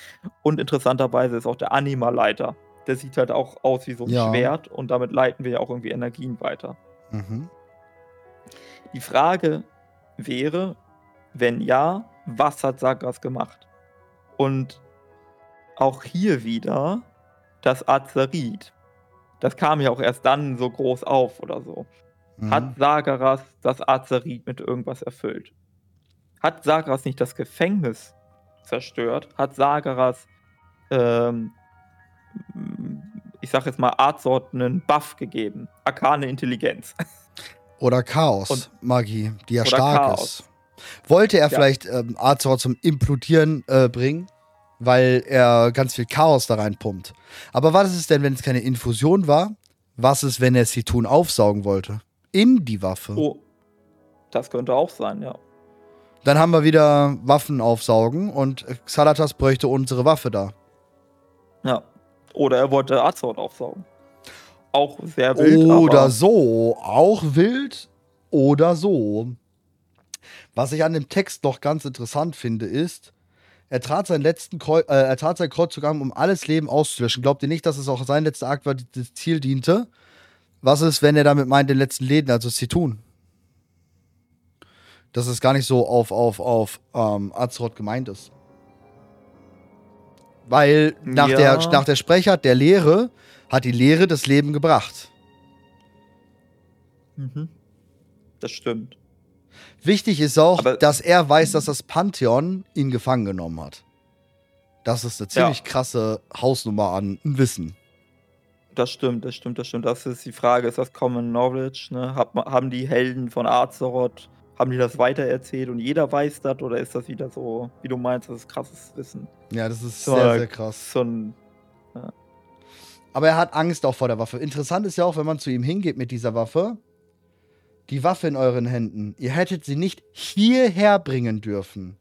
Und interessanterweise ist auch der Anima-Leiter. Der sieht halt auch aus wie so ein Ja. Schwert und damit leiten wir ja auch irgendwie Energien weiter. Mhm. Die Frage wäre, wenn ja, was hat Sagas gemacht? Und auch hier wieder das Azerit, das kam ja auch erst dann so groß auf oder so. Mhm. Hat Sargeras das Azerit mit irgendwas erfüllt? Hat Sargeras nicht das Gefängnis zerstört? Hat Sargeras, ähm, ich sag jetzt mal, Azeroth einen Buff gegeben? Arkane Intelligenz. Oder Chaos, Und- Magie, die ja oder stark Chaos. ist. Wollte er Ja. vielleicht ähm, Azeroth zum Implodieren äh, bringen, weil er ganz viel Chaos da reinpumpt. Aber was ist denn, wenn es keine Infusion war? Was ist, wenn er Situn aufsaugen wollte? In die Waffe. Oh, das könnte auch sein, ja. Dann haben wir wieder Waffen aufsaugen und Xalatas bräuchte unsere Waffe da. Ja. Oder er wollte Azeroth aufsaugen. Auch sehr wild, Oder aber so. Auch wild oder so. Was ich an dem Text noch ganz interessant finde, ist, er trat seinen letzten Kreu äh, er trat seinen Kreuzzug an, um alles Leben auszulöschen. Glaubt ihr nicht, dass es auch sein letzter Akt war, das Ziel diente? Was ist, wenn er damit meint, den letzten Läden, also Situn? Dass es gar nicht so auf, auf, auf ähm, Azeroth gemeint ist. Weil nach, Ja. der, nach der Sprechart der Lehre hat die Lehre das Leben gebracht. Mhm. Das stimmt. Wichtig ist auch, Aber- dass er weiß, dass das Pantheon ihn gefangen genommen hat. Das ist eine ziemlich Ja. krasse Hausnummer an Wissen. Das stimmt, das stimmt, das stimmt. Das ist die Frage, ist das Common Knowledge? Ne? Hab, haben die Helden von Azeroth, haben die das weitererzählt und jeder weiß das? Oder ist das wieder so, wie du meinst, das ist krasses Wissen? Ja, das ist So, sehr, sehr krass. So ein, Aber er hat Angst auch vor der Waffe. Interessant ist ja auch, wenn man zu ihm hingeht mit dieser Waffe. Die Waffe in euren Händen. Ihr hättet sie nicht hierher bringen dürfen.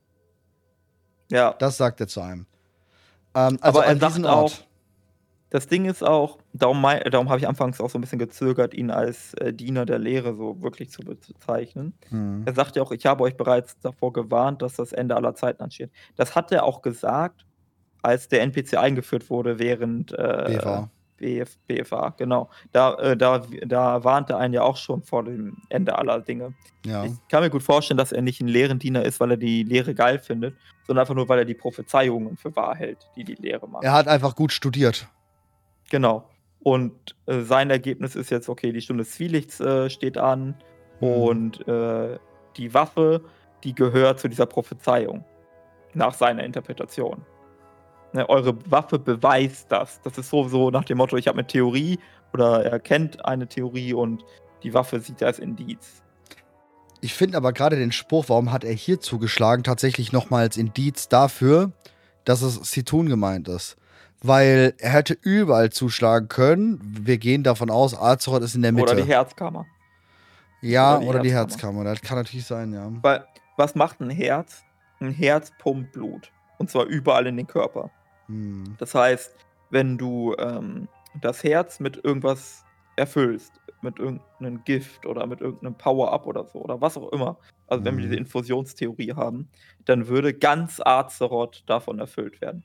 ja. Das sagt er zu einem. Ähm, also Aber er an sagt diesen auch, Ort. das Ding ist auch, darum, mei- darum habe ich anfangs auch so ein bisschen gezögert, ihn als äh, Diener der Lehre so wirklich zu bezeichnen. Hm. Er sagt ja auch, ich habe euch bereits davor gewarnt, dass das Ende aller Zeiten ansteht. Das hat er auch gesagt, als der N P C eingeführt wurde während äh, B F A. B F, B F A, genau. Da, äh, da, da warnte einen ja auch schon vor dem Ende aller Dinge. Ja. Ich kann mir gut vorstellen, dass er nicht ein Lehrendiener ist, weil er die Lehre geil findet, sondern einfach nur, weil er die Prophezeiungen für wahr hält, die die Lehre macht. Er hat einfach gut studiert. Genau. Und äh, sein Ergebnis ist jetzt, okay, die Stunde des Zwielichts äh, steht an Hm. und äh, die Waffe, die gehört zu dieser Prophezeiung. Nach seiner Interpretation. Ne, eure Waffe beweist das. Das ist so, so nach dem Motto, ich habe eine Theorie oder er kennt eine Theorie und die Waffe sieht er als Indiz. Ich finde aber gerade den Spruch, warum hat er hier zugeschlagen, tatsächlich nochmal als Indiz dafür, dass es Situn gemeint ist. Weil er hätte überall zuschlagen können. Wir gehen davon aus, Azeroth ist in der Mitte. Oder die Herzkammer. ja, oder die oder die Herzkammer. Herzkammer. Das kann natürlich sein, ja. Weil, was macht ein Herz? Ein Herz pumpt Blut. Und zwar überall in den Körper. Hm. Das heißt, wenn du ähm, das Herz mit irgendwas erfüllst, mit irgendeinem Gift oder mit irgendeinem Power-Up oder so, oder was auch immer, also wenn wir Mhm. diese Infusionstheorie haben, dann würde ganz Azeroth davon erfüllt werden.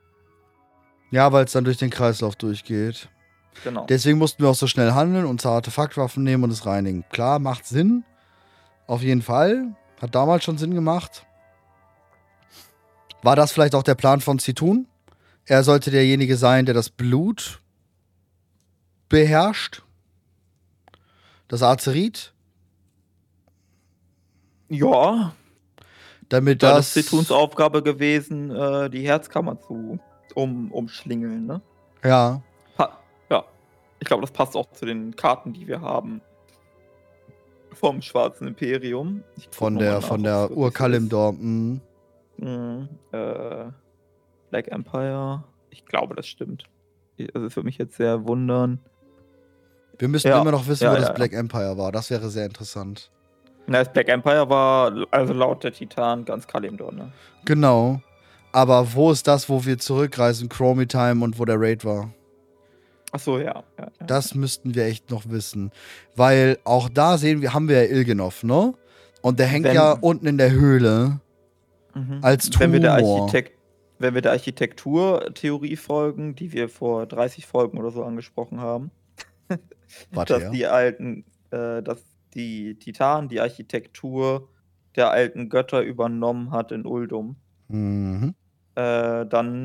Ja, weil es dann durch den Kreislauf durchgeht. Genau. Deswegen mussten wir auch so schnell handeln, unsere Artefaktwaffen nehmen und es reinigen. Klar, macht Sinn. Auf jeden Fall. Hat damals schon Sinn gemacht. War das vielleicht auch der Plan von Situn? Er sollte derjenige sein, der das Blut beherrscht. Das Azerit. Ja, Damit da das. ist Situns Aufgabe gewesen, äh, die Herzkammer zu um, umschlingeln, ne? Ja. Pa ja, ich glaube, das passt auch zu den Karten, die wir haben. Vom Schwarzen Imperium. Ich guck Von noch mal der, nach, von ob's der wirklich so ist. Urkalimdor. Mhm. Mhm, äh, Black Empire. Ich glaube, das stimmt. Also es würde mich jetzt sehr wundern. Wir müssten Ja, immer noch wissen, ja, wo ja, das ja. Black Empire war. Das wäre sehr interessant. Na, das Black Empire war, also laut der Titan, ganz Kalimdor, ne? Genau. Aber wo ist das, wo wir zurückreisen, Chromie Time und wo der Raid war? Achso, ja. ja, ja. Das müssten wir echt noch wissen. Weil auch da sehen wir, haben wir ja Ilgenov, ne? Und der hängt Wenn- ja unten in der Höhle Mhm. als wenn wir der Tumor. Architekt Wenn wir der Architekturtheorie folgen, die wir vor dreißig Folgen oder so angesprochen haben, Warte, dass ja. die alten, äh, dass die Titanen die Architektur der alten Götter übernommen hat in Uldum, Mhm. äh, dann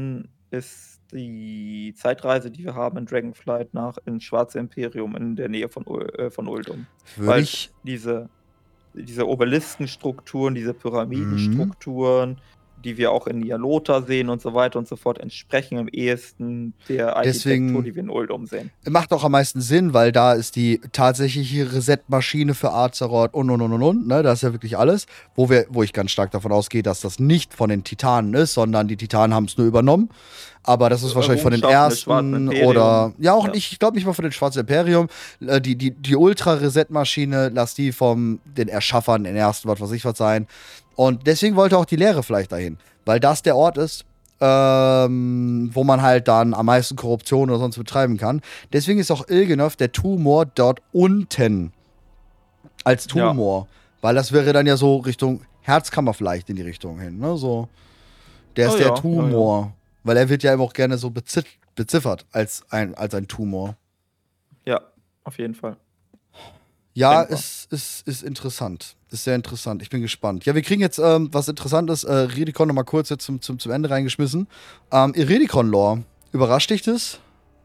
ist die Zeitreise, die wir haben in Dragonflight nach ins Schwarze Imperium in der Nähe von, Ul- äh, von Uldum. Würde Weil ich. diese, diese Obeliskenstrukturen, diese Mhm. Pyramidenstrukturen, die wir auch in Nialota sehen und so weiter und so fort, entsprechen am ehesten der Architektur, Deswegen- die wir in Uldum sehen. Macht auch am meisten Sinn, weil da ist die tatsächliche Reset-Maschine für Azeroth und und und und und, ne? Da ist ja wirklich alles. Wo, wir, wo ich ganz stark davon ausgehe, dass das nicht von den Titanen ist, sondern die Titanen haben es nur übernommen. Aber das ist wahrscheinlich von den Errungenschaften des Schwarzen ersten Imperium. oder. Ja, auch Ja. nicht, ich glaube nicht mal von den Schwarzen Imperium. Äh, Die, die, die Ultra-Reset-Maschine, lass die vom den Erschaffern, den ersten, was weiß ich was sein. Und deswegen wollte auch die Lehre vielleicht dahin. Weil das der Ort ist, ähm, wo man halt dann am meisten Korruption oder sonst betreiben kann. Deswegen ist auch Ilgenov der Tumor dort unten als Ja. Tumor. Weil das wäre dann ja so Richtung Herzkammer vielleicht in die Richtung hin. Ne? So, der ist Oh der ja, Tumor. Weil er wird ja eben auch gerne so beziff beziffert als ein, als ein Tumor. Ja, auf jeden Fall. Ja, Denkbar. ist, ist, ist interessant. Ist sehr interessant. Ich bin gespannt. Ja, wir kriegen jetzt ähm, was Interessantes. Äh, Redicon nochmal kurz jetzt zum, zum, zum Ende reingeschmissen. Ähm, Redicon-Lore. Überrascht dich das?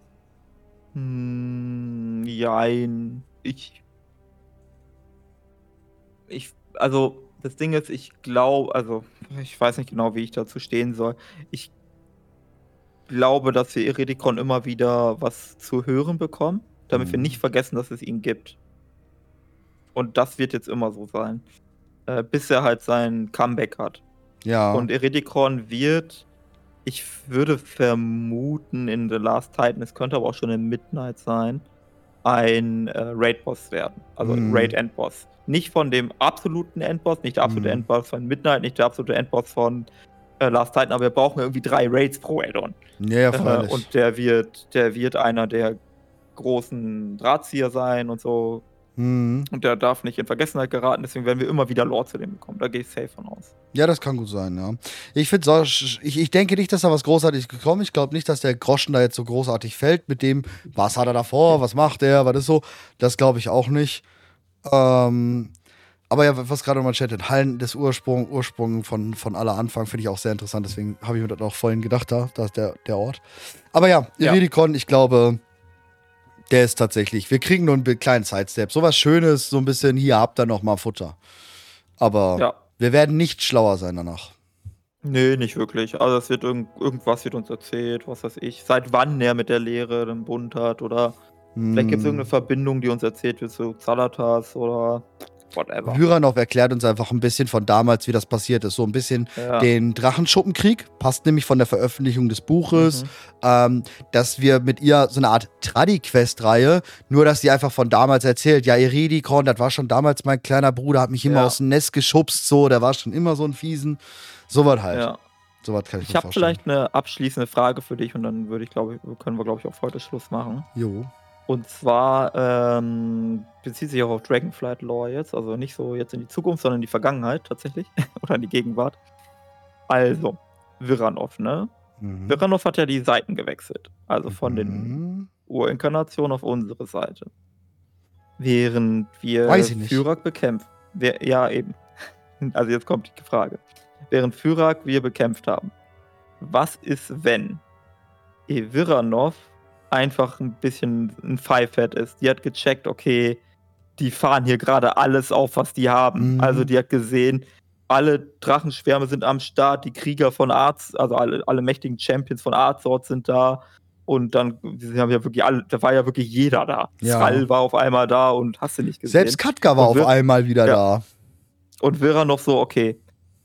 Hm, jein. Ich. Ich. Also, das Ding ist, ich glaube, also, ich weiß nicht genau, wie ich dazu stehen soll. Ich glaube, dass wir Iridikon immer wieder was zu hören bekommen, damit Mhm. wir nicht vergessen, dass es ihn gibt. Und das wird jetzt immer so sein. Äh, bis er halt sein Comeback hat. Ja. Und Iridikon wird, ich würde vermuten, in The Last Titan, es könnte aber auch schon in Midnight sein, ein äh, Raid-Boss werden. Also ein Mhm. Raid-Endboss. Nicht von dem absoluten Endboss, nicht der absolute Mhm. Endboss von Midnight, nicht der absolute Endboss von äh, Last Titan, aber wir brauchen irgendwie drei Raids pro Addon. ja, ja, Äh, freilich. und der wird, der wird einer der großen Drahtzieher sein und so. Mhm. Und der darf nicht in Vergessenheit geraten, deswegen werden wir immer wieder Lore zu dem bekommen. Da gehe ich safe von aus. Ja, das kann gut sein, ja. Ich finde so, ich, ich denke nicht, dass da was Großartiges gekommen ist. Ich glaube nicht, dass der Groschen da jetzt so großartig fällt mit dem, was hat er davor, was macht er, was ist so. Das glaube ich auch nicht. Ähm, aber ja, was gerade nochmal chattet, Hallen des Ursprung, Ursprung von, von aller Anfang finde ich auch sehr interessant. Deswegen habe ich mir das auch vorhin gedacht, da, da ist der, der Ort. Aber ja, Ja. Iridikon, ich glaube, der ist tatsächlich, wir kriegen nur einen kleinen Sidestep. Sowas Schönes, so ein bisschen, hier habt ihr noch mal Futter. Aber Ja. wir werden nicht schlauer sein danach. Nee, nicht wirklich. Also es wird irgend, irgendwas wird uns erzählt, was weiß ich. Seit wann er mit der Lehre den Bund hat oder vielleicht gibt es Hm. irgendeine Verbindung, die uns erzählt wird zu Xalatas oder whatever. Hyranov erklärt uns einfach ein bisschen von damals, wie das passiert ist. So ein bisschen Ja. den Drachenschuppenkrieg, passt nämlich von der Veröffentlichung des Buches, Mhm. ähm, dass wir mit ihr so eine Art Tradi-Quest-Reihe, nur dass sie einfach von damals erzählt, ja, Iridikon, das war schon damals mein kleiner Bruder, hat mich immer Ja. aus dem Nest geschubst, so, der war schon immer so ein Fiesen. Sowas halt. Ja. Sowas kann ich, Ich mir habe vorstellen. vielleicht eine abschließende Frage für dich und dann würde ich, glaube ich, können wir, glaube ich, auch heute Schluss machen. Jo. Und zwar ähm, bezieht sich auch auf Dragonflight Lore jetzt, also nicht so jetzt in die Zukunft, sondern in die Vergangenheit tatsächlich oder in die Gegenwart. Also, Viranov, ne? Mhm. Viranov hat ja die Seiten gewechselt, also von den Mhm. Urinkarnationen auf unsere Seite. Während wir Weiß ich nicht. Fyrak bekämpft, wer, ja eben, also jetzt kommt die Frage. Während Fyrak wir bekämpft haben, was ist, wenn Viranov einfach ein bisschen ein Pfeifett ist? Die hat gecheckt, okay, die fahren hier gerade alles auf, was die haben. Mhm. Also die hat gesehen, alle Drachenschwärme sind am Start, die Krieger von Arz, also alle, alle mächtigen Champions von Azeroth sind da. Und dann, sie haben ja wirklich alle, da war ja wirklich jeder da. Ja. Thrall war auf einmal da und hast du nicht gesehen. Selbst Katka war Und auf wir- einmal wieder Ja. da. Und Vera noch so, okay,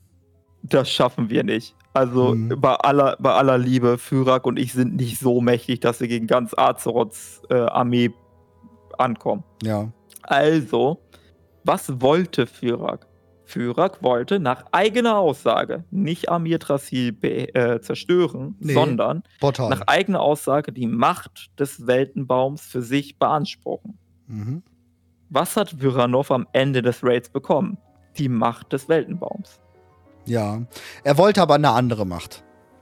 das schaffen wir nicht. Also Mhm. bei, aller, bei aller Liebe, Fyrak und ich sind nicht so mächtig, dass wir gegen ganz Azeroths äh, Armee ankommen. Ja. Also, was wollte Fyrak? Fyrak wollte nach eigener Aussage nicht Amir Trasil be- äh, zerstören, Nee. sondern Portal. nach eigener Aussage die Macht des Weltenbaums für sich beanspruchen. Mhm. Was hat Viranov am Ende des Raids bekommen? Die Macht des Weltenbaums. Ja. Er wollte aber eine andere Macht.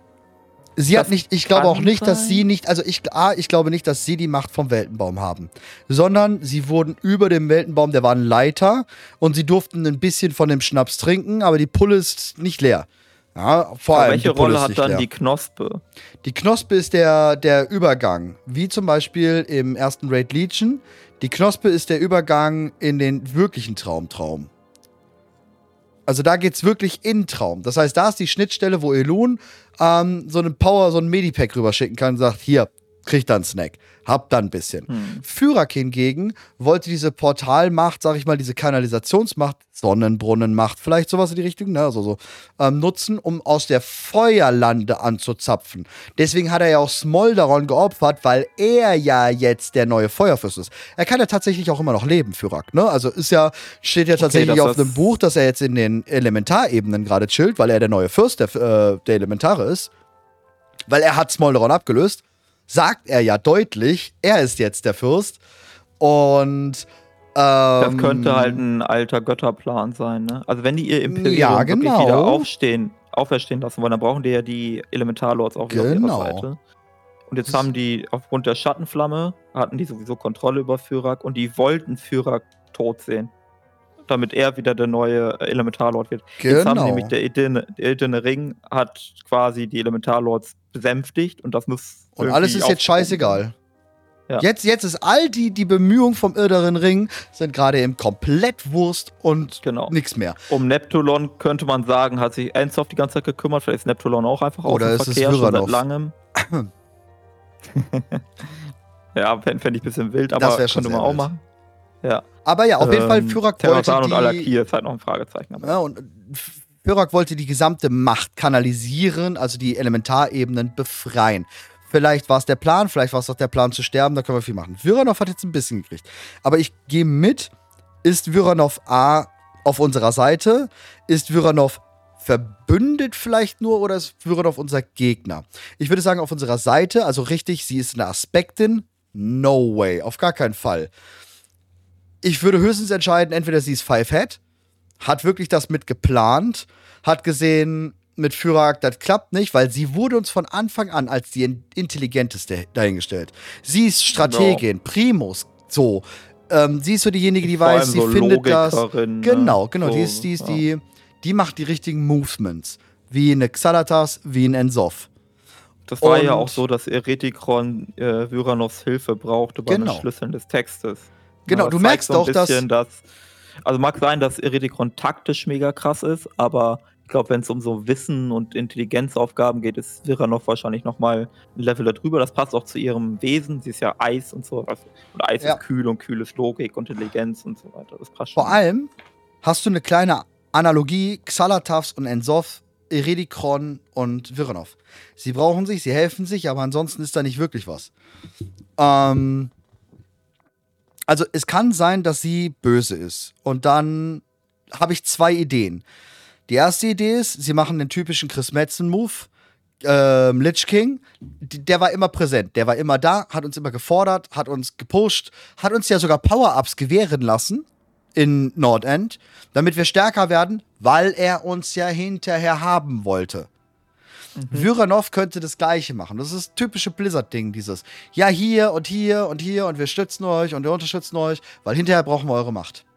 Sie hat Das nicht, ich glaube kann auch nicht, dass sein. sie nicht, also ich, A, ich glaube nicht, dass sie die Macht vom Weltenbaum haben. Sondern sie wurden über dem Weltenbaum, der war ein Leiter, und sie durften ein bisschen von dem Schnaps trinken, aber die Pulle ist nicht leer. Ja, vor Aber allem welche die Pulle Rolle ist hat nicht dann leer. die Knospe? Die Knospe ist der, der Übergang. Wie zum Beispiel im ersten Raid Legion. Die Knospe ist der Übergang in den wirklichen Traumtraum. Also da geht's wirklich in Traum. Das heißt, da ist die Schnittstelle, wo Elun ähm, so einen Power, so einen Medipack rüberschicken kann und sagt, hier, kriegt dann einen Snack. Habt dann ein bisschen. Hm. Fyrak hingegen wollte diese Portalmacht, sag ich mal, diese Kanalisationsmacht, Sonnenbrunnenmacht, vielleicht sowas in die Richtung, ne, also so, ähm, nutzen, um aus der Feuerlande anzuzapfen. Deswegen hat er ja auch Smolderon geopfert, weil er ja jetzt der neue Feuerfürst ist. Er kann ja tatsächlich auch immer noch leben, Fyrak, ne? Also ist ja, steht ja tatsächlich Okay, auf das- einem Buch, dass er jetzt in den Elementarebenen gerade chillt, weil er der neue Fürst der, äh, der Elementare ist. Weil er hat Smolderon abgelöst. Sagt er ja deutlich, er ist jetzt der Fürst. Und Das ähm, könnte halt ein alter Götterplan sein, ne? Also wenn die ihr Imperium Ja, wirklich genau. wieder aufstehen, auferstehen lassen wollen, dann brauchen die ja die Elementarlords auch wieder Genau. auf ihrer Seite. Und jetzt Das- haben die, aufgrund der Schattenflamme, hatten die sowieso Kontrolle über Fyrak und die wollten Fyrak tot sehen. Damit er wieder der neue Elementarlord wird. Jetzt haben Genau. nämlich der Edene, der Edene Ring hat quasi die Elementarlords besänftigt und das muss Und alles irgendwie ist jetzt aufgehoben scheißegal. werden. Ja. Jetzt, jetzt ist all die, die Bemühungen vom Irreren Ring sind gerade eben komplett Wurst und Genau. nichts mehr. Um Neptulon könnte man sagen, hat sich Enzov die ganze Zeit gekümmert. Vielleicht ist Neptulon auch einfach Oder aus dem ist es Verkehr schon seit Viranov? langem. Ja, fände fänd ich ein bisschen wild, Das aber wär schon könnte sehr man auch wild. machen. Ja. Aber ja, auf jeden Fall, Ähm, Fyrak wollte Terrazan und die... Alakir ist halt noch ein Fragezeichen. Aber Ja, und Fyrak wollte die gesamte Macht kanalisieren, also die Elementarebenen befreien. Vielleicht war es der Plan, vielleicht war es auch der Plan zu sterben, da können wir viel machen. Viranov hat jetzt ein bisschen gekriegt. Aber ich gehe mit, ist Viranov A auf unserer Seite? Ist Viranov verbündet vielleicht nur oder ist Viranov unser Gegner? Ich würde sagen, auf unserer Seite, also richtig, sie ist eine Aspektin. No way, auf gar keinen Fall. Ich würde höchstens entscheiden, entweder sie ist Five-Head, hat wirklich das mit geplant, hat gesehen, mit Fyrak, das klappt nicht, weil sie wurde uns von Anfang an als die in- intelligenteste dahingestellt. Sie ist Strategin, Primus, so. Ähm, sie ist so diejenige, die vor weiß, allem sie so findet das. Logikerin, ne? Genau, genau. So, die ist, die, ist ja. die, die macht die richtigen Movements. Wie eine Xalatas, wie ein Enzov. Das war ja Und- auch so, dass Eretikron äh, Vyranovs Hilfe brauchte bei Genau. den Schlüsseln des Textes. Genau, Ja, du das merkst zeigt so ein auch, dass- bisschen, dass. Also mag sein, dass Eretikron taktisch mega krass ist, aber ich glaube, wenn es um so Wissen und Intelligenzaufgaben geht, ist Viranov wahrscheinlich nochmal ein Level darüber. Das passt auch zu ihrem Wesen. Sie ist ja Eis und so. Also, und Eis Ja. ist kühl und kühl ist Logik und Intelligenz und so weiter. Das passt schon. Vor allem hast du eine kleine Analogie, Xalatavs und Enzov, Eredikron und Viranov. Sie brauchen sich, sie helfen sich, aber ansonsten ist da nicht wirklich was. Ähm, also es kann sein, dass sie böse ist. Und dann habe ich zwei Ideen. Die erste Idee ist, sie machen den typischen Chris Metzen-Move. Ähm, Lich King, D- der war immer präsent, der war immer da, hat uns immer gefordert, hat uns gepusht, hat uns ja sogar Power-Ups gewähren lassen in Nordend, damit wir stärker werden, weil er uns ja hinterher haben wollte. Mhm. Viranov könnte das Gleiche machen. Das ist das typische Blizzard-Ding, dieses ja, hier und hier und hier und wir stützen euch und wir unterstützen euch, weil hinterher brauchen wir eure Macht.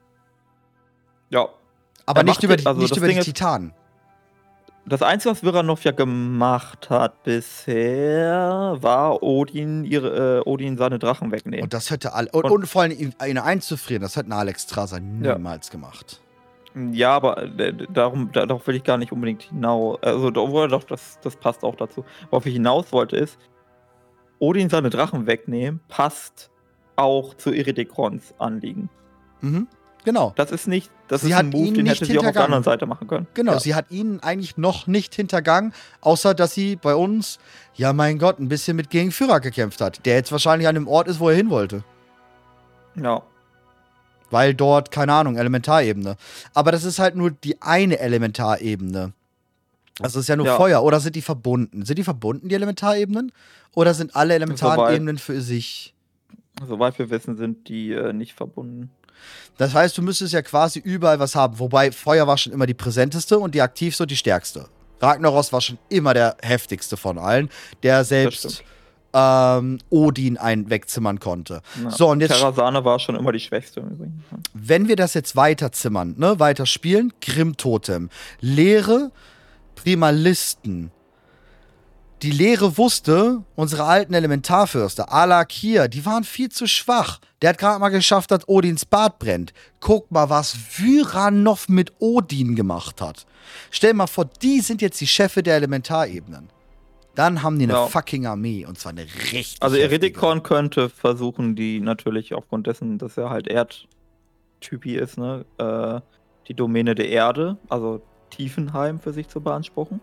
Ja. Aber Er nicht macht über jetzt- die, also nicht das über Ding die ist- Titanen. Das Einzige, was Viranov ja gemacht hat bisher, war Odin, ihre, äh, Odin seine Drachen wegnehmen. Und das hätte alle. Und, Und- und vor allem ihn, ihn einzufrieren, das hätte ein Alex Strasser niemals gemacht. Ja, aber äh, darum, da- darauf will ich gar nicht unbedingt hinaus. Also, obwohl doch, das, das passt auch dazu. Worauf ich hinaus wollte, ist, Odin seine Drachen wegnehmen, passt auch zu Eredekrons Anliegen. Mhm. Genau. Das ist nicht, das Sie ist hat ein Move, ihn den nicht hätte sie auch auf der hintergangen. anderen Seite machen können. Genau, Ja. sie hat ihn eigentlich noch nicht hintergangen, außer dass sie bei uns, ja mein Gott, ein bisschen mit gegen Fyrak gekämpft hat, der jetzt wahrscheinlich an dem Ort ist, wo er hin wollte. Ja. Weil dort, keine Ahnung, Elementarebene. Aber das ist halt nur die eine Elementarebene. Also es ist ja nur Ja. Feuer. Oder sind die verbunden? Sind die verbunden, die Elementarebenen? Oder sind alle Elementarebenen für sich? Soweit wir wissen, sind die äh, nicht verbunden. Das heißt, du müsstest ja quasi überall was haben. Wobei Feuer war schon immer die präsenteste und die aktivste und die stärkste. Ragnaros war schon immer der heftigste von allen, der selbst stimmt. ähm, Odin einen wegzimmern konnte. Ja. So, und jetzt, Terrazane war schon immer die Schwächste im Übrigen. wenn wir das jetzt weiterzimmern, ne, weiter spielen, Grimm-Totem, Leere, Primalisten. Die Lehre wusste, unsere alten Elementarfürste, Alakir, die waren viel zu schwach. Der hat gerade mal geschafft, dass Odins Bart brennt. Guck mal, was Vyranov mit Odin gemacht hat. Stell dir mal vor, die sind jetzt die Chefe der Elementarebenen. Dann haben die eine Ja. fucking Armee und zwar eine richtig Also heftige. Eridikon könnte versuchen, die natürlich aufgrund dessen, dass er halt Erdtypi ist, ne, äh, die Domäne der Erde, also Tiefenheim für sich zu beanspruchen.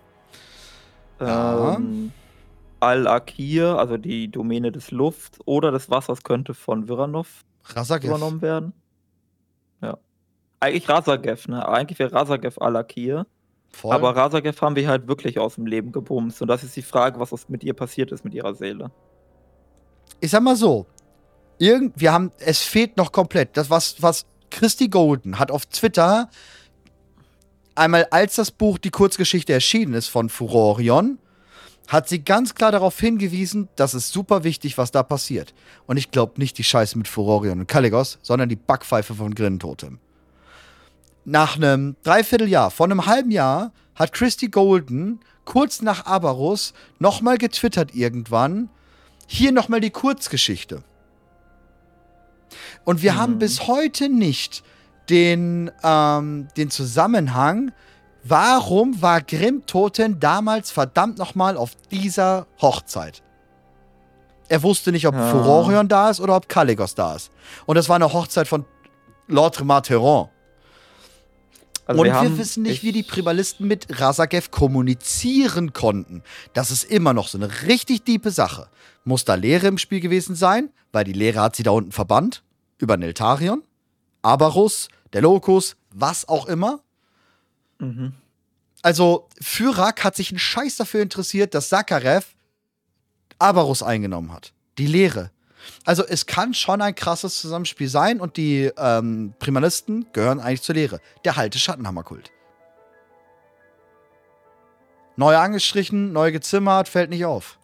Ja. Ähm, Al-Akir, also die Domäne des Luft oder des Wassers, könnte von Vyranov Razagev. übernommen werden. Ja. Eigentlich Razagev, ne? Eigentlich wäre Razagev Al-Akir. Voll. Aber Razagev haben wir halt wirklich aus dem Leben gebumst. Und das ist die Frage, was aus- mit ihr passiert ist, mit ihrer Seele. Ich sag mal so, irgend, wir haben, es fehlt noch komplett. Das, was, was Christy Golden hat auf Twitter einmal, als das Buch Die Kurzgeschichte erschienen ist von Furorion, hat sie ganz klar darauf hingewiesen, das ist super wichtig, was da passiert. Und ich glaube nicht die Scheiße mit Furorion und Kaligos, sondern die Backpfeife von Grintotem. Nach einem Dreivierteljahr, vor einem halben Jahr, hat Christy Golden kurz nach Abarus nochmal getwittert irgendwann, hier nochmal die Kurzgeschichte. Und wir Mhm. haben bis heute nicht den, ähm, den Zusammenhang, warum war Grimtoten damals verdammt nochmal auf dieser Hochzeit? Er wusste nicht, ob Ja. Furorion da ist oder ob Kaligos da ist. Und das war eine Hochzeit von Lord Remarteron. Also Und wir, haben- wissen nicht, ich- wie die Primalisten mit Razagev kommunizieren konnten. Das ist immer noch so eine richtig diepe Sache. Muss da Lehre im Spiel gewesen sein, weil die Lehre hat sie da unten verbannt, über Neltarion, Abarus, der Locus, was auch immer. Mhm. Also, Fyrak hat sich einen Scheiß dafür interessiert, dass Sakarev Abarus eingenommen hat. Die Lehre. Also, es kann schon ein krasses Zusammenspiel sein und die ähm, Primalisten gehören eigentlich zur Lehre. Der halte Schattenhammerkult. Neu angestrichen, neu gezimmert, fällt nicht auf.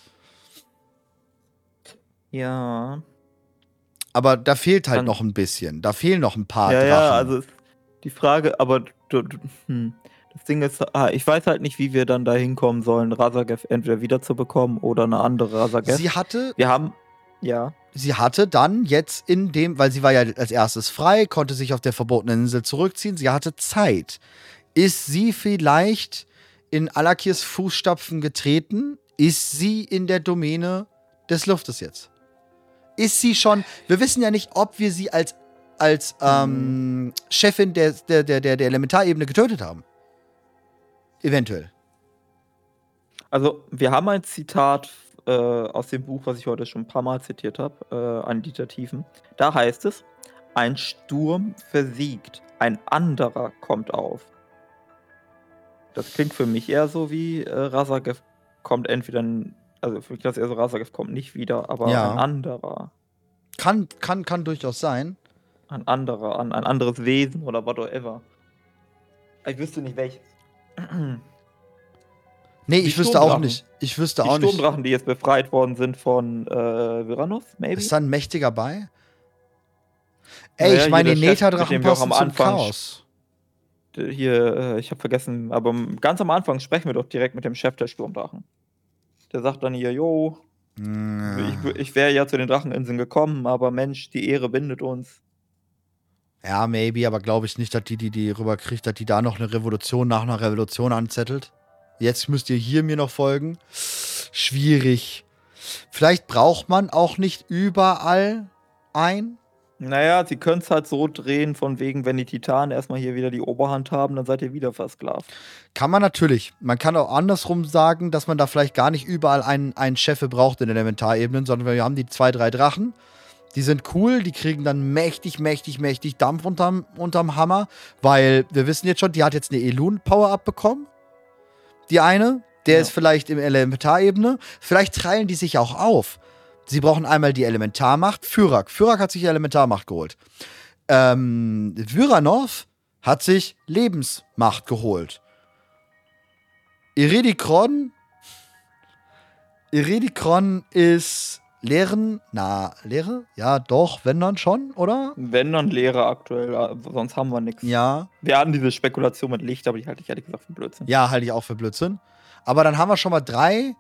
Ja. Aber da fehlt halt Dann- noch ein bisschen. Da fehlen noch ein paar Ja, Drachen. ja, also ist die Frage, aber du, du, hm, das Ding ist, ah, ich weiß halt nicht, wie wir dann da hinkommen sollen, Razagev entweder wiederzubekommen oder eine andere Razagev. sie hatte Wir haben, ja, sie hatte dann jetzt in dem, weil sie war ja als erstes frei, konnte sich auf der verbotenen Insel zurückziehen, sie hatte Zeit. Ist sie vielleicht in Alakirs Fußstapfen getreten? Ist sie in der Domäne des Luftes jetzt? Ist sie schon, wir wissen ja nicht, ob wir sie als, als ähm, Chefin der, der, der, der, der Elementarebene getötet haben. Eventuell. also wir haben ein Zitat äh, aus dem Buch, was ich heute schon ein paar Mal zitiert habe, äh, an Dieter Tiefen. Da heißt es, ein Sturm versiegt, ein anderer kommt auf. Das klingt für mich eher so wie äh, Razagev kommt entweder, n- also für mich das eher so, Razagev kommt nicht wieder, aber Ja. ein anderer, Kann, kann, kann durchaus sein. ein anderer, ein, ein anderes Wesen oder whatever. Ich wüsste nicht welches. Nee, Die ich wüsste auch Sturmdrachen. nicht. Ich wüsste Die auch nicht. Sturmdrachen, die jetzt befreit worden sind von äh, Vyranov, maybe? Ist da ein mächtiger bei? Ja, Ey, ja, ich meine, hier die der Chef, mit Neta-Drachen dem wir auch passen am zum Anfang Chaos. Hier, äh, ich habe vergessen, aber m- ganz am Anfang sprechen wir doch direkt mit dem Chef der Sturmdrachen. Der sagt dann hier, jo, Mm. ich, ich wäre ja zu den Dracheninseln gekommen, aber Mensch, die Ehre bindet uns. Ja, maybe, aber glaube ich nicht, dass die, die die rüberkriegt, dass die da noch eine Revolution nach einer Revolution anzettelt. Jetzt müsst ihr hier mir noch folgen. Schwierig. Vielleicht braucht man auch nicht überall ein. Naja, sie können es halt so drehen, von wegen, wenn die Titanen erstmal hier wieder die Oberhand haben, dann seid ihr wieder versklavt. Kann man natürlich. Man kann auch andersrum sagen, dass man da vielleicht gar nicht überall einen, einen Chef braucht in den Elementarebenen, sondern wir haben die zwei, drei Drachen. Die sind cool, die kriegen dann mächtig, mächtig, mächtig Dampf unterm, unterm Hammer, weil wir wissen jetzt schon, die hat jetzt eine Elun-Power-Up bekommen. Die eine, der Ja. ist vielleicht im Elementarebene. Vielleicht teilen die sich auch auf. Sie brauchen einmal die Elementarmacht. Fyrak. Fyrak hat sich die Elementarmacht geholt. Ähm, Vyranov hat sich Lebensmacht geholt. Iridikron. Iridikron ist leeren, na, leere? Ja, doch, wenn dann schon, oder? Wenn dann Leere aktuell, äh, sonst haben wir nichts. Ja. Wir hatten diese Spekulation mit Licht, aber die halte ich ehrlich gesagt für Blödsinn. Ja, halte ich auch für Blödsinn. Aber dann haben wir schon mal drei,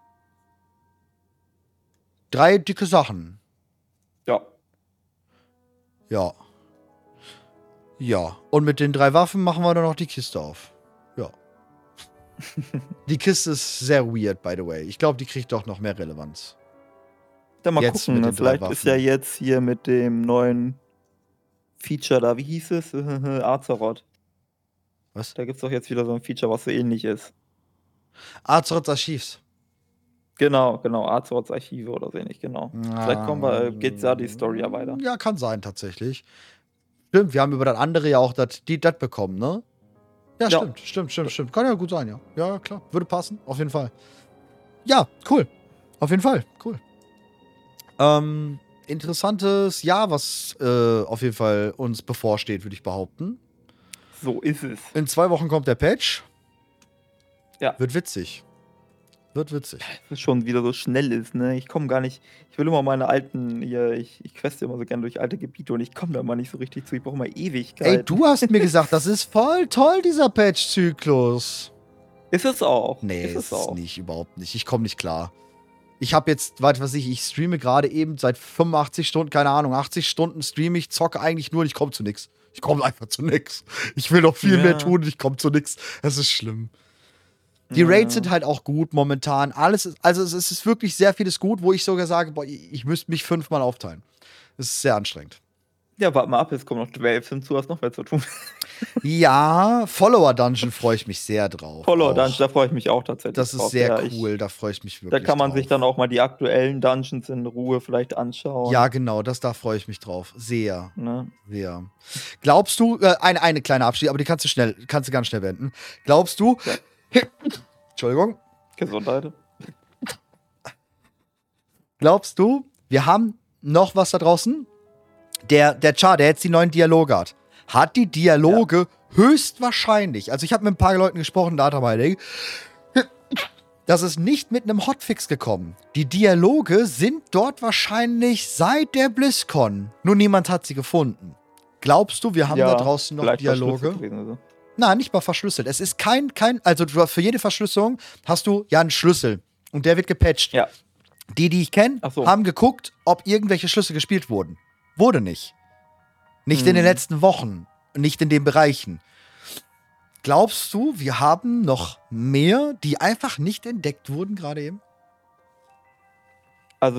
drei dicke Sachen. Ja. Ja. Ja. Und mit den drei Waffen machen wir dann noch die Kiste auf. Ja. Die Kiste ist sehr weird, by the way. Ich glaube, die kriegt doch noch mehr Relevanz. Dann mal Jetzt gucken, mit ne? den drei Vielleicht ist Waffen. ja jetzt hier mit dem neuen Feature da, wie hieß es? Azeroth. Was? Da gibt es doch jetzt wieder so ein Feature, was so ähnlich ist. Azeroths Archivs. Genau, genau, Azeroths Archive oder so ähnlich, genau. Vielleicht kommen wir, äh, geht's da die Story ja weiter. Ja, kann sein, tatsächlich. Stimmt, wir haben über das andere ja auch das die das bekommen, ne? Ja, Ja. stimmt, stimmt, stimmt, stimmt. Kann ja gut sein, ja. Ja, klar. Würde passen, auf jeden Fall. Ja, cool. Auf jeden Fall, cool. Ähm, interessantes Jahr, was äh, auf jeden Fall uns bevorsteht, würde ich behaupten. So ist es. In zwei Wochen kommt der Patch. Ja. Wird witzig. Wird witzig. Das schon wieder so schnell ist, ne? Ich komme gar nicht. Ich will immer meine alten, hier, ich, ich queste immer so gerne durch alte Gebiete und ich komme da mal nicht so richtig zu. Ich brauche mal Ewigkeit. Ey, du hast mir gesagt, das ist voll toll, dieser Patch-Zyklus. Ist es auch. Nee, ist ist es auch. nicht, überhaupt nicht. Ich komme nicht klar. Ich habe jetzt, warte, was ich, ich streame gerade eben seit fünfundachtzig Stunden, keine Ahnung, achtzig Stunden streame ich, zocke eigentlich nur und ich komme zu nix. Ich komme einfach zu nix. Ich will noch viel Ja. mehr tun und ich komme zu nix. Das ist schlimm. Die Ja. Raids sind halt auch gut momentan. Alles ist, also es ist wirklich sehr vieles gut, wo ich sogar sage, boah, ich, ich müsste mich fünfmal aufteilen. Das ist sehr anstrengend. Ja, warte mal ab, jetzt kommen noch zwölf hinzu, hast noch mehr zu tun. Ja, Follower-Dungeon freue ich mich sehr drauf. Follower auch. Dungeon, da freue ich mich auch tatsächlich. Das ist drauf. sehr Ja, ich- cool, da freue ich mich Da wirklich kann man drauf. sich dann auch mal die aktuellen Dungeons in Ruhe vielleicht anschauen. Ja, genau, das da freue ich mich drauf. Sehr, Ne? sehr. Glaubst du, äh, eine, eine kleine Abschied, aber die kannst du schnell, kannst du ganz schnell wenden. Glaubst du, Entschuldigung, Gesundheit. glaubst du, wir haben noch was da draußen? Der, der Char, der jetzt die neuen Dialoge hat, hat die Dialoge höchstwahrscheinlich, also ich habe mit ein paar Leuten gesprochen, Data Mining, das ist nicht mit einem Hotfix gekommen. Die Dialoge sind dort wahrscheinlich seit der BlizzCon. Nur niemand hat sie gefunden. Glaubst du, wir haben da draußen noch vielleicht Dialoge? verschlüsselt gewesen, also. Nein, nicht mal verschlüsselt. Es ist kein, kein, also du, für jede Verschlüsselung hast du ja einen Schlüssel. Und der wird gepatcht. Ja. Die, die ich kenne, Ach so. haben geguckt, ob irgendwelche Schlüssel gespielt wurden. Wurde nicht. Nicht in den Hm. letzten Wochen. Nicht in den Bereichen. Glaubst du, wir haben noch mehr, die einfach nicht entdeckt wurden, gerade eben? Also,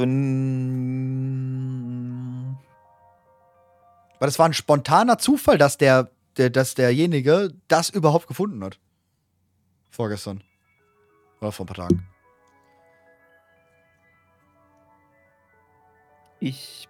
n- Weil das war ein spontaner Zufall, dass der, der, dass derjenige das überhaupt gefunden hat. Vorgestern. Oder vor ein paar Tagen. ich.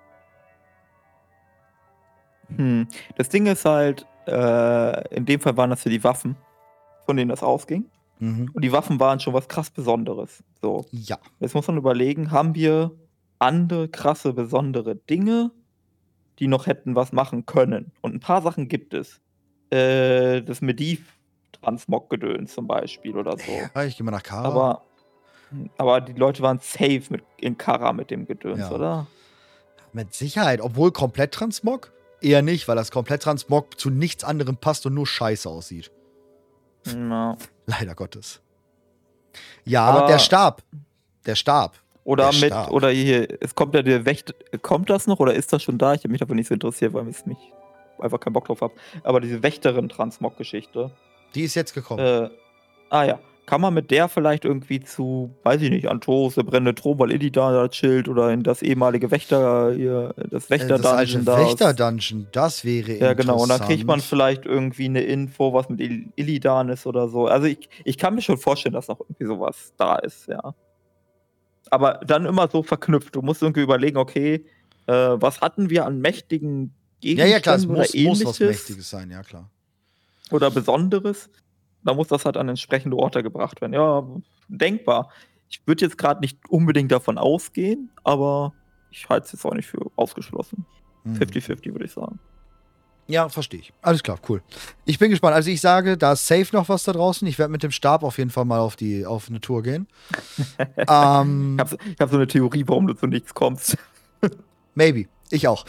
Hm. Das Ding ist halt, äh, in dem Fall waren das für die Waffen, von denen das ausging. Mhm. Und die Waffen waren schon was krass Besonderes. So. Ja. Jetzt muss man überlegen, haben wir andere krasse, besondere Dinge, die noch hätten was machen können? Und ein paar Sachen gibt es. Äh, das Mediv-Transmog-Gedöns zum Beispiel oder so. Ja, ich gehe mal nach Kara. Aber, aber die Leute waren safe mit, in Kara mit dem Gedöns, Ja. oder? Mit Sicherheit. Obwohl komplett Transmog? Eher nicht, weil das komplett Transmog zu nichts anderem passt und nur scheiße aussieht. Ja. Leider Gottes. Ja, Aber- der Stab. Der Stab. Oder Der mit, Stab. oder hier, es kommt ja der Wächter, kommt das noch oder ist das schon da? Ich habe mich dafür nicht so interessiert, weil ich mich einfach keinen Bock drauf habe. Aber diese Wächterin-Transmog-Geschichte. Die ist jetzt gekommen. Äh, ah ja. Kann man mit der vielleicht irgendwie zu, weiß ich nicht, Antos, der brennende Thron, weil Illidan da chillt oder in das ehemalige Wächter, hier, das Äh, das Wächter-Dungeon alte da. aus- Wächter-Dungeon, das wäre Ja, genau. Und dann kriegt man interessant. vielleicht irgendwie eine Info, was mit Il- Illidan ist oder so. Also ich, ich kann mir schon vorstellen, dass noch irgendwie sowas da ist, ja. Aber dann immer so verknüpft. Du musst irgendwie überlegen, okay, äh, was hatten wir an mächtigen Ja, Gegenständen ja, klar, es oder muss, muss ähnliches was Mächtiges sein, ja, klar. oder Besonderes. Da muss das halt an entsprechende Orte gebracht werden. Ja, denkbar. Ich würde jetzt gerade nicht unbedingt davon ausgehen, aber ich halte es jetzt auch nicht für ausgeschlossen. Hm. fünfzig fünfzig würde ich sagen. Ja, verstehe ich. Alles klar, cool. Ich bin gespannt. Also ich sage, da ist safe noch was da draußen. Ich werde mit dem Stab auf jeden Fall mal auf, die, auf eine Tour gehen. ähm, Ich habe ich hab so eine Theorie, warum du zu nichts kommst. Maybe. Ich auch.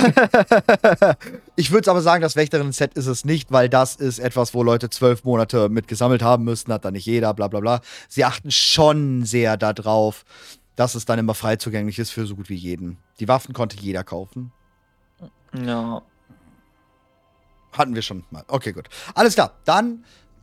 Ich würde aber sagen, das Wächterin-Set ist es nicht, weil das ist etwas, wo Leute zwölf Monate mit gesammelt haben müssten, hat dann nicht jeder, bla bla bla. Sie achten schon sehr darauf, dass es dann immer frei zugänglich ist für so gut wie jeden. Die Waffen konnte jeder kaufen. Ja. Hatten wir schon mal. Okay, gut. Alles klar. Dann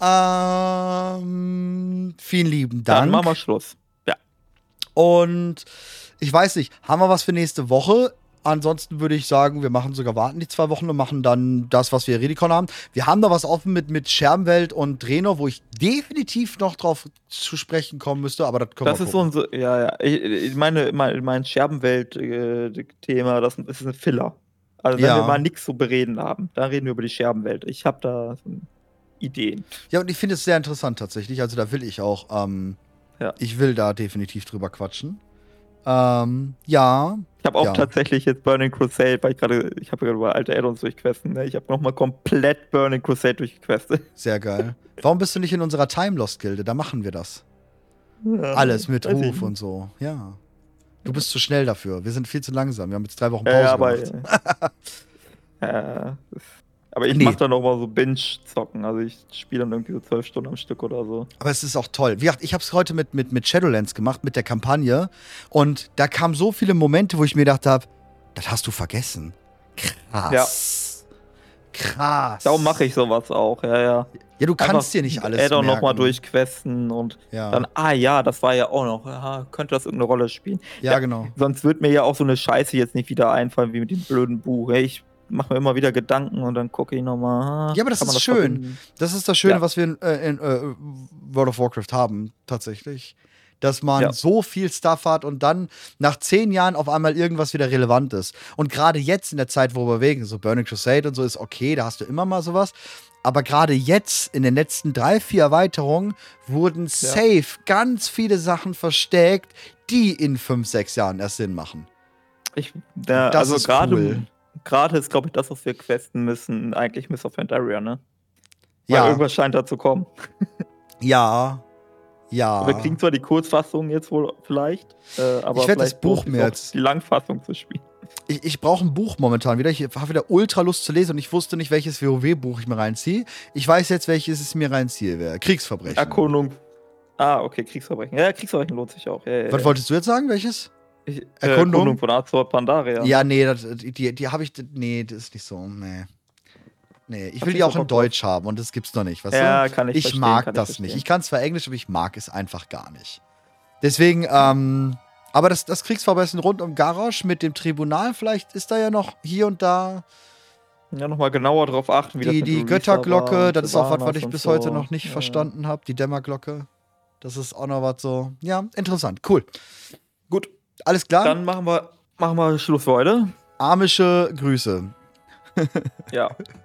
ähm, vielen lieben Dank. Dann machen wir Schluss. Ja. Und ich weiß nicht, haben wir was für nächste Woche? Ansonsten würde ich sagen, wir machen sogar warten die zwei Wochen und machen dann das, was wir Redicon haben. Wir haben da was offen mit, mit Scherbenwelt und Draenor, wo ich definitiv noch drauf zu sprechen kommen müsste, aber das können Das wir ist so ein, so, ja, ja. Ich, ich meine, mein, mein Scherbenwelt-Thema, das ist ein Filler. Also wenn Ja. wir mal nichts zu bereden haben, dann reden wir über die Scherbenwelt. Ich habe da so Ideen. Ja, und ich finde es sehr interessant tatsächlich. Also da will ich auch, ähm, Ja. ich will da definitiv drüber quatschen. Ähm, ja. Ich habe auch Ja. tatsächlich jetzt Burning Crusade, weil ich gerade, ich habe gerade über alte Add-ons durchquesten, ne? Ich habe nochmal komplett Burning Crusade durchgequestet. Sehr geil. Warum bist du nicht in unserer Time Lost Gilde? Da machen wir das. Ja, Alles mit weiß ich Ruf nicht. und so. Ja. Du bist zu schnell dafür. Wir sind viel zu langsam. Wir haben jetzt drei Wochen Pause Ja, ja, aber, gemacht. ja, das- aber ich Nee. mache dann noch mal so Binge-Zocken. Also ich spiele dann irgendwie so zwölf Stunden am Stück oder so. Aber es ist auch toll. Wie gesagt, ich habe es heute mit, mit, mit Shadowlands gemacht, mit der Kampagne. Und da kamen so viele Momente, wo ich mir gedacht habe, das hast du vergessen. Krass. Krass. Darum mache ich sowas auch, ja, ja. Ja, du kannst Einfach dir nicht alles Add-on merken. nochmal durchquesten und Ja, dann, ah ja, das war ja auch noch, ja, könnte das irgendeine Rolle spielen. ja, ja. genau. Sonst wird mir ja auch so eine Scheiße jetzt nicht wieder einfallen, wie mit dem blöden Buch. Hey, ich mache mir immer wieder Gedanken und dann gucke ich nochmal. Ja, aber das ist schön. verbinden? Das ist das Schöne, Ja. was wir in, äh, in äh, World of Warcraft haben, tatsächlich. Dass man Ja. so viel Stuff hat und dann nach zehn Jahren auf einmal irgendwas wieder relevant ist. Und gerade jetzt in der Zeit, wo wir bewegen, so Burning Crusade und so ist okay, da hast du immer mal sowas. Aber gerade jetzt, in den letzten drei, vier Erweiterungen, wurden safe ganz viele Sachen versteckt, die in fünf, sechs Jahren erst Sinn machen. Ich, ja, Das also ist gerade cool. gerade ist, glaube ich, das, was wir questen müssen, eigentlich Mists of Pandaria, ne? Weil Ja, irgendwas scheint da zu kommen. ja, ja. Wir kriegen zwar die Kurzfassung jetzt wohl vielleicht, äh, aber Ich werd das vielleicht Buch lohnt sich mir auch, jetzt- die Langfassung zu spielen. Ich, ich brauche ein Buch momentan wieder. Ich habe wieder ultra Lust zu lesen und ich wusste nicht, welches WoW-Buch ich mir reinziehe. Ich weiß jetzt, welches ich mir reinziehe. Wäre Kriegsverbrechen. Erkundung. Ah, okay, Kriegsverbrechen. Ja, Kriegsverbrechen lohnt sich auch. Ja, ja, Was ja. wolltest du jetzt sagen? Welches? Ich, äh, Erkundung? Erkundung von Azor Pandaria. Ja, nee, das, die, die habe ich. Nee, das ist nicht so. Nee. Nee, ich Hab will ich die auch so in Bock drauf. Deutsch haben und das gibt's noch nicht. Weißt Ja, du? kann ich Ich verstehen, mag kann ich das verstehen. nicht. Ich kann zwar Englisch, aber ich mag es einfach gar nicht. Deswegen, ähm. Aber das, das Kriegsverbrechen rund um Garrosh mit dem Tribunal, vielleicht ist da ja noch hier und da Ja, nochmal genauer drauf achten, wie das die, mit die Luisa Götterglocke. war, Das ist auch was, was Sylvanas ich und bis so. heute noch nicht Ja, verstanden habe. Die Dämmerglocke. Das ist auch noch was so. Ja, interessant. Cool. Gut, alles klar. Dann machen wir, machen wir Schluss für heute. Amische Grüße. Ja.